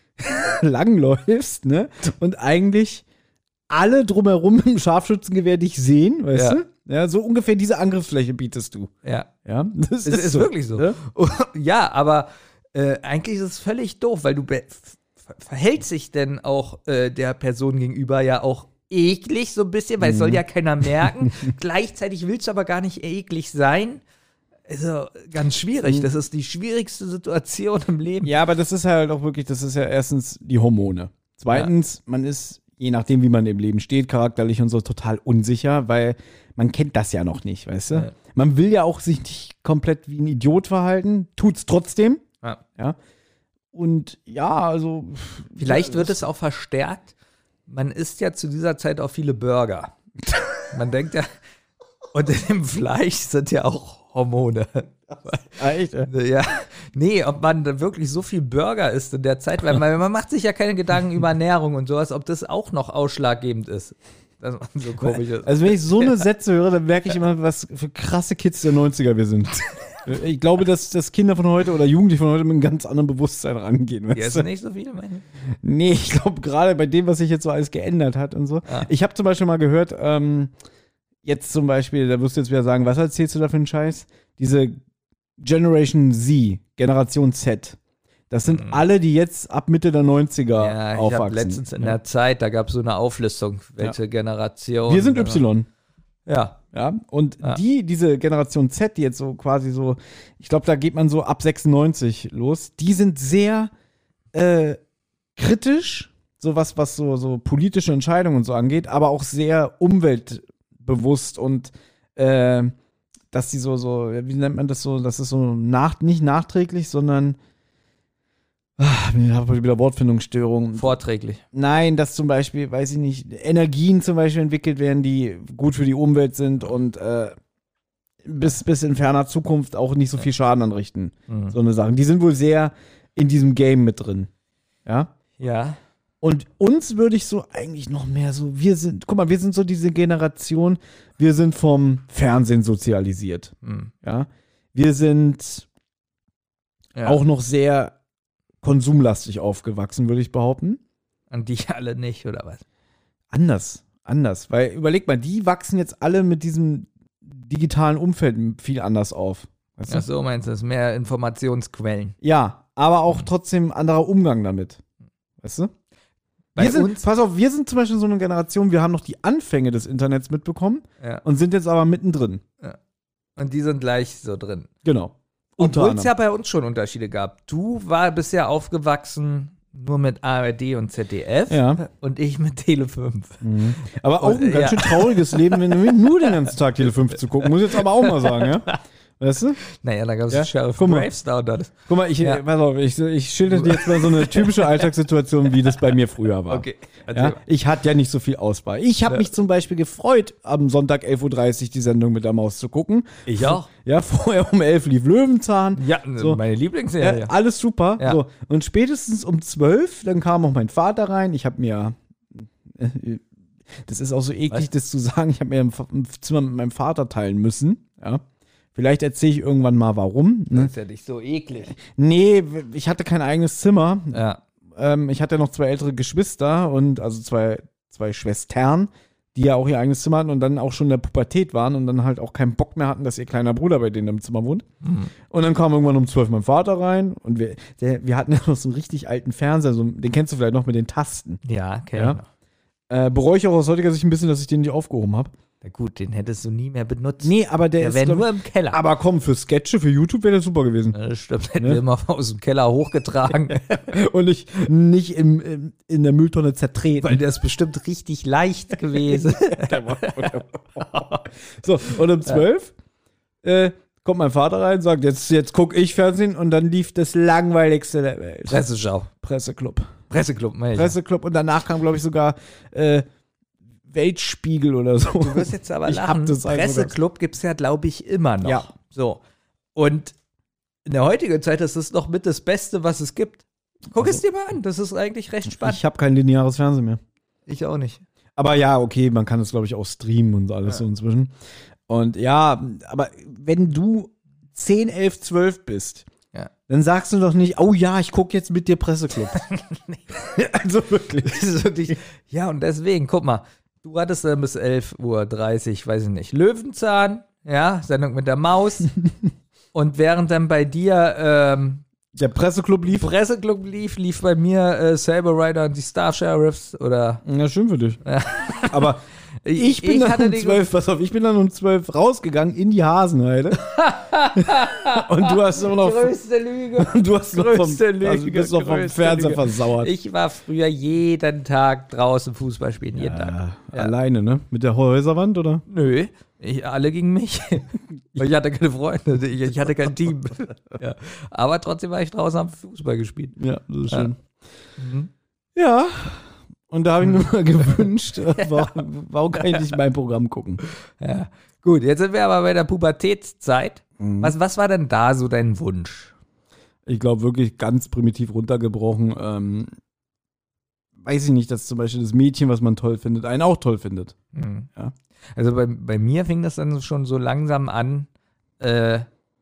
langläufst, ne, und eigentlich alle drumherum im Scharfschützengewehr dich sehen, weißt
Ja.
du? Ja, so ungefähr diese Angriffsfläche bietest du.
Ja.
Ja, das
Es ist
so,
wirklich so.
ne?
Ja, aber äh, eigentlich ist es völlig doof, weil du be- ver- verhält sich denn auch äh, der Person gegenüber ja auch eklig so ein bisschen, weil es
Mhm.
soll ja keiner merken. Gleichzeitig willst du aber gar nicht eklig sein. Also ganz schwierig. Das ist die schwierigste Situation im Leben.
Ja, aber das ist halt auch wirklich, das ist ja erstens die Hormone. Zweitens, man ist, je nachdem, wie man im Leben steht, charakterlich und so, total unsicher, weil man kennt das ja noch nicht, weißt du?
Ja.
Man will ja auch sich nicht komplett wie ein Idiot verhalten, tut's trotzdem,
Ja.
ja. Und ja, also
Vielleicht wird es auch verstärkt. Man isst ja zu dieser Zeit auch viele Burger. Man denkt ja, und in dem Fleisch sind ja auch Hormone.
Ah, echt, äh?
Ja, nee, ob man da wirklich so viel Burger isst in der Zeit, weil man, man macht sich ja keine Gedanken über Ernährung und sowas, ob das auch noch ausschlaggebend ist. Dass man so komisch ist.
Also wenn ich so eine Sätze höre, dann merke ich immer, was für krasse Kids der neunziger wir sind. Ich glaube, dass, dass Kinder von heute oder Jugendliche von heute mit einem ganz anderen Bewusstsein rangehen. Weißt
Ja,
du?
es sind nicht so viele, meine ich.
Nee, ich glaube gerade bei dem, was sich jetzt so alles geändert hat und so.
Ah.
Ich habe zum Beispiel mal gehört, ähm, jetzt zum Beispiel, da wirst du jetzt wieder sagen, was erzählst du da für einen Scheiß? Diese Generation Z, Generation Z. Das sind alle, die jetzt ab Mitte der neunziger
Mhm. Ja, ich
aufwachsen.
habe letztens in
ja.
der Zeit, da gab es so eine Auflistung, welche Generation.
Wir sind Y.
Ja.
Ja, und
Ja.
die, diese Generation Z, die jetzt so quasi so, ich glaube, da geht man so ab sechsundneunzig los, die sind sehr äh, kritisch, so was, was so, so politische Entscheidungen und so angeht, aber auch sehr umweltbewusst und äh, dass die so, so, wie nennt man das so, das ist so nach, nicht nachträglich, sondern ah, ich habe wieder Wortfindungsstörungen.
Vorträglich.
Nein, dass zum Beispiel, weiß ich nicht, Energien zum Beispiel entwickelt werden, die gut für die Umwelt sind und äh, bis, bis in ferner Zukunft auch nicht so viel Schaden anrichten.
Mhm.
So eine Sache. Die sind wohl sehr in diesem Game mit drin. Ja.
Ja.
Und uns würde ich so eigentlich noch mehr so, wir sind, guck mal, wir sind so diese Generation, wir sind vom Fernsehen sozialisiert.
Mhm.
Ja. Wir sind
Ja.
auch noch sehr konsumlastig aufgewachsen, würde ich behaupten.
Und die alle nicht, oder was?
Anders, anders. Weil überleg mal, die wachsen jetzt alle mit diesem digitalen Umfeld viel anders auf. Weißt du?
Ach so, meinst du, das ist mehr Informationsquellen.
Ja, aber auch trotzdem anderer Umgang damit. Weißt du?
Bei
Wir sind,
uns-
pass auf, wir sind zum Beispiel so eine Generation, wir haben noch die Anfänge des Internets mitbekommen
Ja.
und sind jetzt aber mittendrin.
Und die sind gleich so drin.
Genau. Unter
Obwohl es ja
anderem.
bei uns schon Unterschiede gab. Du war bisher aufgewachsen nur mit A R D und Z D F
Ja.
und ich mit Tele fünf.
Aber auch
Und,
ein ganz
ja.
schön trauriges Leben, wenn du nur den ganzen Tag Tele fünf zu gucken, muss ich jetzt aber auch mal sagen, ja? Weißt du?
Naja, da gab es
Ja,
Sheriff
guck mal.
Graves da und das.
Guck mal, ich,
Ja.
äh, pass auf, ich, ich schilder dir jetzt mal so eine typische Alltagssituation, wie das bei mir früher war.
Okay,
Ja, ich hatte ja nicht so viel Auswahl. Ich habe
Ja.
mich zum Beispiel gefreut, am Sonntag elf Uhr dreißig die Sendung mit der Maus zu gucken.
Ich auch.
Ja, vorher um elf lief Löwenzahn.
Ja,
So.
meine
Ja,
Lieblingsserie.
alles super.
Ja.
So. Und spätestens um zwölf, dann kam auch mein Vater rein. Ich habe mir, äh, das ist auch so eklig,
Was?
das zu sagen, ich habe mir ein Fa- ein Zimmer mit meinem Vater teilen müssen. Ja. Vielleicht erzähle ich irgendwann mal, warum.
Das
Ne?
ist ja nicht so eklig.
Nee, ich hatte kein eigenes Zimmer.
Ja.
Ähm, ich hatte noch zwei ältere Geschwister und also zwei, zwei Schwestern, die ja auch ihr eigenes Zimmer hatten und dann auch schon in der Pubertät waren und dann halt auch keinen Bock mehr hatten, dass ihr kleiner Bruder bei denen im Zimmer wohnt.
Mhm.
Und dann kam irgendwann um zwölf mein Vater rein und wir, der, wir hatten ja noch so einen richtig alten Fernseher, so, den kennst du vielleicht noch mit den Tasten.
Ja, kenn
Ja.
ich noch.
Äh, bereue ich auch aus heutiger Sicht ein bisschen, dass ich den nicht aufgehoben habe.
Na gut, den hättest du nie mehr benutzt.
Nee, aber der,
der
ist,
wäre
glaub,
nur im Keller.
aber komm, für Sketche, für YouTube wäre der super gewesen.
Ja, das stimmt, hätten
Ne?
wir immer aus dem Keller hochgetragen,
Und nicht, nicht im, im, in der Mülltonne zertreten.
weil der ist bestimmt richtig leicht gewesen.
So, und um zwölf äh, kommt mein Vater rein, sagt, jetzt, jetzt gucke ich Fernsehen und dann lief das langweiligste der Welt.
Presseschau.
Presseclub.
Presseclub, meine ich.
Presseclub und danach kam, glaube ich, sogar äh, Weltspiegel oder so.
Du wirst jetzt aber
Ich hab
lachen.
das also
Presseclub gibt es ja, glaube ich, immer noch.
Ja.
So. Und in der heutigen Zeit ist das noch mit das Beste, was es gibt. Guck es dir mal an, das ist eigentlich recht spannend.
Ich habe kein lineares Fernsehen mehr.
Ich auch nicht.
Aber ja, okay, man kann es, glaube ich, auch streamen und alles
Ja.
so inzwischen. Und ja, aber wenn du zehn, elf, zwölf bist,
Ja.
dann sagst du doch nicht, oh ja, ich gucke jetzt mit dir Presseclub. Also wirklich.
Das ist wirklich- ja, und deswegen, guck mal, du hattest dann bis elf Uhr dreißig, weiß ich nicht, Löwenzahn, ja, Sendung mit der Maus. Und während dann bei dir ähm,
Der Presseclub lief.
Presseclub lief, lief bei mir äh, Saber Rider und die Star Sheriffs oder
Ja, schön für dich. Aber ich bin dann
hatte
um
den-
zwölf, pass auf, ich bin dann um zwölf rausgegangen in die Hasenheide. Und du hast immer noch,
größte Lüge.
du hast noch vom,
größte Lüge,
also bist noch vom
größte
Fernseher
Lüge.
versauert.
Ich war früher jeden Tag draußen Fußball spielen, jeden Tag.
Ja,
Ja.
Alleine, ne? Mit der Häuserwand, oder?
Nö, ich, alle gegen mich. Weil ich hatte keine Freunde, ich, ich hatte kein Team. Ja. Aber trotzdem war ich draußen, am Fußball gespielt.
Ja, das ist
Ja.
schön.
Mhm.
Ja. Und da habe ich mir mal gewünscht, warum, warum kann ich nicht mein Programm gucken?
Ja. Gut, jetzt sind wir aber bei der Pubertätszeit.
Mhm.
Was, was war denn da so dein Wunsch?
Ich glaube wirklich ganz primitiv runtergebrochen. Ähm, weiß ich nicht, dass zum Beispiel das Mädchen, was man toll findet, einen auch toll findet.
Mhm.
Ja.
Also bei, bei mir fing das dann schon so langsam an, äh,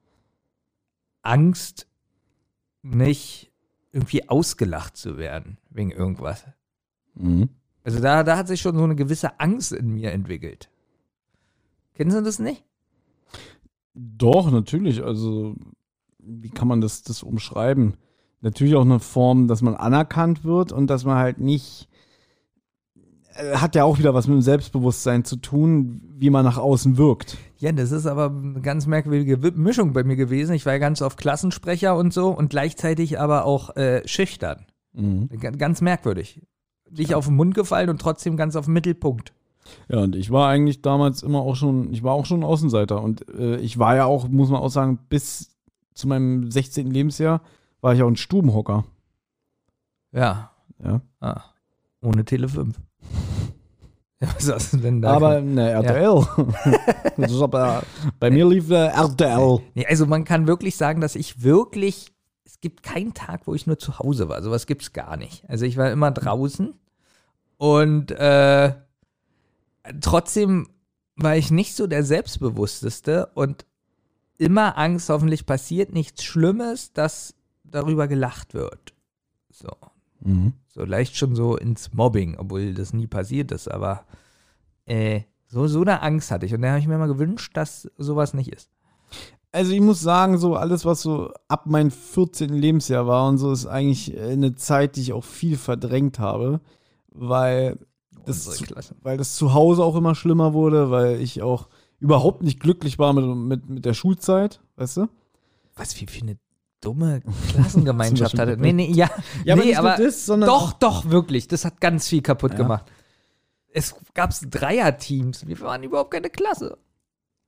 Angst, nicht irgendwie ausgelacht zu werden wegen irgendwas.
Mhm.
Also da, da hat sich schon so eine gewisse Angst in mir entwickelt. Kennen Sie das nicht?
Doch, natürlich. Also, wie kann man das, das umschreiben? Natürlich auch eine Form, dass man anerkannt wird und dass man halt nicht. äh, Hat ja auch wieder was mit dem Selbstbewusstsein zu tun, wie man nach außen wirkt.
Ja, das ist aber eine ganz merkwürdige Wi- Mischung bei mir gewesen. Ich war ja ganz oft Klassensprecher und so und gleichzeitig aber auch äh, schüchtern.
Mhm.
G ganz merkwürdig. Nicht auf den Mund gefallen und trotzdem ganz auf den Mittelpunkt.
Ja, und ich war eigentlich damals immer auch schon, ich war auch schon Außenseiter. Und äh, ich war ja auch, muss man auch sagen, bis zu meinem sechzehnten Lebensjahr war ich auch ein Stubenhocker.
Ja.
Ja.
Ah. Ohne Tele fünf. Ja, was hast du denn da?
Aber ne, R T L. Das ist aber, bei mir lief der R T L.
Nee, also man kann wirklich sagen, dass ich wirklich, es gibt keinen Tag, wo ich nur zu Hause war. Sowas gibt's gar nicht. Also ich war immer draußen und äh, trotzdem war ich nicht so der Selbstbewussteste und immer Angst, hoffentlich passiert nichts Schlimmes, dass darüber gelacht wird. So.
Mhm.
So leicht schon so ins Mobbing, obwohl das nie passiert ist, aber äh, so, so eine Angst hatte ich. Und da habe ich mir mal gewünscht, dass sowas nicht ist.
Also ich muss sagen, so alles, was so ab meinem vierzehnten Lebensjahr war und so, ist eigentlich eine Zeit, die ich auch viel verdrängt habe, weil das,
Unsere
zu,
Klasse.
weil das zu Hause auch immer schlimmer wurde, weil ich auch überhaupt nicht glücklich war mit, mit, mit der Schulzeit, weißt du?
Was wie für eine dumme Klassengemeinschaft
Zum
hatte.
Beispiel.
Nee, nee, ja.
Ja, aber
nee,
nicht nur
aber
das, sondern
doch, doch, wirklich. Das hat ganz viel kaputt
Ja.
gemacht. Es gab Dreierteams. Wir waren überhaupt keine Klasse.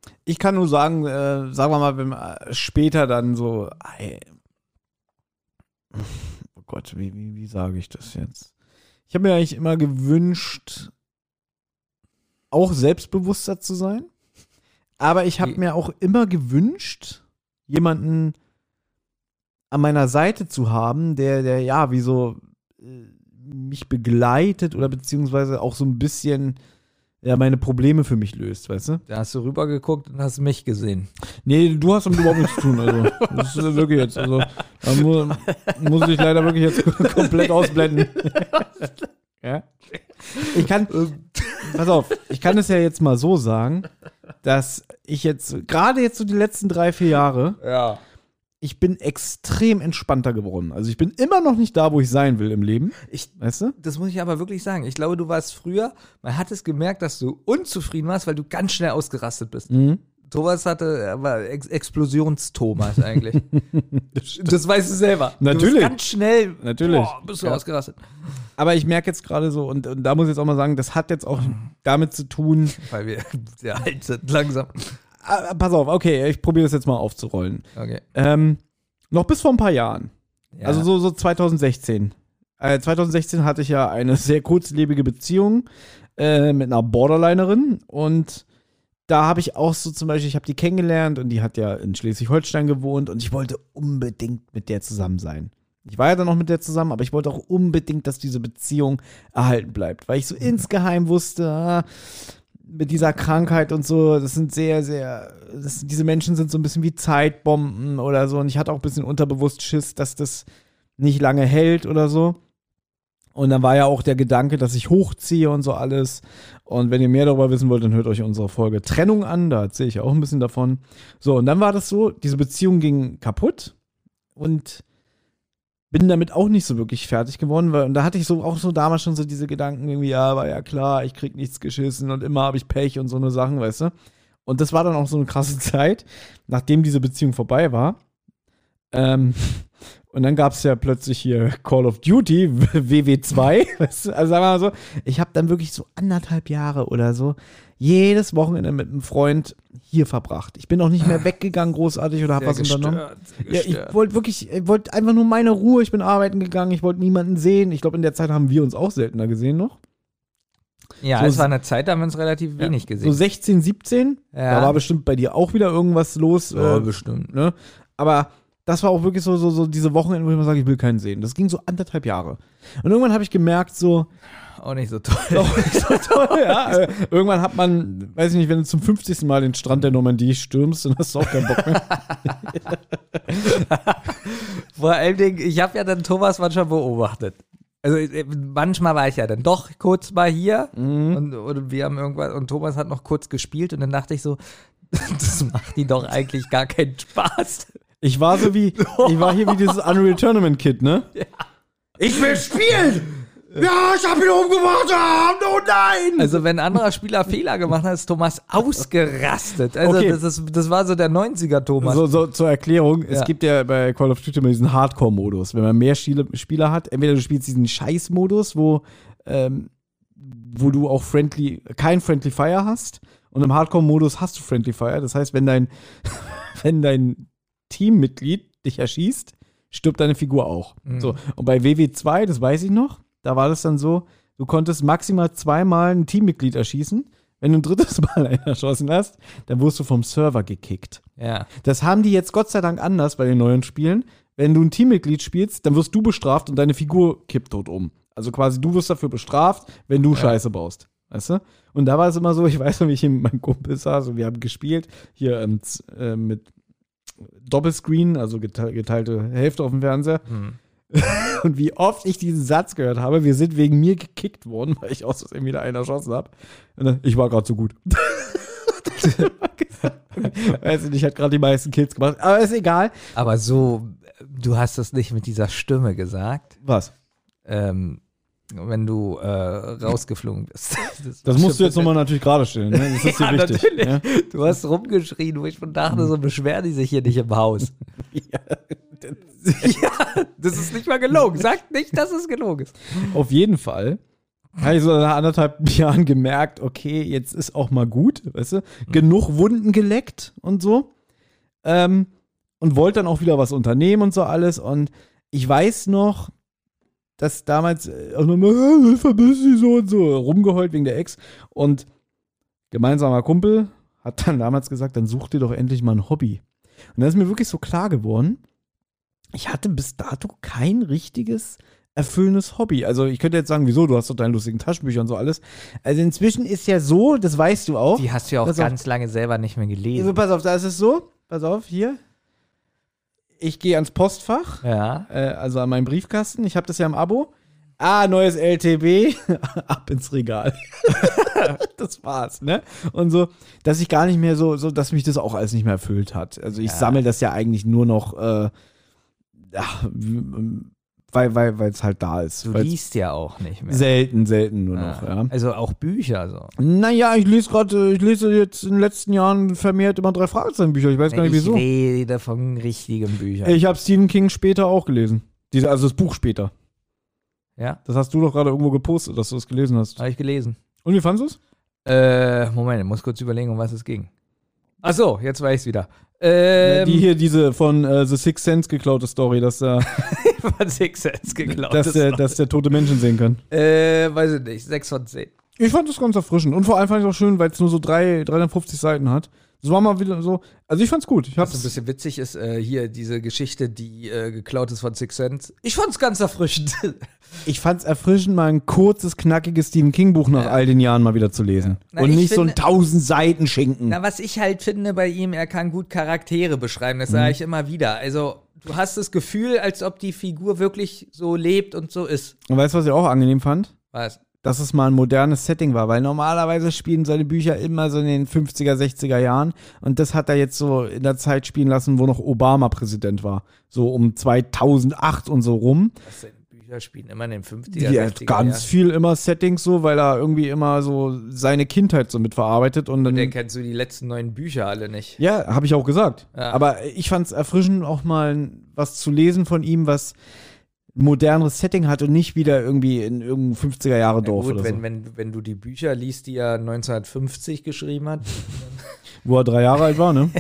Ich kann nur sagen, äh, sagen wir mal, wenn wir später dann so, ey, oh Gott, wie, wie, wie sage ich das jetzt? Ich habe mir eigentlich immer gewünscht, auch selbstbewusster zu sein, aber ich habe
Wie?
mir auch immer gewünscht, jemanden an meiner Seite zu haben, der, der ja, wie so äh, mich begleitet oder beziehungsweise auch so ein bisschen ja, meine Probleme für mich löst, weißt du?
Da hast du rübergeguckt und hast mich gesehen.
Nee, du hast damit überhaupt nichts zu tun. Also, das ist wirklich jetzt. Also, da mu muss ich leider wirklich jetzt komplett ausblenden. Ja? Ich kann, pass auf, ich kann es ja jetzt mal so sagen, dass ich jetzt, gerade jetzt so die letzten drei, vier Jahre,
Ja.
ich bin extrem entspannter geworden. Also ich bin immer noch nicht da, wo ich sein will im Leben.
Ich,
Weißt du?
das muss ich aber wirklich sagen. Ich glaube, du warst früher, man hat es gemerkt, dass du unzufrieden warst, weil du ganz schnell ausgerastet bist.
Mhm.
Thomas hatte, er war Ex Explosions-Thomas eigentlich. Das weißt du selber.
Natürlich.
Du bist ganz schnell,
Natürlich.
boah, bist du
Ja.
ausgerastet.
Aber ich merke jetzt gerade so, und, und da muss ich jetzt auch mal sagen, das hat jetzt auch damit zu tun,
Weil wir sehr alt sind, langsam.
ah, pass auf, okay, ich probiere das jetzt mal aufzurollen.
Okay.
Ähm, noch bis vor ein paar Jahren,
Ja.
also so, so zwanzig sechzehn. Äh, zwanzig sechzehn hatte ich ja eine sehr kurzlebige Beziehung äh, mit einer Borderlinerin und da habe ich auch so zum Beispiel, ich habe die kennengelernt und die hat ja in Schleswig-Holstein gewohnt und ich wollte unbedingt mit der zusammen sein. Ich war ja dann noch mit der zusammen, aber ich wollte auch unbedingt, dass diese Beziehung erhalten bleibt, weil ich so insgeheim wusste, ah, mit dieser Krankheit und so, das sind sehr, sehr, das, diese Menschen sind so ein bisschen wie Zeitbomben oder so und ich hatte auch ein bisschen unterbewusst Schiss, dass das nicht lange hält oder so. Und dann war ja auch der Gedanke, dass ich hochziehe und so alles. Und wenn ihr mehr darüber wissen wollt, dann hört euch unsere Folge Trennung an, da erzähle ich ja auch ein bisschen davon. So, und dann war das so, diese Beziehung ging kaputt und bin damit auch nicht so wirklich fertig geworden, weil, und da hatte ich so auch so damals schon so diese Gedanken irgendwie, ja, war ja klar, ich krieg nichts geschissen und immer habe ich Pech und so eine Sachen, weißt du. Und das war dann auch so eine krasse Zeit, nachdem diese Beziehung vorbei war. Ähm, und dann gab es ja plötzlich hier Call of Duty, W W zwei, weißt du? Also sagen wir mal so, ich habe dann wirklich so anderthalb Jahre oder so jedes Wochenende mit einem Freund hier verbracht. Ich bin auch nicht mehr weggegangen großartig oder habe was unternommen. Ja, ich wollte wirklich, ich wollte einfach nur meine Ruhe. Ich bin arbeiten gegangen, ich wollte niemanden sehen. Ich glaube, in der Zeit haben wir uns auch seltener gesehen noch.
Ja,
So
es war eine Zeit, da haben wir uns relativ wenig
So
gesehen.
sechzehn, siebzehn,
Ja.
da war bestimmt bei dir auch wieder irgendwas los.
Ja,
äh,
bestimmt.
ne? Aber das war auch wirklich so, so, so diese Wochenende, wo ich immer sage, ich will keinen sehen. Das ging so anderthalb Jahre. Und irgendwann habe ich gemerkt, so,
Auch nicht so toll.
auch nicht so toll, ja. äh, Irgendwann hat man, weiß ich nicht, wenn du zum fünfzigsten Mal den Strand der Normandie stürmst, dann hast du auch keinen Bock mehr.
Vor allen Dingen, ich habe ja dann Thomas manchmal beobachtet. Also äh, manchmal war ich ja dann doch kurz mal hier und, und wir haben irgendwas und Thomas hat noch kurz gespielt und dann dachte ich so, das macht ihm doch eigentlich gar keinen Spaß.
Ich war so wie, ich war hier wie dieses Unreal Tournament Kid, ne? Ja. Ich will spielen! Ja, ich hab ihn umgebracht! Oh nein!
Also wenn ein anderer Spieler Fehler gemacht hat, ist Thomas ausgerastet. Also
Okay.
das, ist, das war so der neunziger Thomas.
So, so zur Erklärung, es
Ja.
gibt ja bei Call of Duty immer diesen Hardcore-Modus. Wenn man mehr Spiele, Spieler hat, entweder du spielst diesen Scheiß-Modus, wo, ähm, wo du auch friendly, kein Friendly Fire hast. Und im Hardcore-Modus hast du Friendly Fire. Das heißt, wenn dein, wenn dein Teammitglied dich erschießt, stirbt deine Figur auch.
Mhm.
So. Und bei W W zwei, das weiß ich noch, da war das dann so, du konntest maximal zweimal ein Teammitglied erschießen. Wenn du ein drittes Mal einen erschossen hast, dann wurdest du vom Server gekickt.
Ja.
Das haben die jetzt Gott sei Dank anders bei den neuen Spielen. Wenn du ein Teammitglied spielst, dann wirst du bestraft und deine Figur kippt tot um. Also quasi du wirst dafür bestraft, wenn du
Ja.
Scheiße baust. Weißt du? Und da war es immer so, ich weiß noch, wie ich hier mit meinem Kumpel saß und wir haben gespielt, hier ähm, z- äh, mit Doppelscreen, also gete- geteilte Hälfte auf dem Fernseher.
Hm.
Und wie oft ich diesen Satz gehört habe, wir sind wegen mir gekickt worden, weil ich aus Versehen wieder einen erschossen habe. Und dann, ich war gerade so gut. Weiß ich nicht, hat gerade die meisten Kills gemacht. Aber ist egal.
Aber so, du hast das nicht mit dieser Stimme gesagt,
Was?
ähm, wenn du äh, rausgeflogen bist. Das,
Das
war
musst du
schon-
jetzt nochmal natürlich gerade stellen. Ne? Das ist
Ja,
dir wichtig.
natürlich.
Ja?
Du hast rumgeschrien, wo ich schon dachte, so beschweren die sich hier nicht im Haus.
Ja.
Ja, das ist nicht mal gelogen. Sag nicht, dass es gelogen ist.
Auf jeden Fall habe ich so nach anderthalb Jahren gemerkt, okay, jetzt ist auch mal gut, weißt du, mhm. genug Wunden geleckt und so. Ähm, und wollte dann auch wieder was unternehmen und so alles. Und ich weiß noch, dass damals auch nochmal, ich vermisse sie so und so, rumgeheult wegen der Ex. Und gemeinsamer Kumpel hat dann damals gesagt, dann such dir doch endlich mal ein Hobby. Und dann ist mir wirklich so klar geworden, ich hatte bis dato kein richtiges erfüllendes Hobby. Also ich könnte jetzt sagen, wieso, du hast doch deine lustigen Taschenbücher und so alles. Also inzwischen ist ja so, das weißt du auch.
Die hast du ja auch
pass
ganz
auf,
lange selber nicht mehr gelesen.
Also pass auf, da ist es so, pass auf, hier. Ich gehe ans Postfach,
Ja.
äh, also an meinen Briefkasten. Ich habe das ja im Abo. Ah, neues L T B, ab ins Regal. Das war's, ne? Und so, dass ich gar nicht mehr so, so, dass mich das auch alles nicht mehr erfüllt hat. Also ich
Ja.
sammle das ja eigentlich nur noch, äh, ja, weil weil weil es halt da ist.
Du
Weil's
liest ja auch nicht mehr.
selten, selten nur noch,
Ja.
ja.
Also auch Bücher so.
Naja, ich lese gerade, ich lese jetzt in den letzten Jahren vermehrt immer drei Fragezeichen-Bücher. Ich weiß gar nicht
Ich
wieso.
rede von richtigen Büchern.
Ich habe Stephen King später auch gelesen. Diese, also das Buch später.
Ja,
Das hast du doch gerade irgendwo gepostet, dass du es gelesen hast.
habe ich gelesen.
Und wie fandest du es?
Äh, Moment, ich muss kurz überlegen, um was es ging. Ach so, jetzt weiß ich's wieder. Ähm,
Die hier, diese von äh, The Sixth Sense geklaute Story, dass, der,
von Six Sense geklaut.
dass, der,
ist.
dass der tote Menschen sehen kann.
Äh, weiß ich nicht, sechs von zehn.
Ich fand das ganz erfrischend. Und vor allem fand ich es auch schön, weil es nur so drei, dreihundertfünfzig Seiten hat. Das war mal wieder so. Also ich fand's gut. Ich
Was ein
hab's,
bisschen witzig ist, äh, hier diese Geschichte, die äh, geklaut ist von Six Sense. Ich fand's ganz erfrischend.
ich fand's erfrischend, mal ein kurzes, knackiges Stephen King-Buch nach
Ja.
all den Jahren mal wieder zu lesen.
Na,
Und
ich
nicht so ein
finde-
tausend Seiten Schinken.
Na, was ich halt finde bei ihm, er kann gut Charaktere beschreiben, das sage ich immer wieder. Also, du hast das Gefühl, als ob die Figur wirklich so lebt und so ist.
Und weißt du, was ich auch angenehm fand?
Was?
Dass es mal ein modernes Setting war, weil normalerweise spielen seine Bücher immer so in den fünfziger, sechziger Jahren und das hat er jetzt so in der Zeit spielen lassen, wo noch Obama Präsident war, so um zweitausendacht und so rum.
Was seine Bücher spielen immer in den fünfziger,
Die hat
sechziger
ganz
Jahren.
viel immer Settings so, weil er irgendwie immer so seine Kindheit so mitverarbeitet und dann
Der kennst du die letzten neun Bücher alle nicht.
ja, habe ich auch gesagt.
Ja.
Aber ich fand es erfrischend, auch mal was zu lesen von ihm, was ein moderneres Setting hat und nicht wieder irgendwie in irgendeinem fünfziger-Jahre-Dorf
Ja, gut,
oder
wenn,
so.
wenn, wenn du die Bücher liest, die er neunzehnhundertfünfzig geschrieben hat.
Wo er drei Jahre alt war, ne?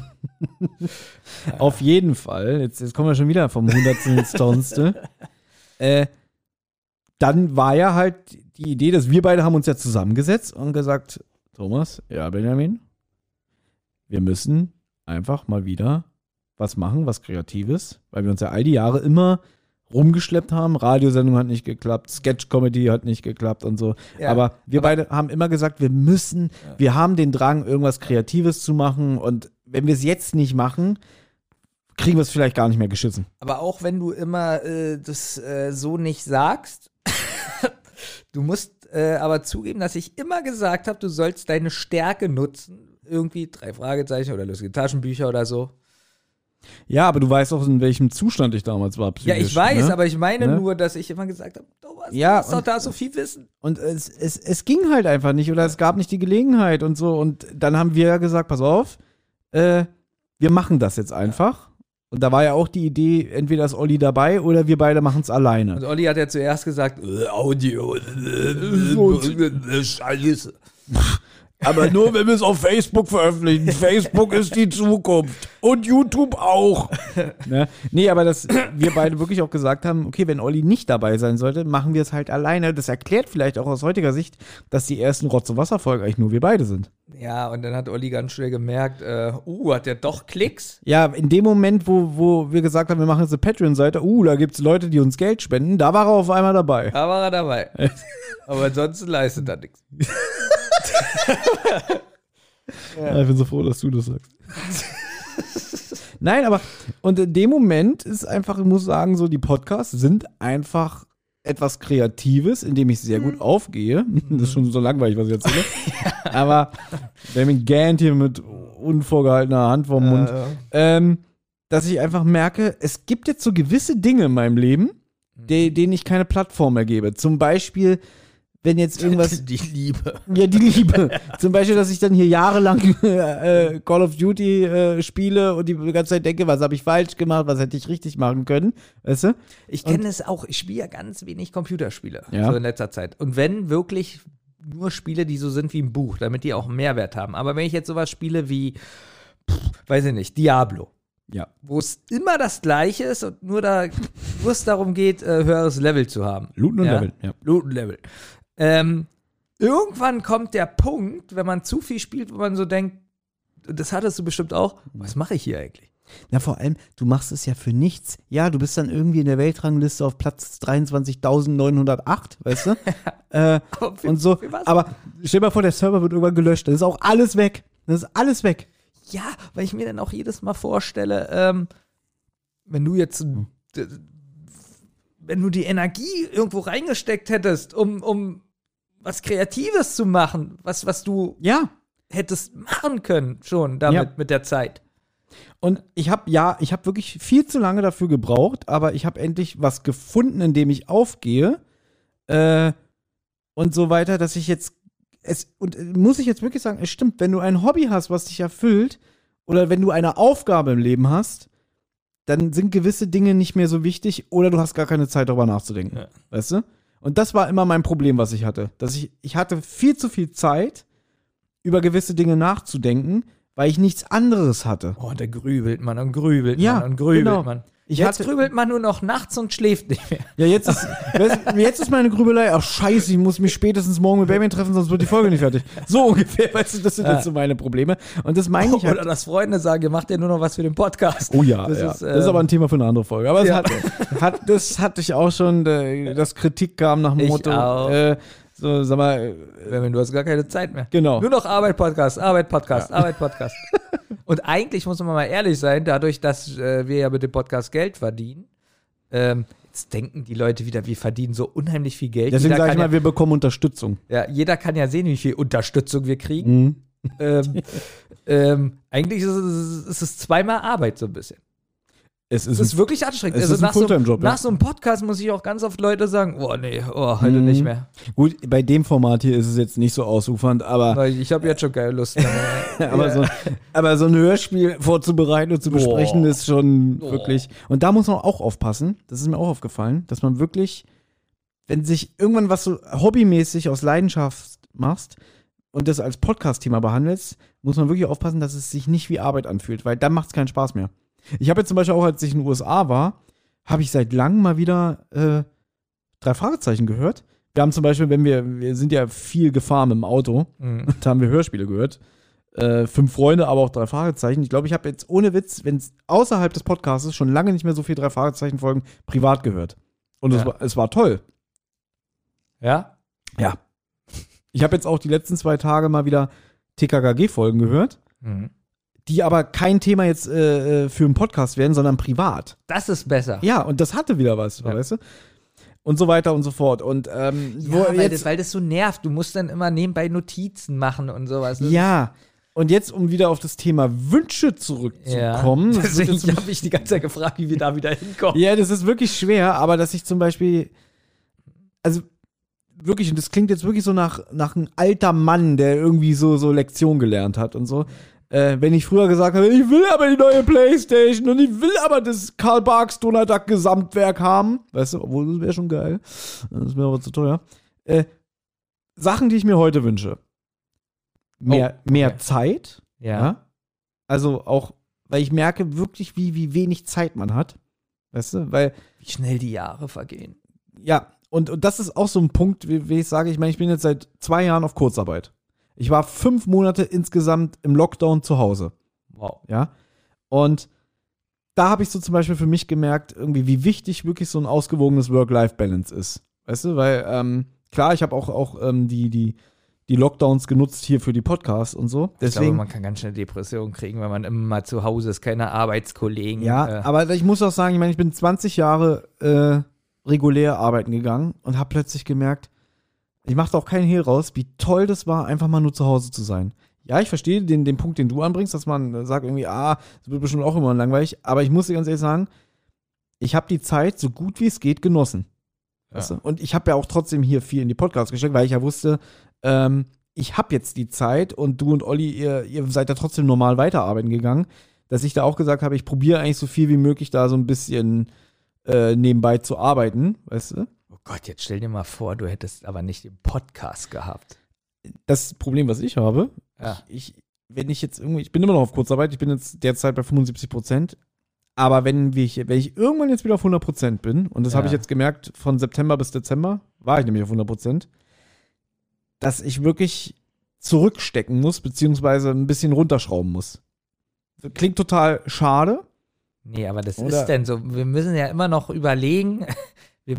Auf jeden Fall. Jetzt, jetzt kommen wir schon wieder vom Hundertsten ins Tausendste. Äh, dann war ja halt die Idee, dass wir beide haben uns ja zusammengesetzt und gesagt, Thomas, ja, Benjamin, wir müssen einfach mal wieder was machen, was Kreatives, weil wir uns ja all die Jahre immer rumgeschleppt haben. Radiosendung hat nicht geklappt, Sketch-Comedy hat nicht geklappt und so.
Ja,
aber wir
aber-
beide haben immer gesagt, wir müssen,
Ja.
wir haben den Drang, irgendwas Kreatives zu machen und wenn wir es jetzt nicht machen, kriegen wir es vielleicht gar nicht mehr geschissen.
Aber auch wenn du immer äh, das äh, so nicht sagst, du musst äh, aber zugeben, dass ich immer gesagt habe, du sollst deine Stärke nutzen. Irgendwie drei Fragezeichen oder lustige Taschenbücher oder so.
Ja, aber du weißt auch, in welchem Zustand ich damals war, psychisch.
Ja, ich weiß,
ne?
aber ich meine
Ne?
nur, dass ich immer gesagt habe, Thomas,
Ja,
du hast doch
und-
da so viel Wissen.
Und es, es, es ging halt einfach nicht oder es gab nicht die Gelegenheit und so. Und dann haben wir ja gesagt, pass auf, äh, wir machen das jetzt einfach. Und da war ja auch die Idee, entweder ist Olli dabei oder wir beide machen es alleine.
Und Olli hat ja zuerst gesagt, äh, Audio, äh, Scheiße.
Aber nur, wenn wir es auf Facebook veröffentlichen. Facebook ist die Zukunft. Und YouTube auch. Ne? Nee, aber dass wir beide wirklich auch gesagt haben, okay, wenn Olli nicht dabei sein sollte, machen wir es halt alleine. Das erklärt vielleicht auch aus heutiger Sicht, dass die ersten Rotz- und Wasserfolgen eigentlich nur wir beide sind.
Ja, und dann hat Olli ganz schnell gemerkt, äh, uh, hat der doch Klicks?
Ja, in dem Moment, wo, wo wir gesagt haben, wir machen jetzt eine Patreon-Seite, uh, da gibt es Leute, die uns Geld spenden, da war er auf einmal dabei.
Da war er dabei. Aber ansonsten leistet er nichts.
Ja, ich bin so froh, dass du das sagst. Nein, aber und in dem Moment ist einfach, ich muss sagen, so die Podcasts sind einfach etwas Kreatives, in dem ich sehr gut aufgehe. Das ist schon so langweilig, was ich erzähle. Aber Benjamin gähnt hier mit unvorgehaltener Hand vorm Mund.
Äh,
Ähm, dass ich einfach merke, es gibt jetzt so gewisse Dinge in meinem Leben, de, denen ich keine Plattform mehr gebe. Zum Beispiel, wenn jetzt irgendwas...
Die Liebe.
Ja, die Liebe. Zum Beispiel, dass ich dann hier jahrelang äh, Call of Duty äh, spiele und die ganze Zeit denke, was habe ich falsch gemacht, was hätte ich richtig machen können, weißt du?
Ich kenne es auch, ich spiele ja ganz wenig Computerspiele
Ja.
so in letzter Zeit. Und wenn wirklich nur Spiele, die so sind wie ein Buch, damit die auch einen Mehrwert haben. Aber wenn ich jetzt sowas spiele wie, pff, weiß ich nicht, Diablo,
Ja.
wo es immer das Gleiche ist und nur, da, nur es darum geht, äh, höheres Level zu haben.
Looten und
ja?
Level, ja.
Looten Level. Ähm, irgendwann kommt der Punkt, wenn man zu viel spielt, wo man so denkt, das hattest du bestimmt auch, was mache ich hier eigentlich?
Na, vor allem, du machst es ja für nichts. Ja, du bist dann irgendwie in der Weltrangliste auf Platz dreiundzwanzigtausendneunhundertacht, weißt du? äh,
Aber für-
und so.
für was?
Aber stell dir mal vor, der Server wird irgendwann gelöscht. Das ist auch alles weg. Das ist alles weg.
Ja, weil ich mir dann auch jedes Mal vorstelle, ähm, wenn du jetzt, d- wenn du die Energie irgendwo reingesteckt hättest, um, um was Kreatives zu machen, was, was du
Ja.
hättest machen können schon damit,
Ja.
mit der Zeit.
Und ich habe, ja, ich habe wirklich viel zu lange dafür gebraucht, aber ich habe endlich was gefunden, in dem ich aufgehe. Äh, und so weiter, dass ich jetzt es, und äh, muss ich jetzt wirklich sagen, es stimmt, wenn du ein Hobby hast, was dich erfüllt, oder wenn du eine Aufgabe im Leben hast, dann sind gewisse Dinge nicht mehr so wichtig oder du hast gar keine Zeit, darüber nachzudenken.
Ja.
Weißt du? Und das war immer mein Problem, was ich hatte. Dass ich, ich hatte viel zu viel Zeit, über gewisse Dinge nachzudenken, weil ich nichts anderes hatte.
Oh, da grübelt man und grübelt
Ja,
man und grübelt
genau.
man.
Ich
Jetzt
hatte-
grübelt man nur noch nachts und schläft nicht mehr.
Ja, jetzt ist, weißt, jetzt ist meine Grübelei, ach scheiße, ich muss mich spätestens morgen mit Batman treffen, sonst wird die Folge nicht fertig. So ungefähr, weißt du, das sind
Ja.
jetzt so meine Probleme. Und das meine ich halt.
Oder dass Freunde sagen, ihr macht ja nur noch was für den Podcast.
Oh ja,
das
ja.
ist,
das ist
ähm,
aber ein Thema für eine andere Folge. Aber es
ja.
hat, hat, das hatte ich auch schon, äh, dass Kritik kam nach dem
Ich
Motto,
auch.
äh, so, sag mal, äh,
Benjamin, du hast gar keine Zeit mehr.
Genau.
Nur noch Arbeit, Podcast, Arbeit, Podcast, Arbeit, Podcast. Und eigentlich muss man mal ehrlich sein, dadurch, dass äh, wir ja mit dem Podcast Geld verdienen, ähm, jetzt denken die Leute wieder, wir verdienen so unheimlich viel Geld.
deswegen
Jeder
sage ich
kann
mal,
ja,
wir bekommen Unterstützung.
ja, jeder kann ja sehen, wie viel Unterstützung wir kriegen.
Mhm.
Ähm, ähm, eigentlich ist es, ist es zweimal Arbeit so ein bisschen.
Es ist,
Es ist wirklich anstrengend.
es
Also
ist ein
nach, so,
Fulltime-Job, ja.
nach so einem Podcast muss ich auch ganz oft Leute sagen, oh nee, oh, heute
Mhm.
nicht mehr.
gut, bei dem Format hier ist es jetzt nicht so ausufernd, aber,
Weil ich habe jetzt schon keine Lust mehr.
aber, so, aber so ein Hörspiel vorzubereiten und zu besprechen
Boah.
ist schon
Boah.
wirklich. Und da muss man auch aufpassen, das ist mir auch aufgefallen, dass man wirklich, wenn sich irgendwann was so hobbymäßig aus Leidenschaft machst und das als Podcast-Thema behandelst, muss man wirklich aufpassen, dass es sich nicht wie Arbeit anfühlt, weil dann macht es keinen Spaß mehr. Ich habe jetzt zum Beispiel auch, als ich in den U S A war, habe ich seit langem mal wieder äh, drei Fragezeichen gehört. Wir haben zum Beispiel, wenn wir, wir sind ja viel gefahren mit dem Auto,
Mhm.
da haben wir Hörspiele gehört. Äh, fünf Freunde, aber auch drei Fragezeichen. Ich glaube, ich habe jetzt ohne Witz, wenn es außerhalb des Podcasts schon lange nicht mehr so viel drei Fragezeichen-Folgen privat gehört. Und es,
Ja.
war, es war toll.
Ja?
Ja. Ich habe jetzt auch die letzten zwei Tage mal wieder T K K G-Folgen gehört,
Mhm.
die aber kein Thema jetzt äh, für einen Podcast werden, sondern privat.
Das ist besser.
Ja, und das hatte wieder was,
Ja.
weißt du? Und so weiter und so fort. Und ähm,
Ja,
wo
weil,
jetzt,
das, weil das so nervt. Du musst dann immer nebenbei Notizen machen und sowas. Das
ja, und jetzt, um wieder auf das Thema Wünsche zurückzukommen.
Ja.
das wird
Deswegen
jetzt-
habe ich die ganze Zeit gefragt, wie wir da wieder hinkommen.
Ja, das ist wirklich schwer, aber dass ich zum Beispiel, also wirklich, und das klingt jetzt wirklich so nach, nach einem alter Mann, der irgendwie so, so Lektion gelernt hat und so. Äh, wenn ich früher gesagt habe, ich will aber die neue Playstation und ich will aber das Karl Barks Donald Duck Gesamtwerk haben, weißt du, obwohl das wäre schon geil, das wäre aber zu teuer. Äh, Sachen, die ich mir heute wünsche. Mehr,
Oh, okay.
mehr Zeit,
Ja.
ja. Also auch, weil ich merke wirklich, wie, wie wenig Zeit man hat. Weißt du, weil
Wie schnell die Jahre vergehen.
ja, und, und das ist auch so ein Punkt, wie, wie ich sage, ich meine, ich bin jetzt seit zwei Jahren auf Kurzarbeit. Ich war fünf Monate insgesamt im Lockdown zu Hause,
Wow.
ja. Und da habe ich so zum Beispiel für mich gemerkt, irgendwie, wie wichtig wirklich so ein ausgewogenes Work-Life-Balance ist. Weißt du, weil, ähm, klar, ich habe auch, auch ähm, die, die, die Lockdowns genutzt hier für die Podcasts und so.
Ich glaube,
Deswegen,
man kann ganz schnell Depressionen kriegen, wenn man immer mal zu Hause ist, keine Arbeitskollegen.
ja,
äh,
aber ich muss auch sagen, ich meine, ich bin zwanzig Jahre äh, regulär arbeiten gegangen und habe plötzlich gemerkt, ich mache da auch keinen Hehl raus, wie toll das war, einfach mal nur zu Hause zu sein. Ja, ich verstehe den, den Punkt, den du anbringst, dass man äh, sagt irgendwie, ah, das wird bestimmt auch immer langweilig, aber ich muss dir ganz ehrlich sagen, ich habe die Zeit so gut wie es geht genossen.
Ja.
Weißt du? Und ich habe ja auch trotzdem hier viel in die Podcasts gesteckt, weil ich ja wusste, ähm, ich habe jetzt die Zeit und du und Olli, ihr, ihr seid ja trotzdem normal weiterarbeiten gegangen, dass ich da auch gesagt habe, ich probiere eigentlich so viel wie möglich da so ein bisschen äh, nebenbei zu arbeiten, weißt du?
Oh Gott, jetzt stell dir mal vor, du hättest aber nicht den Podcast gehabt.
Das Problem, was ich habe,
Ja.
ich, wenn ich jetzt irgendwie, ich bin immer noch auf Kurzarbeit, ich bin jetzt derzeit bei fünfundsiebzig Prozent, aber wenn ich, wenn ich irgendwann jetzt wieder auf hundert Prozent bin, und das
Ja.
habe ich jetzt gemerkt, von September bis Dezember war ich nämlich auf hundert Prozent, dass ich wirklich zurückstecken muss, beziehungsweise ein bisschen runterschrauben muss. Klingt total schade.
Nee, aber das
Oder-
ist denn so. Wir müssen ja immer noch überlegen, wir,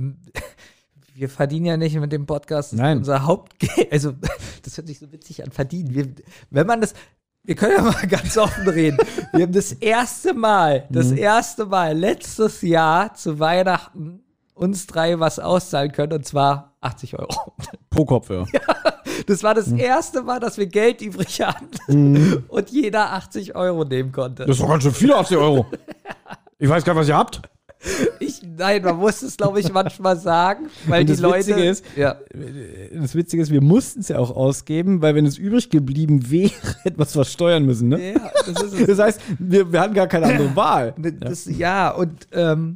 wir verdienen ja nicht mit dem Podcast
Nein.
unser Hauptgeld. Also, das hört sich so witzig an, verdienen. Wir, wenn man das, wir können ja mal ganz offen reden. Wir haben das erste Mal, das
Mhm.
erste Mal letztes Jahr zu Weihnachten uns drei was auszahlen können, und zwar achtzig Euro.
Pro Kopf, ja.
Das war das
Mhm.
erste Mal, dass wir Geld übrig hatten und jeder achtzig Euro nehmen konnte.
Das ist doch ganz schön viele achtzig Euro. Ich weiß gar nicht, was ihr habt.
Ich, nein, man muss es, glaube ich, manchmal sagen, weil
Und
die
das
Leute.
Witzige ist,
ja.
Das Witzige ist, wir mussten es ja auch ausgeben, weil wenn es übrig geblieben wäre, hätten wir es versteuern müssen, ne?
Ja, das ist es.
Das heißt, wir, wir hatten gar keine andere Wahl.
Das, ja, und ähm,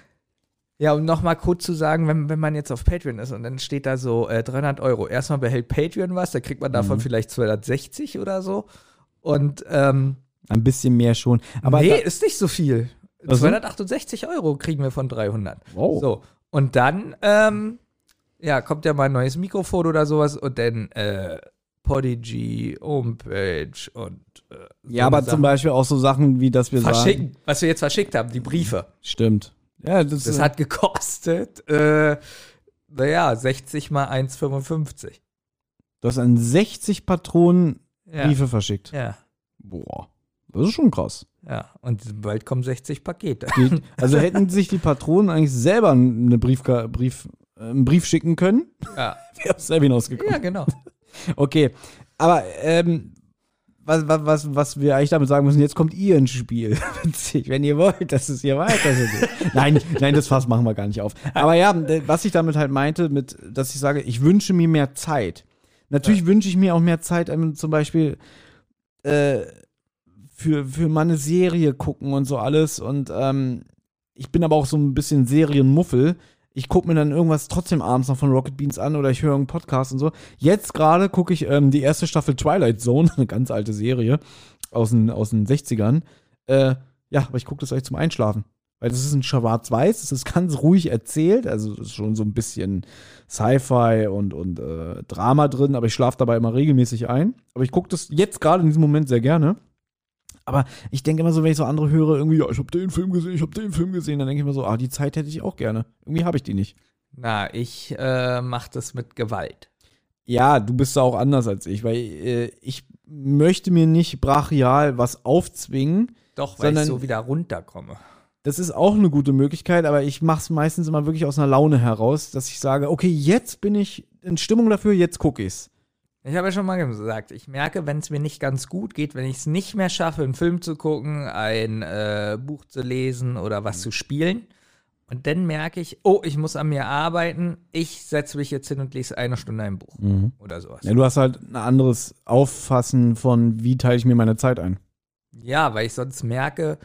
ja, um nochmal kurz zu sagen, wenn, wenn man jetzt auf Patreon ist und dann steht da so äh, dreihundert Euro, erstmal behält Patreon was, da kriegt man davon
Mhm.
vielleicht zweihundertsechzig oder so. Und ähm,
Ein bisschen mehr schon. Aber
nee,
da,
ist nicht so viel.
Ach so.
zweihundertachtundsechzig Euro kriegen wir von dreihundert.
wow.
So, und dann, ähm, ja, kommt ja mal ein neues Mikrofon oder sowas und dann äh, Podigy, Homepage und äh, so
Ja, aber
eine
zum
Sachen.
Beispiel auch so Sachen, wie dass wir
Verschicken,
sagen.
was wir jetzt verschickt haben, die Briefe.
Stimmt. Ja, das,
Das
äh,
hat gekostet, äh, naja, sechzig mal eins Komma fünfundfünfzig.
du hast an sechzig Patronen
Ja.
Briefe verschickt.
Ja,
Boah. Das ist schon krass.
ja. Und bald kommen sechzig Pakete.
Geht. Also hätten sich die Patronen eigentlich selber eine Briefka Brief, äh, einen Brief schicken können,
Ja,
wäre es selber hinausgekommen.
ja genau.
Okay, aber ähm, was, was, was, was wir eigentlich damit sagen müssen, jetzt kommt ihr ins Spiel. Witzig, wenn ihr wollt, dass es hier weiter so geht. Nein, nein, das Fass machen wir gar nicht auf. Aber ja, was ich damit halt meinte, mit, dass ich sage, ich wünsche mir mehr Zeit. Natürlich
Ja.
wünsche ich mir auch mehr Zeit, ähm, zum Beispiel äh, für, für mal eine Serie gucken und so alles. Und ähm, ich bin aber auch so ein bisschen Serienmuffel. Ich gucke mir dann irgendwas trotzdem abends noch von Rocket Beans an oder ich höre einen Podcast und so. Jetzt gerade gucke ich ähm, die erste Staffel Twilight Zone, eine ganz alte Serie aus den, aus den sechzigern. Äh, ja, aber ich gucke das eigentlich zum Einschlafen. Weil das ist ein Schwarz-Weiß, das ist ganz ruhig erzählt, also das ist schon so ein bisschen Sci-Fi und, und äh, Drama drin, aber ich schlafe dabei immer regelmäßig ein. Aber ich gucke das jetzt gerade in diesem Moment sehr gerne. Aber ich denke immer so, wenn ich so andere höre, irgendwie, ja, ich habe den Film gesehen, ich habe den Film gesehen, dann denke ich mir so, ah, die Zeit hätte ich auch gerne. Irgendwie habe ich die nicht.
Na, ich äh, mach das mit Gewalt.
Ja, du bist da auch anders als ich, weil äh, ich möchte mir nicht brachial was aufzwingen.
Doch, weil
Sondern-
ich so wieder runterkomme.
Das ist auch eine gute Möglichkeit, aber ich mache es meistens immer wirklich aus einer Laune heraus, dass ich sage, okay, jetzt bin ich in Stimmung dafür, jetzt gucke ich's.
Ich habe ja schon mal gesagt, ich merke, wenn es mir nicht ganz gut geht, wenn ich es nicht mehr schaffe, einen Film zu gucken, ein äh, Buch zu lesen oder was zu spielen. Und dann merke ich, oh, ich muss an mir arbeiten. Ich setze mich jetzt hin und lese eine Stunde ein Buch oder sowas.
Ja, du hast halt ein anderes Auffassen von, wie teile ich mir meine Zeit ein.
Ja, weil ich sonst merke,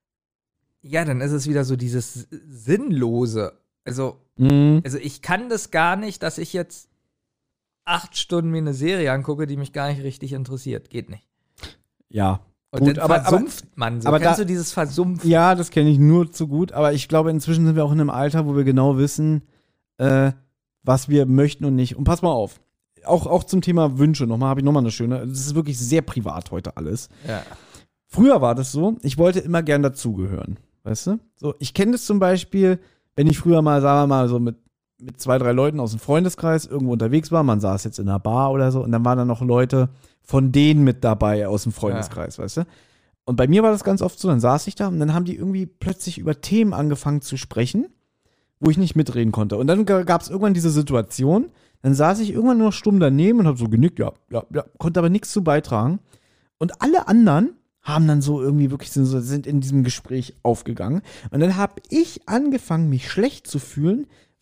ja, dann ist es wieder so dieses Sinnlose. Also,
Mhm.
also ich kann das gar nicht, dass ich jetzt acht Stunden mir eine Serie angucke, die mich gar nicht richtig interessiert. Geht nicht.
Ja.
Und
Gut,
dann
aber- aber-
versumpft man so.
aber
Kennst
da-
du dieses Versumpfen?
Ja, das kenne ich nur zu gut, aber ich glaube, inzwischen sind wir auch in einem Alter, wo wir genau wissen, äh, was wir möchten und nicht. Und pass mal auf. Auch, auch zum Thema Wünsche nochmal, habe ich nochmal eine schöne. Das ist wirklich sehr privat heute alles.
Ja.
Früher war das so, ich wollte immer gern dazugehören. Weißt du? So, ich kenne das zum Beispiel, wenn ich früher mal, sagen wir mal, so mit, mit zwei, drei Leuten aus dem Freundeskreis irgendwo unterwegs war, man saß jetzt in einer Bar oder so, und dann waren da noch Leute von denen mit dabei aus dem Freundeskreis, weißt du? Und bei mir war das ganz oft so, dann saß ich da und dann haben die irgendwie plötzlich über Themen angefangen zu sprechen, wo ich nicht mitreden konnte. Und dann gab es irgendwann diese Situation, dann saß ich irgendwann nur noch stumm daneben und habe so genickt, ja, ja, ja, konnte aber nichts zu beitragen. Und alle anderen haben dann so irgendwie wirklich sind, so- sind in diesem Gespräch aufgegangen. Und dann habe ich angefangen, mich schlecht zu fühlen, weil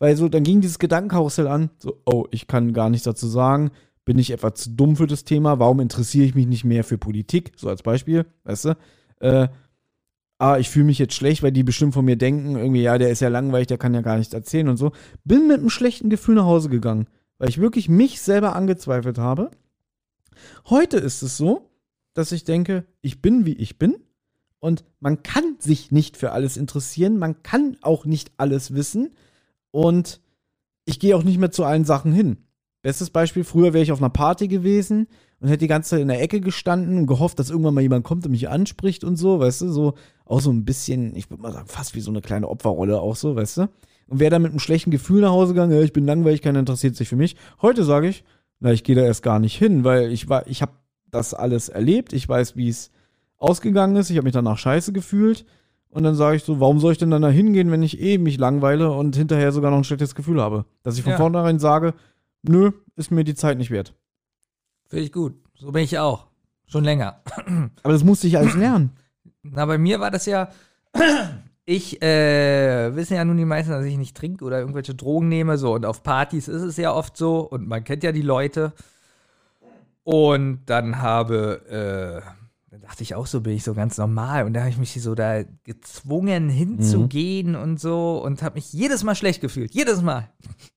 weil so, dann ging dieses Gedankenkarussell an, so, oh, ich kann gar nichts dazu sagen, bin ich etwa zu dumm für das Thema, warum interessiere ich mich nicht mehr für Politik, so als Beispiel, weißt du, äh, ah, ich fühle mich jetzt schlecht, weil die bestimmt von mir denken, irgendwie, ja, der ist ja langweilig, der kann ja gar nichts erzählen und so. Bin mit einem schlechten Gefühl nach Hause gegangen, weil ich wirklich mich selber angezweifelt habe. Heute ist es so, dass ich denke, ich bin, wie ich bin und man kann sich nicht für alles interessieren, man kann auch nicht alles wissen und ich gehe auch nicht mehr zu allen Sachen hin. Bestes Beispiel, früher wäre ich auf einer Party gewesen und hätte die ganze Zeit in der Ecke gestanden und gehofft, dass irgendwann mal jemand kommt und mich anspricht und so, weißt du, so auch so ein bisschen, ich würde mal sagen, fast wie so eine kleine Opferrolle auch so, weißt du, und wäre dann mit einem schlechten Gefühl nach Hause gegangen, ja, ich bin langweilig, keiner interessiert sich für mich. Heute sage ich, na, ich gehe da erst gar nicht hin, weil ich war, ich habe das alles erlebt, ich weiß, wie es ausgegangen ist, ich habe mich danach scheiße gefühlt und dann sage ich so, warum soll ich denn dann da hingehen, wenn ich eh mich langweile und hinterher sogar noch ein schlechtes Gefühl habe, dass ich von
Ja.
vornherein sage, nö, ist mir die Zeit nicht wert.
Finde ich gut. So bin ich auch. Schon länger.
Aber das musste ich alles lernen.
Na, bei mir war das ja, ich, äh, wissen ja nun die meisten, dass ich nicht trinke oder irgendwelche Drogen nehme, so, und auf Partys ist es ja oft so, und man kennt ja die Leute. Und dann habe, äh, dann dachte ich auch so, bin ich so ganz normal, und da habe ich mich so da gezwungen hinzugehen und so, und habe mich jedes Mal schlecht gefühlt, jedes Mal.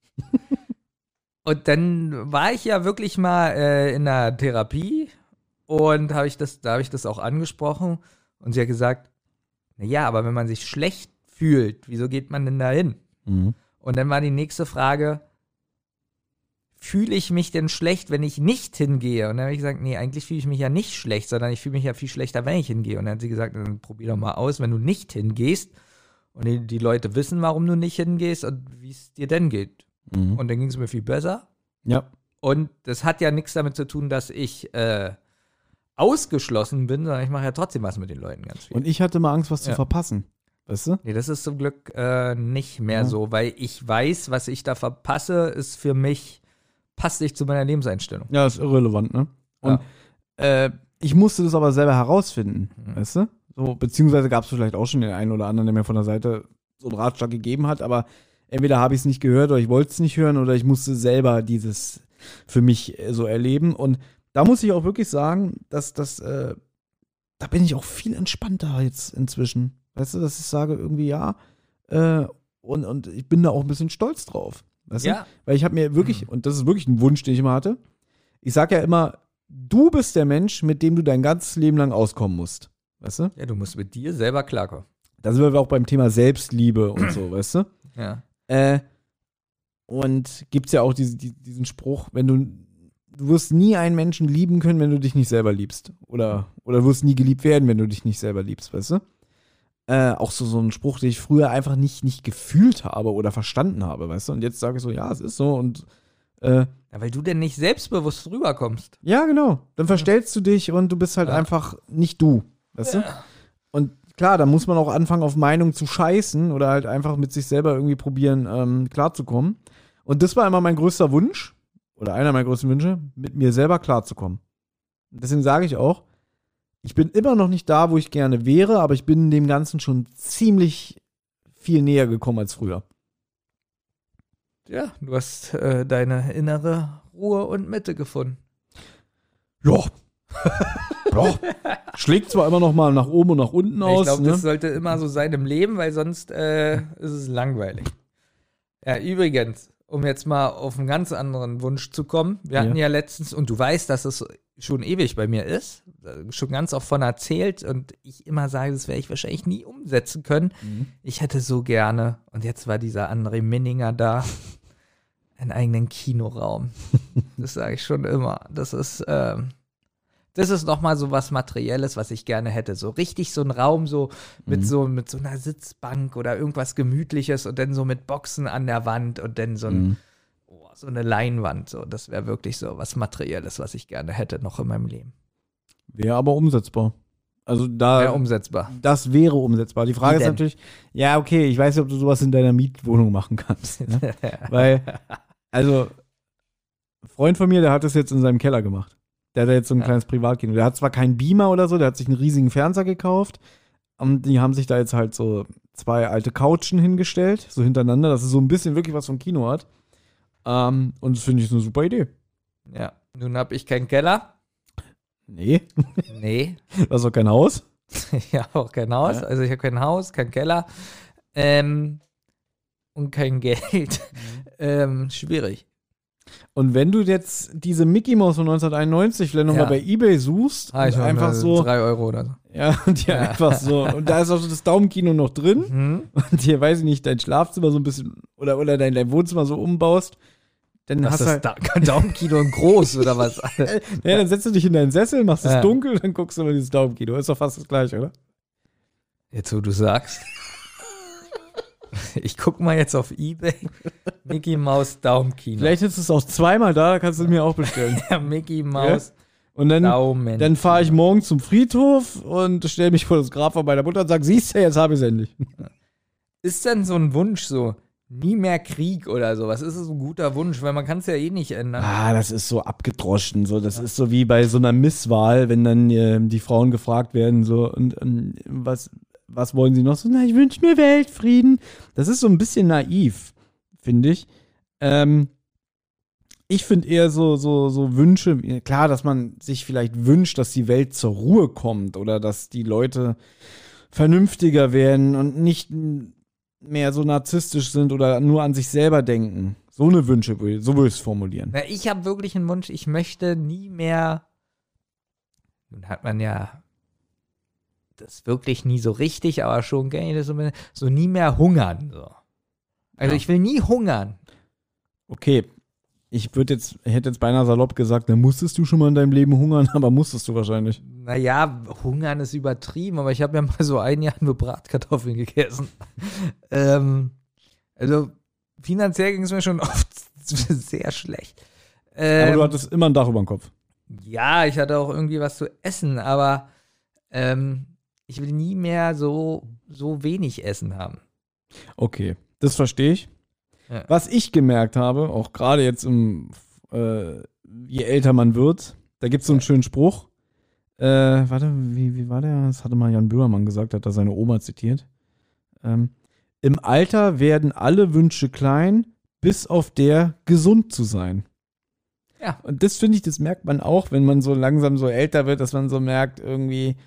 Und dann war ich ja wirklich mal äh, in einer Therapie und habe ich das, da habe ich das auch angesprochen und sie hat gesagt, na ja, aber wenn man sich schlecht fühlt, wieso geht man denn da hin?
Mhm.
Und dann war die nächste Frage, fühle ich mich denn schlecht, wenn ich nicht hingehe? Und dann habe ich gesagt, nee, eigentlich fühle ich mich ja nicht schlecht, sondern ich fühle mich ja viel schlechter, wenn ich hingehe. Und dann hat sie gesagt, dann probier doch mal aus, wenn du nicht hingehst und die, die Leute wissen, warum du nicht hingehst und wie es dir denn geht.
Mhm.
Und dann ging es mir viel besser.
Ja.
Und das hat ja nichts damit zu tun, dass ich äh, ausgeschlossen bin, sondern ich mache ja trotzdem was mit den Leuten ganz viel.
Und ich hatte mal Angst, was zu
Ja.
verpassen. Weißt du?
Nee, das ist zum Glück äh, nicht mehr
Ja.
so, weil ich weiß, was ich da verpasse, ist für mich, passt nicht zu meiner Lebenseinstellung.
Ja, ist irrelevant, ne? Und äh, ich musste das aber selber herausfinden,
Mhm.
weißt du? So, beziehungsweise gab es vielleicht auch schon den einen oder anderen, der mir von der Seite so einen Ratschlag gegeben hat, aber entweder habe ich es nicht gehört oder ich wollte es nicht hören oder ich musste selber dieses für mich äh, so erleben. Und da muss ich auch wirklich sagen, dass das, äh, da bin ich auch viel entspannter jetzt inzwischen. Weißt du, dass ich sage irgendwie ja, äh, und, und ich bin da auch ein bisschen stolz drauf. Weißt du?
Ja.
Weil ich habe mir wirklich, und das ist wirklich ein Wunsch, den ich immer hatte, ich sage ja immer, du bist der Mensch, mit dem du dein ganzes Leben lang auskommen musst. Weißt du?
Ja, du musst mit dir selber klarkommen.
Da sind wir auch beim Thema Selbstliebe und so, weißt du?
Ja.
Äh, und gibt's ja auch diese, die, diesen Spruch, wenn du, du wirst nie einen Menschen lieben können, wenn du dich nicht selber liebst. Oder, oder du wirst nie geliebt werden, wenn du dich nicht selber liebst, weißt du? Äh, auch so, so ein Spruch, den ich früher einfach nicht, nicht gefühlt habe oder verstanden habe, weißt du? Und jetzt sage ich so, ja, es ist so und äh,
Ja, weil du denn nicht selbstbewusst rüberkommst.
ja, genau. Dann verstellst du dich und du bist halt
Ja.
einfach nicht du, weißt du? Und klar, da muss man auch anfangen, auf Meinung zu scheißen oder halt einfach mit sich selber irgendwie probieren, ähm, klarzukommen. Und das war immer mein größter Wunsch, oder einer meiner größten Wünsche, mit mir selber klarzukommen. Und deswegen sage ich auch, ich bin immer noch nicht da, wo ich gerne wäre, aber ich bin dem Ganzen schon ziemlich viel näher gekommen als früher.
Ja, du hast äh, deine innere Ruhe und Mitte gefunden.
Ja. Ja. Schlägt zwar immer noch mal nach oben und nach unten aus.
Ich glaube,
ne?
das sollte immer so sein im Leben, weil sonst äh, ist es langweilig. Ja, übrigens, um jetzt mal auf einen ganz anderen Wunsch zu kommen. Wir hatten
Ja.
ja letztens, und du weißt, dass es schon ewig bei mir ist, äh, schon ganz oft von erzählt und ich immer sage, das werde ich wahrscheinlich nie umsetzen können.
Mhm.
Ich hätte so gerne, und jetzt war dieser André Minninger da, einen eigenen Kinoraum. Das sage ich schon immer. Das ist, ähm, das ist nochmal so was Materielles, was ich gerne hätte. So richtig so ein Raum, so mit,
Mhm.
so mit so einer Sitzbank oder irgendwas Gemütliches und dann so mit Boxen an der Wand und dann so, ein,
Mhm.
oh, so eine Leinwand. So. Das wäre wirklich so was Materielles, was ich gerne hätte noch in meinem Leben.
Wäre aber umsetzbar. Also da,
Wäre umsetzbar.
das wäre umsetzbar. Die Frage
Wie
ist
denn?
natürlich, ja, okay, ich weiß nicht, ob du sowas in deiner Mietwohnung machen kannst. Ne? Weil, also, ein Freund von mir, der hat das jetzt in seinem Keller gemacht. Der hat jetzt so ein
Ja.
kleines Privatkino. Der hat zwar keinen Beamer oder so, der hat sich einen riesigen Fernseher gekauft, Und die haben sich da jetzt halt so zwei alte Couchen hingestellt, so hintereinander, dass es so ein bisschen wirklich was vom Kino hat. Ähm, und das finde ich eine super Idee.
Ja. Nun habe ich keinen Keller.
Nee,
Nee.
das ist doch kein Haus.
Ich habe auch kein Haus.
Ja.
Also ich habe kein Haus, kein Keller. Ähm, und kein Geld. ähm, schwierig.
Und wenn du jetzt diese Mickey Mouse von neunzehnhunderteinundneunzig vielleicht nochmal
Ja.
bei eBay suchst,
Ah, ich
und
hab
einfach
mal
so,
drei Euro oder so.
ja, und die
Ja.
einfach so, und da ist auch so das Daumenkino noch drin,
Mhm.
und hier, weiß ich nicht, dein Schlafzimmer so ein bisschen, oder, oder dein, dein Wohnzimmer so umbaust, dann
Was
hast
ist
du halt,
das da? Daumenkino in groß oder was?
ja, dann setzt du dich in deinen Sessel, machst es
Ja.
dunkel, dann guckst du mal dieses Daumenkino. Ist doch fast das gleiche, oder?
Jetzt, wo du sagst. Ich guck mal jetzt auf eBay. Mickey Maus Daumenkino.
Vielleicht ist es auch zweimal da, da kannst du es mir auch bestellen.
Ja, Mickey Maus
Und dann,
Daumen.
dann fahre ich morgen zum Friedhof und stelle mich vor das Grab von meiner Mutter und sage, siehst du, jetzt habe ich es endlich.
Ist denn so ein Wunsch so, nie mehr Krieg oder sowas? Ist es ein guter Wunsch? Weil man kann es ja eh nicht ändern.
Ah, das ist so abgedroschen. So. Das ist so wie bei so einer Misswahl, wenn dann äh, die Frauen gefragt werden, so, und, und was, was wollen sie noch? So, na, ich wünsche mir Weltfrieden. Das ist so ein bisschen naiv, finde ich. Ähm, ich finde eher so, so, so Wünsche, klar, dass man sich vielleicht wünscht, dass die Welt zur Ruhe kommt oder dass die Leute vernünftiger werden und nicht mehr so narzisstisch sind oder nur an sich selber denken. So eine Wünsche, so würde ich es formulieren.
Na, ich habe wirklich einen Wunsch, ich möchte nie mehr, nun hat man ja das wirklich nie so richtig, aber schon gerne so, so nie mehr hungern. So. Also
Ja.
ich will nie hungern.
Okay, ich würde jetzt, hätte jetzt beinahe salopp gesagt, dann musstest du schon mal in deinem Leben hungern, aber musstest du wahrscheinlich.
Naja, hungern ist übertrieben, aber ich habe ja mal so ein Jahr nur Bratkartoffeln gegessen. ähm, also finanziell ging es mir schon oft sehr schlecht. Ähm,
Aber du hattest immer ein Dach über dem Kopf.
Ja, ich hatte auch irgendwie was zu essen, aber ähm, ich will nie mehr so, so wenig Essen haben.
Okay, das verstehe ich.
Ja.
Was ich gemerkt habe, auch gerade jetzt im, äh, je älter man wird, da gibt es so einen schönen Spruch. Äh, warte, wie, wie war der? Das hatte mal Jan Böhmermann gesagt, hat da seine Oma zitiert. Ähm, Im Alter werden alle Wünsche klein, bis auf der, gesund zu sein.
Ja.
Und das finde ich, das merkt man auch, wenn man so langsam so älter wird, dass man so merkt, irgendwie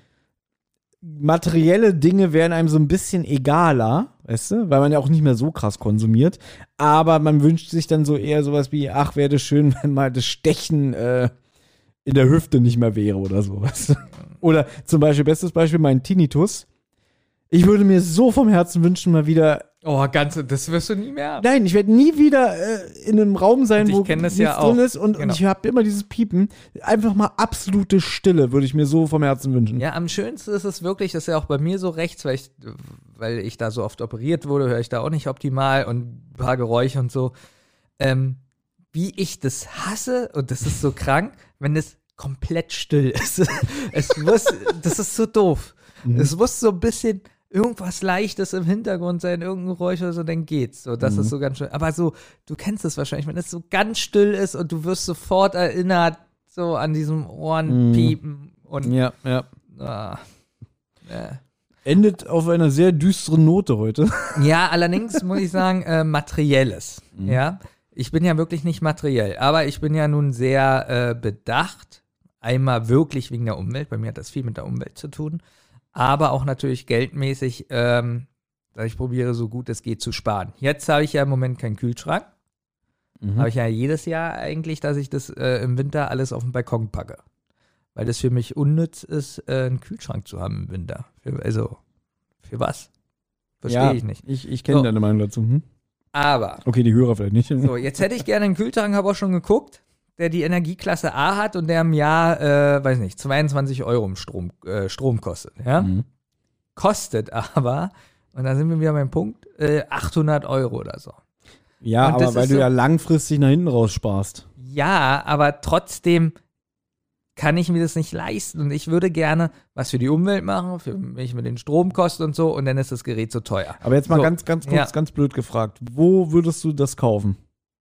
materielle Dinge werden einem so ein bisschen egaler, weißt du, weil man ja auch nicht mehr so krass konsumiert, aber man wünscht sich dann so eher sowas wie, ach, wäre das schön, wenn mal das Stechen äh, in der Hüfte nicht mehr wäre oder so, weißt du? Oder zum Beispiel, bestes Beispiel, mein Tinnitus. Ich würde mir so vom Herzen wünschen, mal wieder.
Oh, ganz, das wirst du nie mehr.
Nein, ich werde nie wieder äh, in einem Raum sein,
Ich
wo
kenn das
nichts
ja auch.
drin ist und,
Genau.
und ich habe immer dieses Piepen. Einfach mal absolute Stille würde ich mir so vom Herzen wünschen.
Ja, am schönsten ist es wirklich, das ist ja auch bei mir so rechts, weil ich, weil ich da so oft operiert wurde, höre ich da auch nicht optimal und ein paar Geräusche und so. Ähm, wie ich das hasse, und das ist so krank, wenn es komplett still ist. Es muss, das ist so doof.
Mhm.
Es muss so ein bisschen irgendwas Leichtes im Hintergrund sein, irgendein Geräusch oder so, dann geht's. So, das
Mhm.
ist so ganz schön. Aber so, du kennst es wahrscheinlich, wenn es so ganz still ist und du wirst sofort erinnert, so an diesem Ohrenpiepen und
Ja, ja.
ah, äh.
Endet auf einer sehr düsteren Note heute.
Ja, allerdings muss ich sagen, äh, materielles.
Mhm.
Ja, ich bin ja wirklich nicht materiell, aber ich bin ja nun sehr äh, bedacht. Einmal wirklich wegen der Umwelt, bei mir hat das viel mit der Umwelt zu tun, aber auch natürlich geldmäßig, ähm, dass ich probiere, so gut es geht zu sparen. Jetzt habe ich ja im Moment keinen Kühlschrank.
Mhm.
Habe ich ja jedes Jahr eigentlich, dass ich das äh, im Winter alles auf den Balkon packe. Weil das für mich unnütz ist, äh, einen Kühlschrank zu haben im Winter. Für, also, für was? Verstehe
ja,
ich nicht.
Ich, ich kenne
So.
deine Meinung dazu. Hm?
Aber,
Okay, die Hörer vielleicht nicht.
so, jetzt hätte ich gerne einen Kühlschrank, habe auch schon geguckt, der die Energieklasse A hat und der im Jahr, äh, weiß nicht, zweiundzwanzig Euro im Strom, äh, Strom kostet. Ja?
Mhm.
Kostet aber, und da sind wir wieder beim Punkt, äh, achthundert Euro oder so.
Ja,
Und
aber
das
weil
ist
du
so-
ja langfristig nach hinten raus sparst.
Ja, aber trotzdem kann ich mir das nicht leisten. Und ich würde gerne was für die Umwelt machen, für mich mit den Stromkosten und so, und dann ist das Gerät so teuer.
Aber jetzt mal
So,
ganz, ganz kurz,
ja.
ganz blöd gefragt. Wo würdest du das kaufen?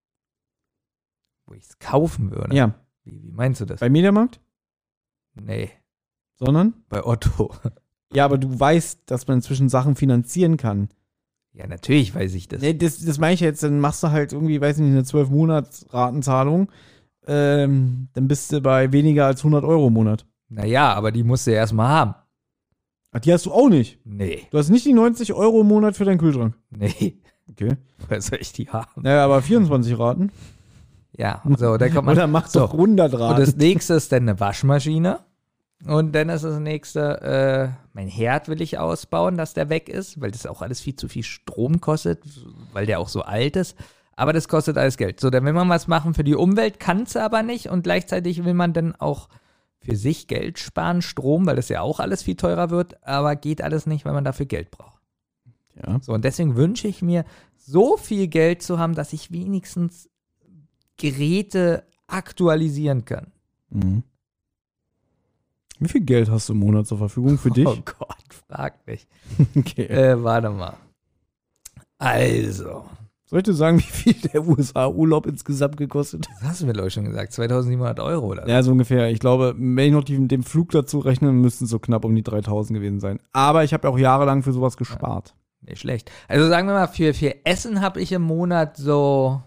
Wo ich es kaufen würde.
Ja,
Wie, wie meinst du das?
bei Mediamarkt?
Nee,
Sondern?
bei Otto.
Ja, aber du weißt, dass man inzwischen Sachen finanzieren kann.
Ja, natürlich weiß ich das.
Nee, das, das meine ich jetzt, dann machst du halt irgendwie, weiß nicht, eine zwölf Monats Ratenzahlung. Ähm, dann bist du bei weniger als hundert Euro im Monat.
Naja, aber die musst du ja erstmal haben.
Ach, die hast du auch nicht.
Nee,
Du hast nicht die neunzig Euro im Monat für deinen Kühlschrank.
nee.
Okay.
Woher soll ich die haben?
Naja, aber vierundzwanzig Raten.
Ja, so, dann kommt man.
Oder mach
so.
doch hundert
Und
Raten.
das nächste ist dann eine Waschmaschine. Und dann ist das nächste, äh, mein Herd will ich ausbauen, dass der weg ist, weil das auch alles viel zu viel Strom kostet, weil der auch so alt ist. Aber das kostet alles Geld. So, dann will man was machen für die Umwelt, kann es aber nicht. Und gleichzeitig will man dann auch für sich Geld sparen, Strom, weil das ja auch alles viel teurer wird. Aber geht alles nicht, weil man dafür Geld braucht.
Ja.
So, und deswegen wünsche ich mir, so viel Geld zu haben, dass ich wenigstens Geräte aktualisieren kann.
Mhm. Wie viel Geld hast du im Monat zur Verfügung für dich?
Oh Gott, frag mich.
Okay.
Äh, warte mal. Also,
Soll ich dir sagen, wie viel der U S A-Urlaub insgesamt gekostet hat?
das hast du mir, glaube ich, schon gesagt. zweitausendsiebenhundert Euro oder so.
Ja, so ungefähr. Ich glaube, wenn ich noch die, den Flug dazu rechne, müssten es so knapp um die dreitausend gewesen sein. Aber ich habe ja auch jahrelang für sowas gespart.
Nicht schlecht. Also sagen wir mal, für, für Essen habe ich im Monat so,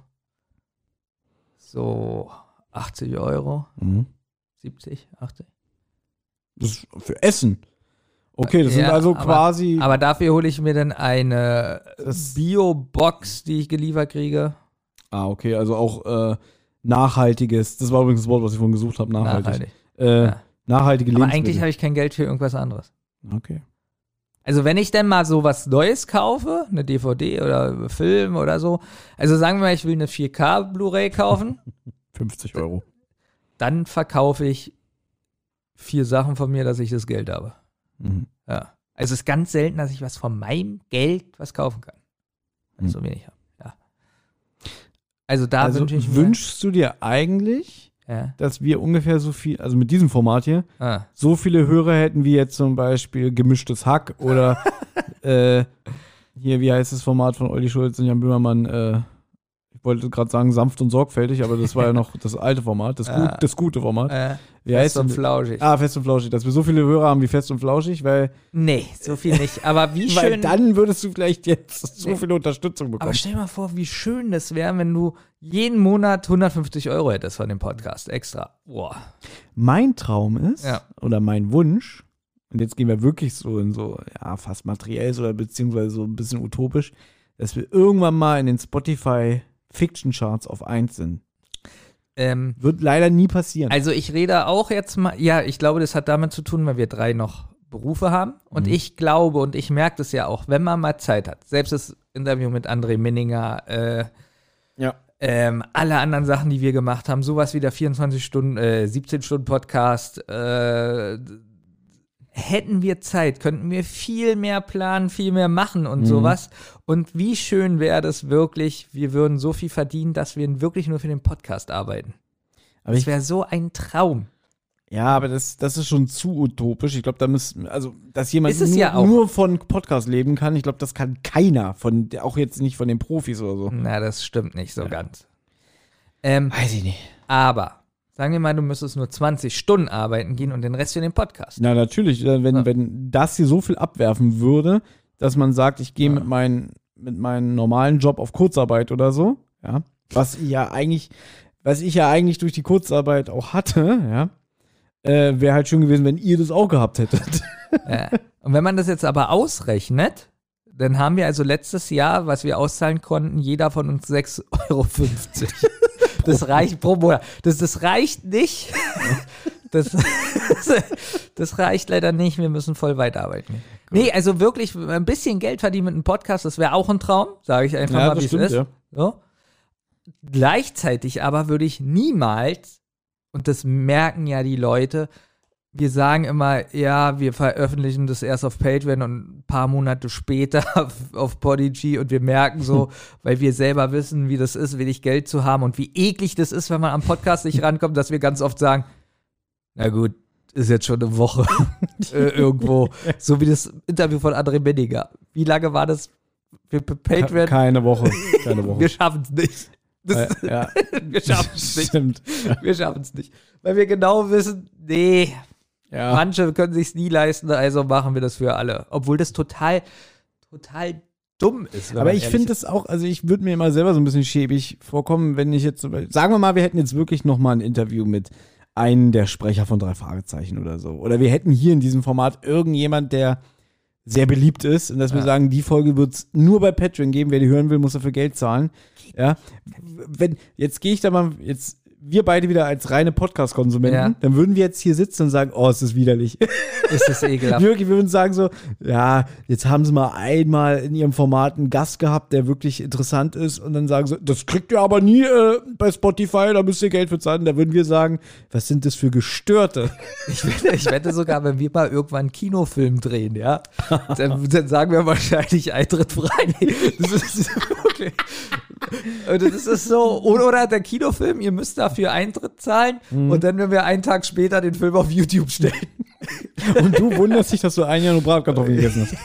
so achtzig Euro.
Mhm.
siebzig, achtzig.
Das ist für Essen. Okay, das
Ja,
sind also
aber-
quasi.
Aber dafür hole ich mir dann eine
Das-
Bio-Box, die ich geliefert kriege.
ah, okay, also auch äh, nachhaltiges. Das war übrigens das Wort, was ich vorhin gesucht habe. Nachhaltig.
Nachhaltig.
Äh,
Ja.
Nachhaltige
Aber
Lebensmittel.
eigentlich habe ich kein Geld für irgendwas anderes.
Okay.
Also wenn ich denn mal so was Neues kaufe, eine D V D oder Film oder so, also sagen wir mal, ich will eine vier K Blu-ray kaufen,
fünfzig Euro.
dann verkaufe ich vier Sachen von mir, dass ich das Geld habe.
Mhm.
Ja. Also es ist ganz selten, dass ich was von meinem Geld was kaufen kann. Weil ich so wenig habe. Ja. Also da
Also
wünsche ich mir.
wünschst du dir eigentlich,
Ja.
dass wir ungefähr so viel, also mit diesem Format hier,
Ah.
so viele Hörer hätten wie jetzt zum Beispiel Gemischtes Hack oder äh, hier, wie heißt das Format von Olli Schulz und Jan Böhmermann? Äh, ich wollte gerade sagen sanft und sorgfältig, aber das war ja noch das alte Format, das,
Ah.
gut, das gute Format.
Äh,
Wie
fest
heißt
und
das?
flauschig.
Ah, Fest und Flauschig, dass wir so viele Hörer haben wie Fest und Flauschig, weil,
Nee, so viel nicht. Aber wie
weil
schön.
dann würdest du vielleicht jetzt so
Nee.
viel Unterstützung bekommen.
Aber stell dir mal vor, wie schön das wäre, wenn du jeden Monat hundertfünfzig Euro hättest von dem Podcast extra. Boah.
Mein Traum ist,
Ja.
oder mein Wunsch, und jetzt gehen wir wirklich so in so, ja, fast materiell oder beziehungsweise so ein bisschen utopisch, dass wir irgendwann mal in den Spotify Fiction Charts auf eins sind.
Ähm,
Wird leider nie passieren.
also ich rede auch jetzt mal, ja, ich glaube, das hat damit zu tun, weil wir drei noch Berufe haben. Und
Mhm.
ich glaube, und ich merke das ja auch, wenn man mal Zeit hat, selbst das Interview mit André Minninger, äh,
ja.
ähm, alle anderen Sachen, die wir gemacht haben, sowas wie der vierundzwanzig Stunden, äh, siebzehn Stunden Podcast, äh, hätten wir Zeit, könnten wir viel mehr planen, viel mehr machen und
Mhm.
sowas. Und wie schön wäre das wirklich, wir würden so viel verdienen, dass wir wirklich nur für den Podcast arbeiten.
Aber
Das
ich,
wäre so ein Traum.
ja, aber das, das ist schon zu utopisch. Ich glaube, da müssen, also, dass jemand
Ist es
nur,
ja auch.
nur von Podcast leben kann, ich glaube, das kann keiner, von, auch jetzt nicht von den Profis oder so.
Na, das stimmt nicht so ganz. Ähm,
Weiß ich nicht.
aber, sagen wir mal, du müsstest nur zwanzig Stunden arbeiten gehen und den Rest für den Podcast.
Na, natürlich, äh, wenn,
Ja.
wenn das hier so viel abwerfen würde, dass man sagt, ich gehe
Ja.
mit, meinen, mit meinem normalen Job auf Kurzarbeit oder so, ja, was ich ja eigentlich, was ich ja eigentlich durch die Kurzarbeit auch hatte, ja, äh, wäre halt schön gewesen, wenn ihr das auch gehabt hättet.
Ja. Und wenn man das jetzt aber ausrechnet, dann haben wir also letztes Jahr, was wir auszahlen konnten, jeder von uns sechs Euro fünfzig. Das reicht pro Monat. Das, das reicht nicht. Das, das reicht leider nicht. Wir müssen voll weiterarbeiten. Nee, also wirklich ein bisschen Geld verdienen mit einem Podcast, das wäre auch ein Traum, sage ich einfach mal, wie es ist.
ja.
So. Gleichzeitig aber würde ich niemals, und das merken ja die Leute, wir sagen immer, ja, wir veröffentlichen das erst auf Patreon und ein paar Monate später auf, auf Podigy und wir merken so, weil wir selber wissen, wie das ist, wenig Geld zu haben und wie eklig das ist, wenn man am Podcast nicht rankommt, dass wir ganz oft sagen, na gut, ist jetzt schon eine Woche äh, irgendwo. So wie das Interview von André Benninger. Wie lange war das für Patreon?
Keine Woche. Keine Woche.
Wir schaffen es nicht. Das,
Äh, ja,
wir schaffen es nicht.
stimmt.
Wir schaffen es nicht. Weil wir genau wissen, nee,
Ja.
Manche können sich's nie leisten, also machen wir das für alle. Obwohl das total, total dumm ist.
Aber ich finde es auch, also ich würde mir immer selber so ein bisschen schäbig vorkommen, wenn ich jetzt, sagen wir mal, wir hätten jetzt wirklich nochmal ein Interview mit einem der Sprecher von drei Fragezeichen oder so. Oder wir hätten hier in diesem Format irgendjemand, der sehr beliebt ist und dass ja. wir sagen, die Folge wird es nur bei Patreon geben. Wer die hören will, muss dafür Geld zahlen. Ja. Wenn, jetzt gehe ich da mal, jetzt wir beide wieder als reine Podcast-Konsumenten, ja. dann würden wir jetzt hier sitzen und sagen, oh, es ist widerlich.
Es ist ekelhaft.
Wirklich, wir würden sagen so, ja, jetzt haben sie mal einmal in ihrem Format einen Gast gehabt, der wirklich interessant ist und dann sagen sie, das kriegt ihr aber nie äh, bei Spotify, da müsst ihr Geld für zahlen. Da würden wir sagen, was sind das für Gestörte?
Ich wette, ich wette sogar, wenn wir mal irgendwann einen Kinofilm drehen, ja, dann, dann sagen wir wahrscheinlich Eintritt frei. Das ist wirklich, das ist so, oder der Kinofilm, ihr müsst dafür Eintritt zahlen mhm. und dann, wenn wir einen Tag später den Film auf YouTube stellen.
Und du wunderst dich, dass du ein Jahr nur Bratkartoffeln gegessen hast.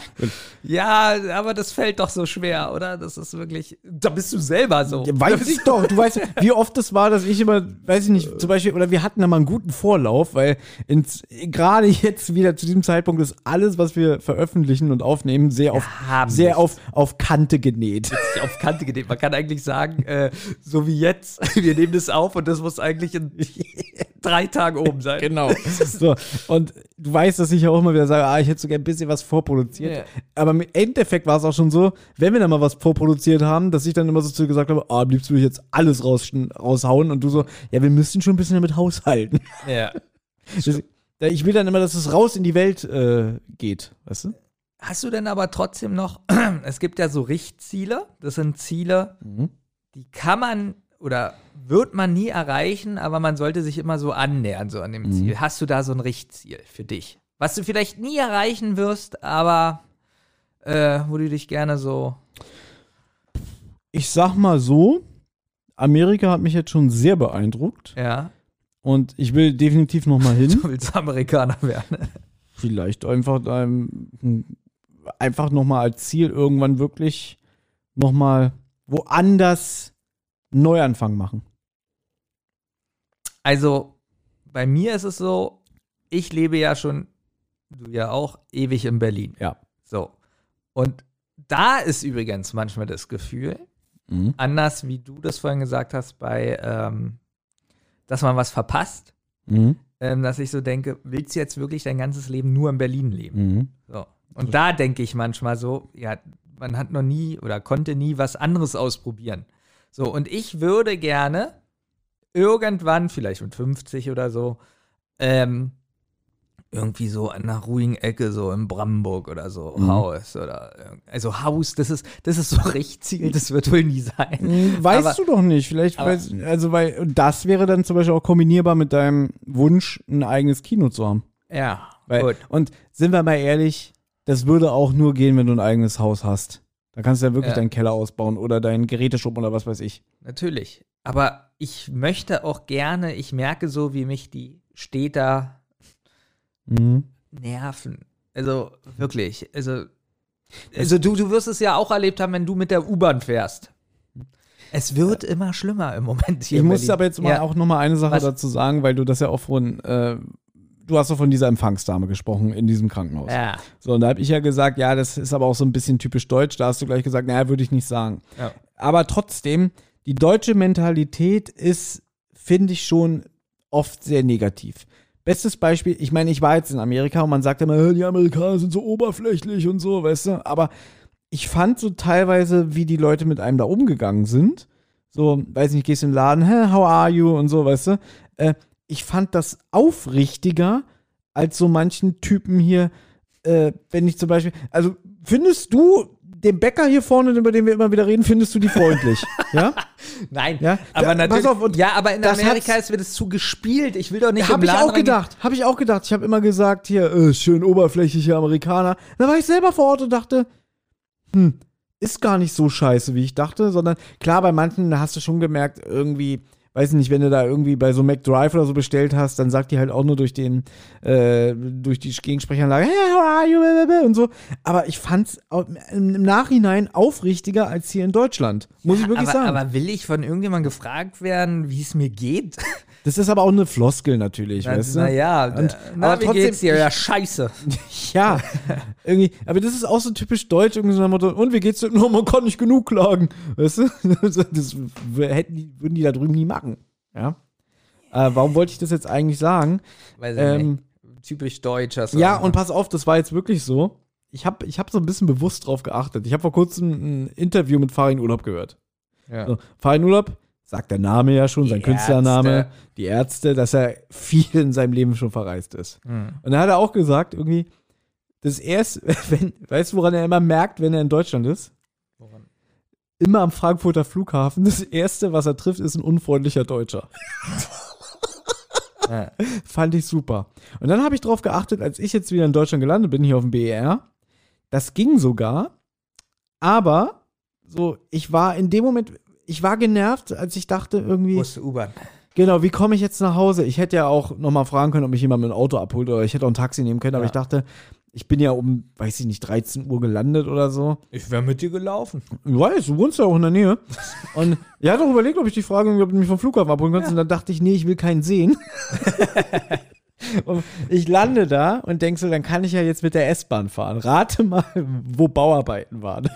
Ja, aber das fällt doch so schwer, oder? Das ist wirklich, da bist du selber so.
Ja, weiß ich doch. Du weißt, wie oft es war, dass ich immer, weiß ich nicht, zum Beispiel, oder wir hatten da mal einen guten Vorlauf, weil ins, gerade jetzt wieder zu diesem Zeitpunkt ist alles, was wir veröffentlichen und aufnehmen, sehr auf,
ja,
sehr auf, auf Kante genäht.
Auf Kante genäht. Man kann eigentlich sagen, äh, so wie jetzt, wir nehmen das auf und das muss eigentlich in drei Tagen oben sein.
Genau. So, und du weißt, dass ich ja auch immer wieder sage, ah, ich hätte sogar ein bisschen was vorproduziert. Yeah. Aber im Endeffekt war es auch schon so, wenn wir dann mal was vorproduziert haben, dass ich dann immer so zu dir gesagt habe, ah, am liebsten würde ich jetzt alles raus, raushauen und du so, ja, wir müssen schon ein bisschen damit haushalten.
Ja.
Das, ich will dann immer, dass es raus in die Welt äh, geht, weißt du?
Hast du denn aber trotzdem noch, es gibt ja so Richtziele, das sind Ziele, mhm. die kann man oder wird man nie erreichen, aber man sollte sich immer so annähern, so an dem mhm. Ziel. Hast du da so ein Richtziel für dich? Was du vielleicht nie erreichen wirst, aber äh, wo du dich gerne so...
Ich sag mal so, Amerika hat mich jetzt schon sehr beeindruckt.
Ja.
Und ich will definitiv noch mal hin.
Du willst Amerikaner werden.
Vielleicht einfach ähm, einfach noch mal als Ziel irgendwann wirklich noch mal woanders Neuanfang machen.
Also, bei mir ist es so, ich lebe ja schon, du ja auch, ewig in Berlin.
Ja.
So. Und da ist übrigens manchmal das Gefühl, mhm. anders wie du das vorhin gesagt hast, bei, ähm, dass man was verpasst, mhm. ähm, dass ich so denke, willst du jetzt wirklich dein ganzes Leben nur in Berlin leben? Mhm. So. Und da denke ich manchmal so, ja, man hat noch nie oder konnte nie was anderes ausprobieren. So, und ich würde gerne irgendwann, vielleicht mit fünfzig oder so, ähm, irgendwie so an einer ruhigen Ecke, so in Brandenburg oder so, mhm. Haus oder, also Haus, das ist, das ist so Richtziel, das wird wohl nie sein.
Weißt
aber,
du doch nicht, vielleicht, aber, weiß, also, weil, das wäre dann zum Beispiel auch kombinierbar mit deinem Wunsch, ein eigenes Kino zu haben.
Ja,
weil,
gut.
Und sind wir mal ehrlich, das würde auch nur gehen, wenn du ein eigenes Haus hast. Da kannst du ja wirklich ja. deinen Keller ausbauen oder deinen Geräteschuppen oder was weiß ich.
Natürlich. Aber ich möchte auch gerne, ich merke so, wie mich die Städter mhm. nerven. Also wirklich. Also, also du, du wirst es ja auch erlebt haben, wenn du mit der U-Bahn fährst. Es wird ja. immer schlimmer im Moment hier.
Ich
in
muss
Berlin.
aber jetzt mal
ja.
auch noch mal eine Sache
was?
dazu sagen, weil du das ja auch von äh, du hast doch von dieser Empfangsdame gesprochen in diesem Krankenhaus.
Ja.
So, und da habe ich ja gesagt, ja, das ist aber auch so ein bisschen typisch deutsch. Da hast du gleich gesagt, naja, würde ich nicht sagen.
Ja.
Aber trotzdem, die deutsche Mentalität ist, finde ich, schon oft sehr negativ. Bestes Beispiel, ich meine, ich war jetzt in Amerika und man sagt immer, die Amerikaner sind so oberflächlich und so, weißt du. Aber ich fand so teilweise, wie die Leute mit einem da umgegangen sind. So, weiß nicht, gehst in den Laden, hey, how are you und so, weißt du. Äh, Ich fand das aufrichtiger als so manchen Typen hier, äh, wenn ich zum Beispiel, also findest du den Bäcker hier vorne, über den wir immer wieder reden, findest du die freundlich? Ja?
Nein,
ja?
aber
da,
natürlich,
pass auf,
ja, aber in Amerika ist, wird es zu gespielt. Ich will doch nicht
Hab
im
ich
Laden
auch gedacht, habe ich auch gedacht. Ich habe immer gesagt, hier, äh, schön oberflächliche Amerikaner. Da war ich selber vor Ort und dachte, hm, ist gar nicht so scheiße, wie ich dachte, sondern klar, bei manchen, da hast du schon gemerkt, irgendwie, weiß nicht, wenn du da irgendwie bei so McDrive oder so bestellt hast, dann sagt die halt auch nur durch den, äh, durch die Gegensprechanlage, hey, how are you, und so. Aber ich fand's im Nachhinein aufrichtiger als hier in Deutschland. Muss ich wirklich
aber,
sagen.
Aber will ich von irgendjemandem gefragt werden, wie es mir geht?
Das ist aber auch eine Floskel natürlich,
Na,
weißt du?
Naja,
Und-
na,
aber
wie
trotzdem,
geht's dir?
ich-
Ja, scheiße.
Ja, irgendwie, aber das ist auch so typisch deutsch, irgendwie so ein Motto, und wie geht's dir? No, man kann nicht genug klagen, weißt du? Das hätten die, würden die da drüben nie machen, ja? Äh, warum wollte ich das jetzt eigentlich sagen?
Weiß ich
Ähm,
nicht. Typisch deutsch. Hast du
Ja,
auch.
und pass auf, das war jetzt wirklich so. Ich habe ich hab so ein bisschen bewusst drauf geachtet. Ich habe vor kurzem ein Interview mit Farin Urlaub gehört.
Ja.
So, Farin Urlaub, sagt der Name ja schon,
Die
sein Künstlername,
Ärzte.
die Ärzte, dass er viel in seinem Leben schon verreist ist.
Hm.
Und da hat er auch gesagt, irgendwie, das erste, wenn, weißt du, woran er immer merkt, wenn er in Deutschland ist?
Woran?
Immer am Frankfurter Flughafen. Das erste, was er trifft, ist ein unfreundlicher Deutscher.
Ja.
Fand ich super. Und dann habe ich drauf geachtet, als ich jetzt wieder in Deutschland gelandet bin, hier auf dem B E R. Das ging sogar, aber so, ich war in dem Moment, ich war genervt, als ich dachte irgendwie,
Musste U-Bahn.
genau, wie komme ich jetzt nach Hause? Ich hätte ja auch nochmal fragen können, ob mich jemand mit dem Auto abholt oder ich hätte auch ein Taxi nehmen können, aber
Ja.
ich dachte, ich bin ja um, weiß ich nicht, dreizehn Uhr gelandet oder so.
Ich wäre mit dir gelaufen.
Ich weiß, du wohnst ja auch in der Nähe. Und er hat auch überlegt, ob ich die Frage, ob du mich vom Flughafen abholen kannst. Und dann dachte ich, nee, ich will keinen sehen. Und ich lande da und denk so, dann kann ich ja jetzt mit der S-Bahn fahren. Rate mal, wo Bauarbeiten waren.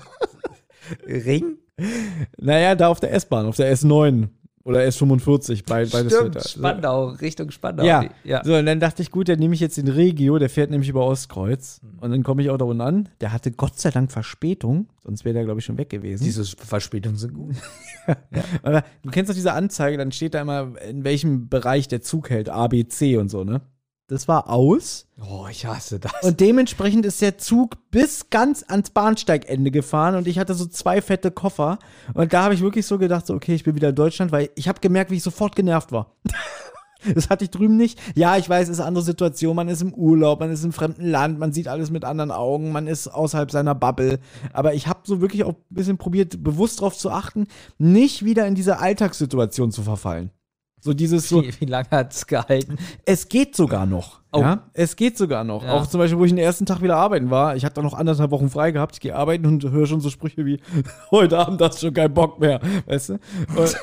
Ring?
Naja, da auf der S-Bahn, auf der S neun oder S fünfundvierzig. Bei, beides
Stimmt,
wird da.
Spandau, Richtung Spandau.
Ja.
ja.
So, und dann dachte ich, gut, dann nehme ich jetzt den Regio, der fährt nämlich über Ostkreuz.
Hm.
Und dann komme ich auch da unten an. Der hatte Gott sei Dank Verspätung, sonst wäre der, glaube ich, schon weg gewesen.
Diese Verspätungen sind gut.
Aber du kennst doch diese Anzeige, dann steht da immer, in welchem Bereich der Zug hält, A, B, C und so, ne? Das war aus.
Oh, ich hasse das.
Und dementsprechend ist der Zug bis ganz ans Bahnsteigende gefahren und ich hatte so zwei fette Koffer. Und da habe ich wirklich so gedacht, so, okay, ich bin wieder in Deutschland, weil ich habe gemerkt, wie ich sofort genervt war. Das hatte ich drüben nicht. Ja, ich weiß, es ist eine andere Situation. Man ist im Urlaub, man ist im fremden Land, man sieht alles mit anderen Augen, man ist außerhalb seiner Bubble. Aber ich habe so wirklich auch ein bisschen probiert, bewusst darauf zu achten, nicht wieder in diese Alltagssituation zu verfallen. So dieses so,
wie, wie lange hat es gehalten?
es geht sogar noch.
Oh.
Ja, es geht sogar noch.
Ja.
Auch zum Beispiel, wo ich den ersten Tag wieder arbeiten war. Ich hatte noch anderthalb Wochen frei gehabt. Ich gehe arbeiten und höre schon so Sprüche wie, heute Abend hast du schon keinen Bock mehr. Weißt du? Und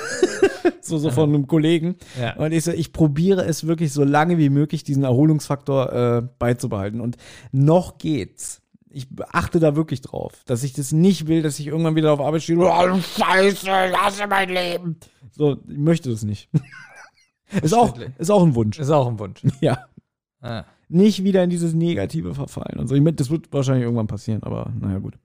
so, so von einem Kollegen.
Ja.
Und ich so, ich probiere es wirklich so lange wie möglich, diesen Erholungsfaktor äh, beizubehalten. Und noch geht's. Ich achte da wirklich drauf, dass ich das nicht will, dass ich irgendwann wieder auf Arbeit stehe. Oh, Scheiße, ich hasse mein Leben. So, ich möchte das nicht. Ist auch, ist auch ein Wunsch.
Ist auch ein Wunsch.
Ja.
Ah.
Nicht wieder in dieses Negative verfallen. Und so. Ich meine, das wird wahrscheinlich irgendwann passieren, aber naja, gut.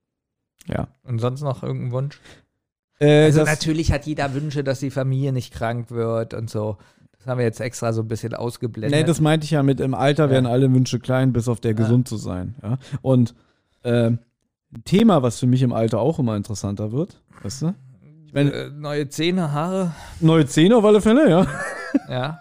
Ja.
Und sonst noch irgendein Wunsch?
Äh,
Also
das,
natürlich hat jeder Wünsche, dass die Familie nicht krank wird und so. Das haben wir jetzt extra so ein bisschen ausgeblendet.
nee, das meinte ich ja mit, im Alter
Ja.
werden alle Wünsche klein, bis auf der gesund zu sein. Ja? Und äh, ein Thema, was für mich im Alter auch immer interessanter wird, weißt du? Ich meine,
äh, neue Zähne, Haare.
neue Zähne auf alle Fälle, ja.
Ja.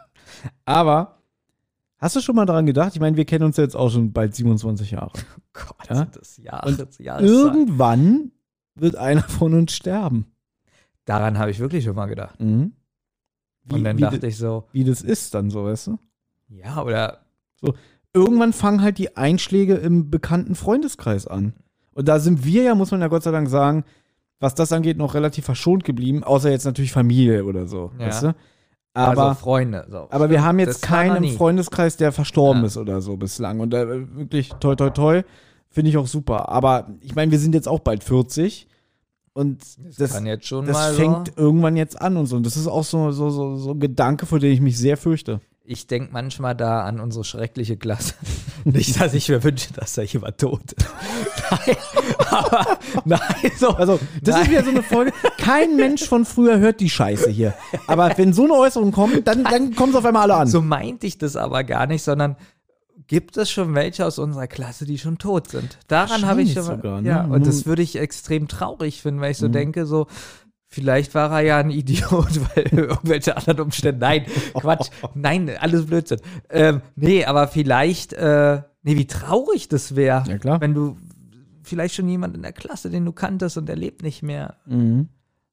Aber hast du schon mal daran gedacht? Ich meine, wir kennen uns jetzt auch schon bald siebenundzwanzig Jahre.
Gott,
Ja?
sind das Jahre,
Und
Jahreszahlen.
Irgendwann wird einer von uns sterben.
Daran habe ich wirklich schon mal gedacht.
Mhm. Wie,
Und dann
wie,
dachte ich so,
wie das ist dann so, weißt du?
ja, oder
Irgendwann fangen halt die Einschläge im bekannten Freundeskreis an. Und da sind wir ja, muss man ja Gott sei Dank sagen, was das angeht, noch relativ verschont geblieben, außer jetzt natürlich Familie oder so,
Ja.
weißt du? Aber,
also Freunde. So.
aber wir haben jetzt
Das war noch
keinen
nie.
im Freundeskreis, der verstorben
Ja.
ist oder so bislang. Und äh, wirklich toi toi toi, finde ich auch super. Aber ich meine, wir sind jetzt auch bald vierzig und
Das,
das,
kann jetzt schon
das
mal
fängt
so.
irgendwann jetzt an und so. Und das ist auch so, so, so, so ein Gedanke, vor dem ich mich sehr fürchte.
Ich denke manchmal da an unsere schreckliche Klasse. Nicht, dass ich mir wünsche, dass da jemand tot ist. Nein, aber nein, so.
Also, das
Nein.
ist wieder so eine Folge. Kein Mensch von früher hört die Scheiße hier. Aber wenn so eine Äußerung kommt, dann, dann kommen sie auf einmal alle an.
So meinte ich das aber gar nicht, sondern gibt es schon welche aus unserer Klasse, die schon tot sind? Daran habe ich schon
Wahrscheinlich sogar, ne?
ja, und das
Nun-
würde ich extrem traurig finden, weil ich so
Mhm.
denke, so vielleicht war er ja ein Idiot, weil irgendwelche anderen Umstände. Nein, Quatsch. Nein, alles Blödsinn. Ähm, nee, aber vielleicht, äh, nee, wie traurig das wäre,
Ja, klar.
wenn du vielleicht schon jemand in der Klasse, den du kanntest und der lebt nicht mehr.
Mhm.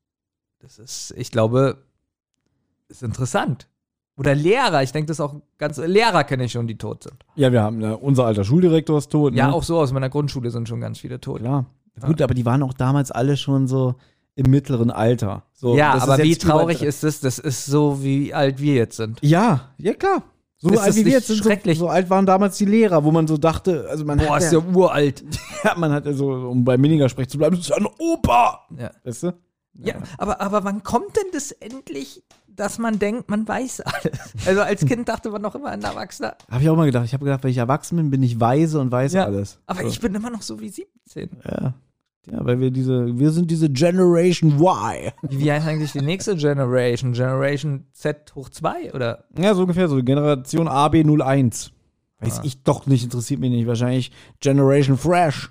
Das ist, ich glaube, ist interessant. Oder Lehrer, ich denke, das ist auch ganz, Lehrer kenne ich schon, die tot sind.
Ja, wir haben, äh, unser alter Schuldirektor ist tot.
Ja,
ne?
auch so aus meiner Grundschule sind schon ganz viele tot.
Klar. Gut, aber die waren auch damals alle schon so im mittleren Alter. So,
ja,
das
aber
ist
wie
jetzt
traurig
über-
ist das? Das ist so, wie alt wir jetzt sind.
Ja, ja klar. So
Ist
alt
das
wie wir
nicht
jetzt sind, so,
schrecklich?
so alt waren damals die Lehrer, wo man so dachte, also man
Boah,
hat
ist
ja,
ja uralt.
ja, man hat ja so, um bei Minninger sprech zu bleiben, das ist ja ein Opa.
Ja.
Weißt du?
Ja, aber, aber wann kommt denn das endlich, dass man denkt, man weiß alles? Also als Kind dachte man noch immer, ein Erwachsener.
Habe ich auch mal gedacht. Ich habe gedacht, wenn ich erwachsen bin, bin ich weise und weiß
Ja,
alles.
Aber
so.
ich bin immer noch so wie siebzehn.
Ja. Ja, weil wir diese, wir sind diese Generation Y.
Wie, wie heißt eigentlich die nächste Generation? Generation Z hoch zwei oder?
Ja, so ungefähr, so Generation A B null eins. Weiß
Ah.
ich doch nicht, interessiert mich nicht. Wahrscheinlich Generation Fresh.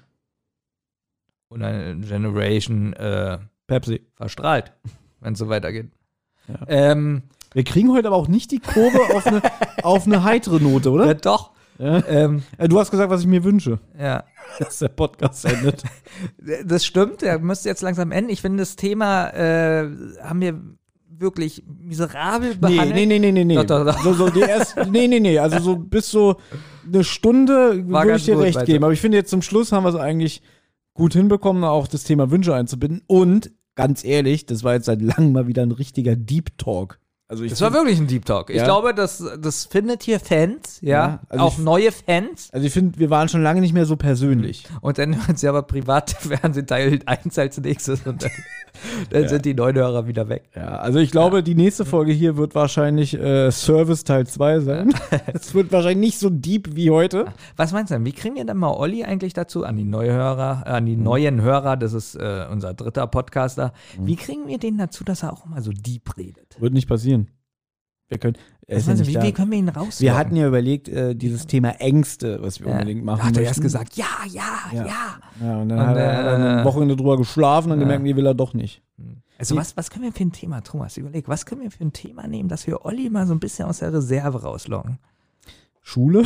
Oder Generation äh,
Pepsi.
verstrahlt, wenn es so weitergeht.
Ja.
Ähm,
Wir kriegen heute aber auch nicht die Kurve auf eine, auf eine heitere Note,
ja,
oder?
doch.
Ja.
Ähm,
Äh, Du hast gesagt, was ich mir wünsche,
ja.
dass der Podcast endet.
Das stimmt, der müsste jetzt langsam enden. Ich finde, das Thema äh, haben wir wirklich miserabel
Nee,
behandelt.
nee, nee, nee, nee, nee.
Doch, doch, doch.
So, so die erste, nee, nee, nee. Also so bis so eine Stunde
War
würde
ganz
ich dir
gut,
recht
weiter.
geben. Aber ich finde jetzt zum Schluss haben wir es eigentlich gut hinbekommen, auch das Thema Wünsche einzubinden. Und ganz ehrlich, das war jetzt seit langem mal wieder ein richtiger Deep Talk. Also ich
Das war
find-
wirklich ein Deep Talk. Ich
Ja.
glaube, das, das findet hier Fans, ja,
Ja, also
auch
ich-
neue Fans.
also ich finde, wir waren schon lange nicht mehr so persönlich.
Und dann hören sie aber private Fernsehen Teil eins als nächstes und dann, dann sind die neuen Hörer wieder weg.
Ja, also ich glaube, die nächste Folge hier wird wahrscheinlich äh, Service Teil zwei sein. Es wird wahrscheinlich nicht so deep wie heute.
Was meinst du denn? Wie kriegen wir denn mal Olli eigentlich dazu, an die neue Hörer, äh, an die neuen Hörer, das ist äh, unser dritter Podcaster, wie kriegen wir den dazu, dass er auch mal so deep redet?
Wird nicht passieren. Wir können, er
Was
ist ja
meinst du,
nicht
wie,
da.
wie können wir ihn raus?
Wir hatten ja überlegt, äh, dieses Thema Ängste, was wir
ja.
unbedingt machen
Da hat er
möchten.
erst gesagt, ja, ja,
Ja.
ja.
Ja, und dann
Und,
hat er, hat er
äh,
eine Wochenende drüber geschlafen und
ja.
gemerkt, nee, will er doch nicht.
Also
Wie-
was, was können wir für ein Thema, Thomas, überleg, was können wir für ein Thema nehmen, dass wir Olli mal so ein bisschen aus der Reserve rauslocken?
Schule?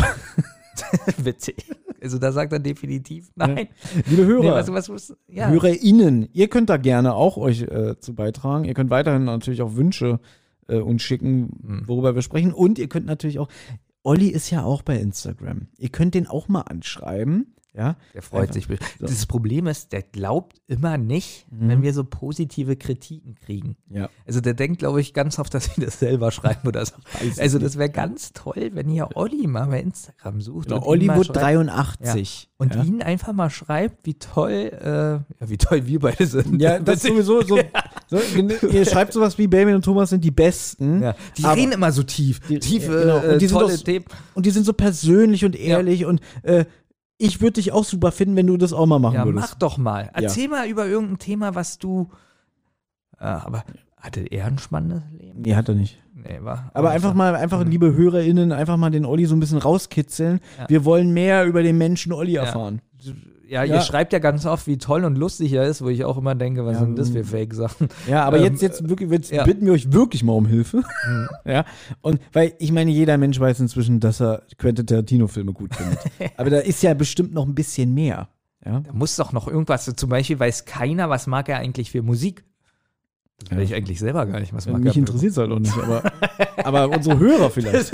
Witzig. Also da sagt er definitiv nein.
Liebe Hörer,
Nee, was, was, was, ja.
HörerInnen, ihr könnt da gerne auch euch äh, zu beitragen. Ihr könnt weiterhin natürlich auch Wünsche äh, uns schicken,
Mhm.
worüber wir sprechen. Und ihr könnt natürlich auch, Olli ist ja auch bei Instagram. Ihr könnt den auch mal anschreiben. Ja,
Der freut sich. Das Problem ist, der glaubt immer nicht,
Mhm.
wenn wir so positive Kritiken kriegen.
ja.
Also der denkt, glaube ich, ganz oft, dass wir das selber schreiben oder so.
Weiß es
Also
nicht.
das wäre ganz toll, wenn ihr Olli mal bei Instagram sucht.
Genau,
und ihn
Olli
mal
wird
schreibt-
dreiundachtzig.
Und
ja.
ihn einfach mal schreibt, wie toll, äh, ja, wie toll wir beide sind.
Ja, das sowieso so, so. Ihr schreibt sowas wie Baby und Thomas sind die Besten.
Ja, die
aber-
reden immer so tief.
Die-
Tiefe,
ja, genau. Und
äh,
die sind
tolle
doch-
Themen.
Und die sind so persönlich und ehrlich und äh, ich würde dich auch super finden, wenn du das auch mal machen
Ja,
würdest.
mach doch mal. Erzähl mal über irgendein Thema, was du. Äh, aber hatte er ein spannendes Leben?
Nee, hat er nicht.
Nee, war.
Aber einfach mal, einfach, liebe HörerInnen, einfach mal den Olli so ein bisschen rauskitzeln.
Ja.
Wir wollen mehr über den Menschen Olli
Ja.
erfahren.
Ja,
Ja.
ihr schreibt ja ganz oft, wie toll und lustig er ist, wo ich auch immer denke, was
Ja,
sind das für Fake-Sachen?
Ja, aber
Ähm,
jetzt, jetzt, wirklich, jetzt
ja.
bitten wir euch wirklich mal um Hilfe. Ja. Und weil ich meine, jeder Mensch weiß inzwischen, dass er Quentin Tarantino-Filme gut findet. Aber da ist ja bestimmt noch ein bisschen mehr. Ja.
Da muss doch noch irgendwas, zum Beispiel weiß keiner, was mag er eigentlich für Musik. Das weiß
Ja.
ich eigentlich selber gar nicht. Was mag
Mich
er
interessiert es halt auch nicht, aber, aber unsere Hörer vielleicht.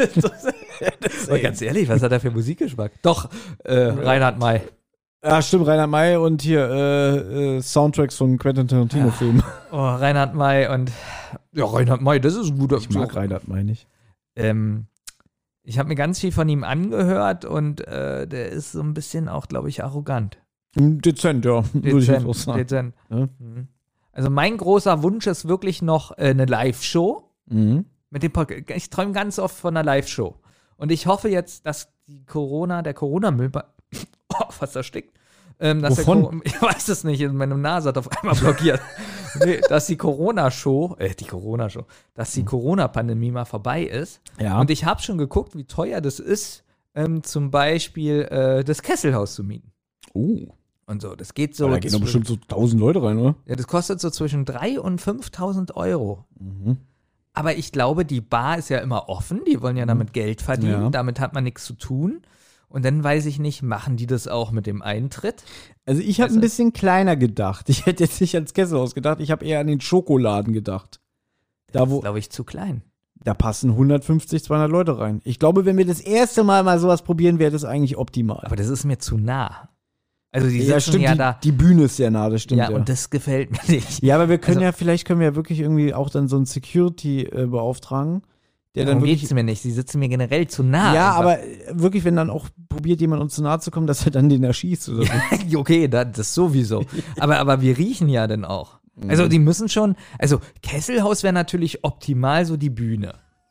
Aber ganz ehrlich, was hat er für Musikgeschmack? Doch, äh, Reinhard May.
Ja, stimmt, Reinhard May und hier äh, äh, Soundtracks von Quentin Tarantino-Filmen.
Oh, Reinhard May und ja, Reinhard May, das ist ein guter
Ich mag Reinhard May nicht.
Ähm, ich habe mir ganz viel von ihm angehört und äh, der ist so ein bisschen auch, glaube ich, arrogant.
Dezent, ja. Würde ich jetzt auch
Dezent.
sagen.
Dezent.
Ja.
Mhm. Also mein großer Wunsch ist wirklich noch äh, eine Live-Show.
Mhm.
Mit dem Pod- ich träume ganz oft von einer Live-Show. Und ich hoffe jetzt, dass die Corona, der Corona-Müll, bei- oh, fast erstickt. Ähm, dass
Wovon?
Der, Co- ich weiß es nicht, meine Nase hat auf einmal blockiert. Nee, dass die Corona-Show, äh, die Corona-Show, dass die Corona-Pandemie mal vorbei ist.
Ja.
Und ich habe schon geguckt, wie teuer das ist, ähm, zum Beispiel äh, das Kesselhaus zu mieten.
Oh.
Und so, das geht so.
Aber da gehen doch bestimmt so tausend Leute rein, oder?
Ja, das kostet so zwischen dreitausend und fünftausend Euro.
Mhm.
Aber ich glaube, die Bar ist ja immer offen, die wollen ja damit Geld verdienen,
Ja.
damit hat man nichts zu tun. Und dann weiß ich nicht, machen die das auch mit dem Eintritt?
Also ich habe
Also-
ein bisschen kleiner gedacht. Ich hätte jetzt nicht ans Kesselhaus gedacht, ich habe eher an den Schokoladen gedacht. Da,
Das
wo,
ist, glaube ich, zu klein.
da passen hundertfünfzig, zweihundert Leute rein. Ich glaube, wenn wir das erste Mal mal sowas probieren, wäre das eigentlich optimal.
Aber das ist mir zu nah. Also die sitzen
Ja,
ja,
stimmt, die,
da.
die Bühne ist sehr nah, das stimmt.
Ja,
Ja,
und das gefällt mir nicht.
ja aber wir können
Also-
ja, vielleicht können wir ja wirklich irgendwie auch dann so einen Security äh, beauftragen, der dann
Darum
wirklich.
geht's mir nicht. Sie sitzen mir generell zu nah.
ja,
einfach.
aber äh, wirklich, wenn dann auch probiert, jemand uns zu nahe zu kommen, dass er dann den erschießt oder so.
Okay, das, das sowieso. aber, aber wir riechen ja dann auch. Also die müssen schon, also Kesselhaus wäre natürlich optimal so die Bühne.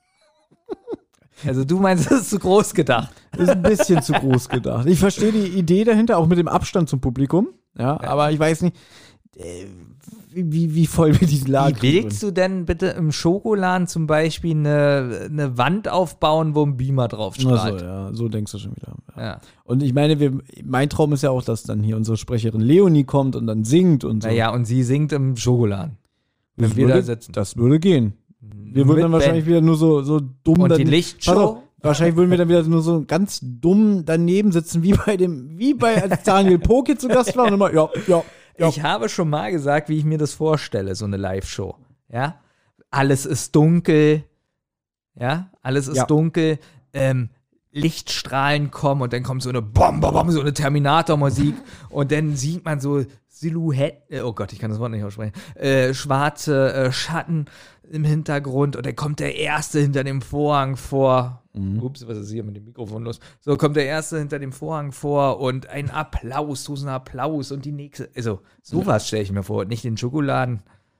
Also du meinst, das ist zu groß gedacht.
Das ist ein bisschen zu groß gedacht. Ich verstehe die Idee dahinter, auch mit dem Abstand zum Publikum. Ja, aber ich weiß nicht, äh, wie, wie voll wir diesen Laden
Wie willst du denn bitte im Schokoladen zum Beispiel eine, eine Wand aufbauen, ein Beamer drauf strahlt?
Also, ja, so denkst du schon wieder. Ja.
Ja.
Und ich meine, wir, mein Traum ist ja auch, dass dann hier unsere Sprecherin Leonie kommt und dann singt und so.
Naja, und sie singt im Schokoladen. Wenn
das
wir
würde,
da sitzen.
Das würde gehen. Wir würden
Mit
dann wahrscheinlich
Band.
wieder nur so, so dumm
Und
dann,
die Lichtshow?
Pass auf, wahrscheinlich würden wir dann wieder nur so ganz dumm daneben sitzen, wie bei dem, wie bei als Daniel Poke zu Gast war und immer, ja, ja, ja.
Ich habe schon mal gesagt, wie ich mir das vorstelle, so eine Live-Show. Ja? Alles ist dunkel. Ja? Alles ist
Ja.
dunkel. Ähm, Lichtstrahlen kommen und dann kommt so eine Bom, Bom, Bom, so eine Terminator-Musik und dann sieht man so Silhouetten, oh Gott, ich kann das Wort nicht aussprechen, äh, schwarze äh, Schatten im Hintergrund und dann kommt der Erste hinter dem Vorhang vor. Ups, was ist hier mit dem Mikrofon los? So kommt der Erste hinter dem Vorhang vor und ein Applaus, so ein Applaus und die nächste, also sowas stelle ich mir vor, nicht den Schokoladen.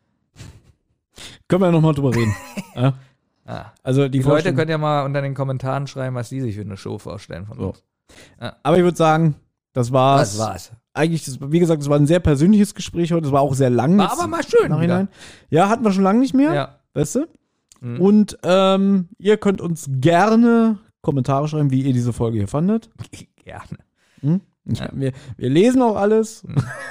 Können wir ja nochmal drüber reden. ja.
Ah.
Also die,
Die Leute
Vorstellung-
können ja mal unter den Kommentaren schreiben, was die sich für eine Show vorstellen von
So.
uns.
Aber ich würde sagen, das war's.
Das war's.
Eigentlich, das, wie gesagt, es war ein sehr persönliches Gespräch heute. Es war auch sehr lang.
War
jetzt
aber mal schön
im Nachhinein. Ja, hatten wir schon lange nicht mehr.
Ja.
Weißt du?
Mhm.
Und ähm, ihr könnt uns gerne Kommentare schreiben, wie ihr diese Folge hier fandet.
Gerne.
Hm? Ja. Wir, wir lesen auch alles.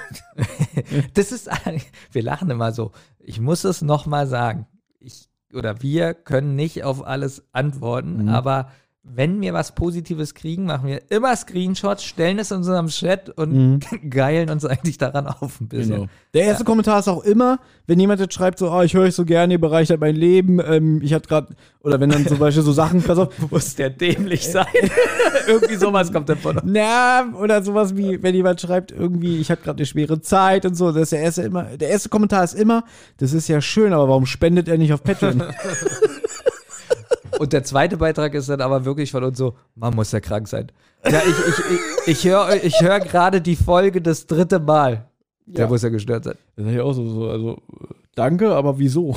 Das ist, wir lachen immer so. Ich muss es nochmal sagen. Ich oder wir können nicht auf alles antworten,
Mhm.
aber wenn wir was Positives kriegen, machen wir immer Screenshots, stellen es in unserem Chat und
Mhm.
geilen uns eigentlich daran auf ein bisschen.
Genau. Der erste Kommentar ist auch immer, wenn jemand jetzt schreibt, so, oh, ich höre euch so gerne, ihr bereichert mein Leben, ähm, ich hatte gerade, oder wenn dann zum Beispiel so Sachen, pass auf,
Muss der dämlich sein? Irgendwie sowas kommt dann von uns.
na, oder sowas wie, wenn jemand schreibt, irgendwie, ich hatte gerade eine schwere Zeit und so, das ist der erste immer, der erste Kommentar ist immer, das ist ja schön, aber warum spendet er nicht auf Patreon?
Und der zweite Beitrag ist dann aber wirklich von uns so, man muss ja krank sein. Ja, ich, ich, ich, ich höre ich hör gerade die Folge das dritte Mal. Der
Ja.
muss ja gestört sein.
Das ist ja auch so, so, also, danke, aber wieso?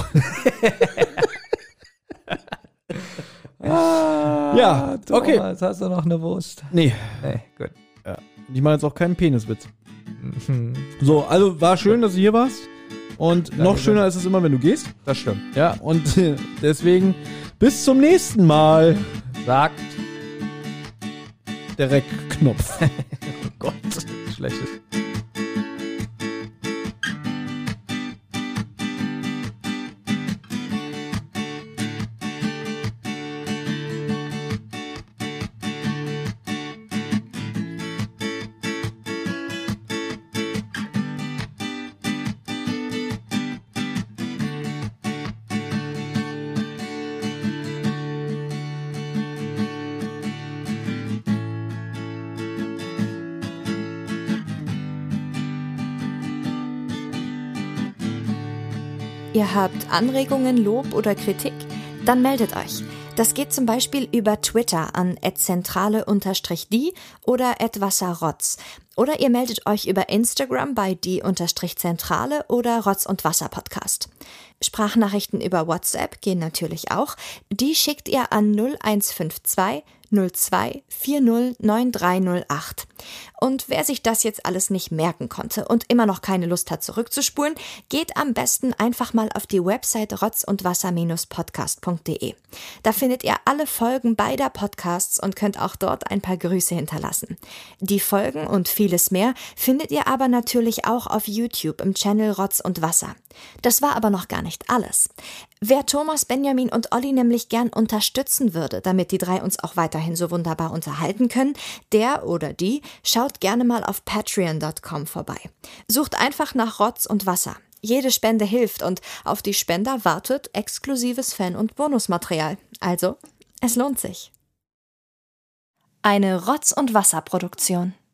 ja, okay.
Thomas, hast du noch eine Wurst?
Nee,
Nee, gut.
ich mache jetzt auch keinen Peniswitz. So, also war schön, dass du hier warst. Und noch schöner ist es immer, wenn du gehst.
Das stimmt.
Ja, und deswegen bis zum nächsten Mal.
Sagt,
Der Rec-Knopf.
oh Gott, schlechtes.
Ihr habt Anregungen, Lob oder Kritik? Dann meldet euch. Das geht zum Beispiel über Twitter an at zentrale die oder at wasserrotz. Oder ihr meldet euch über Instagram bei die-zentrale oder Rotz und Wasser Podcast. Sprachnachrichten über WhatsApp gehen natürlich auch. Die schickt ihr an null eins fünf zwei null zwei vier null neun drei null acht. Und wer sich das jetzt alles nicht merken konnte und immer noch keine Lust hat zurückzuspulen, geht am besten einfach mal auf die Website rotz und wasser podcast punkt de. Da findet ihr alle Folgen beider Podcasts und könnt auch dort ein paar Grüße hinterlassen. Die Folgen und vieles mehr findet ihr aber natürlich auch auf YouTube im Channel Rotz und Wasser. Das war aber noch gar nicht alles. Wer Thomas, Benjamin und Olli nämlich gern unterstützen würde, damit die drei uns auch weiterhin so wunderbar unterhalten können, der oder die schaut gerne mal auf patreon punkt com vorbei. Sucht einfach nach Rotz und Wasser. Jede Spende hilft und auf die Spender wartet exklusives Fan- und Bonusmaterial. Also, es lohnt sich. Eine Rotz- und Wasser-Produktion.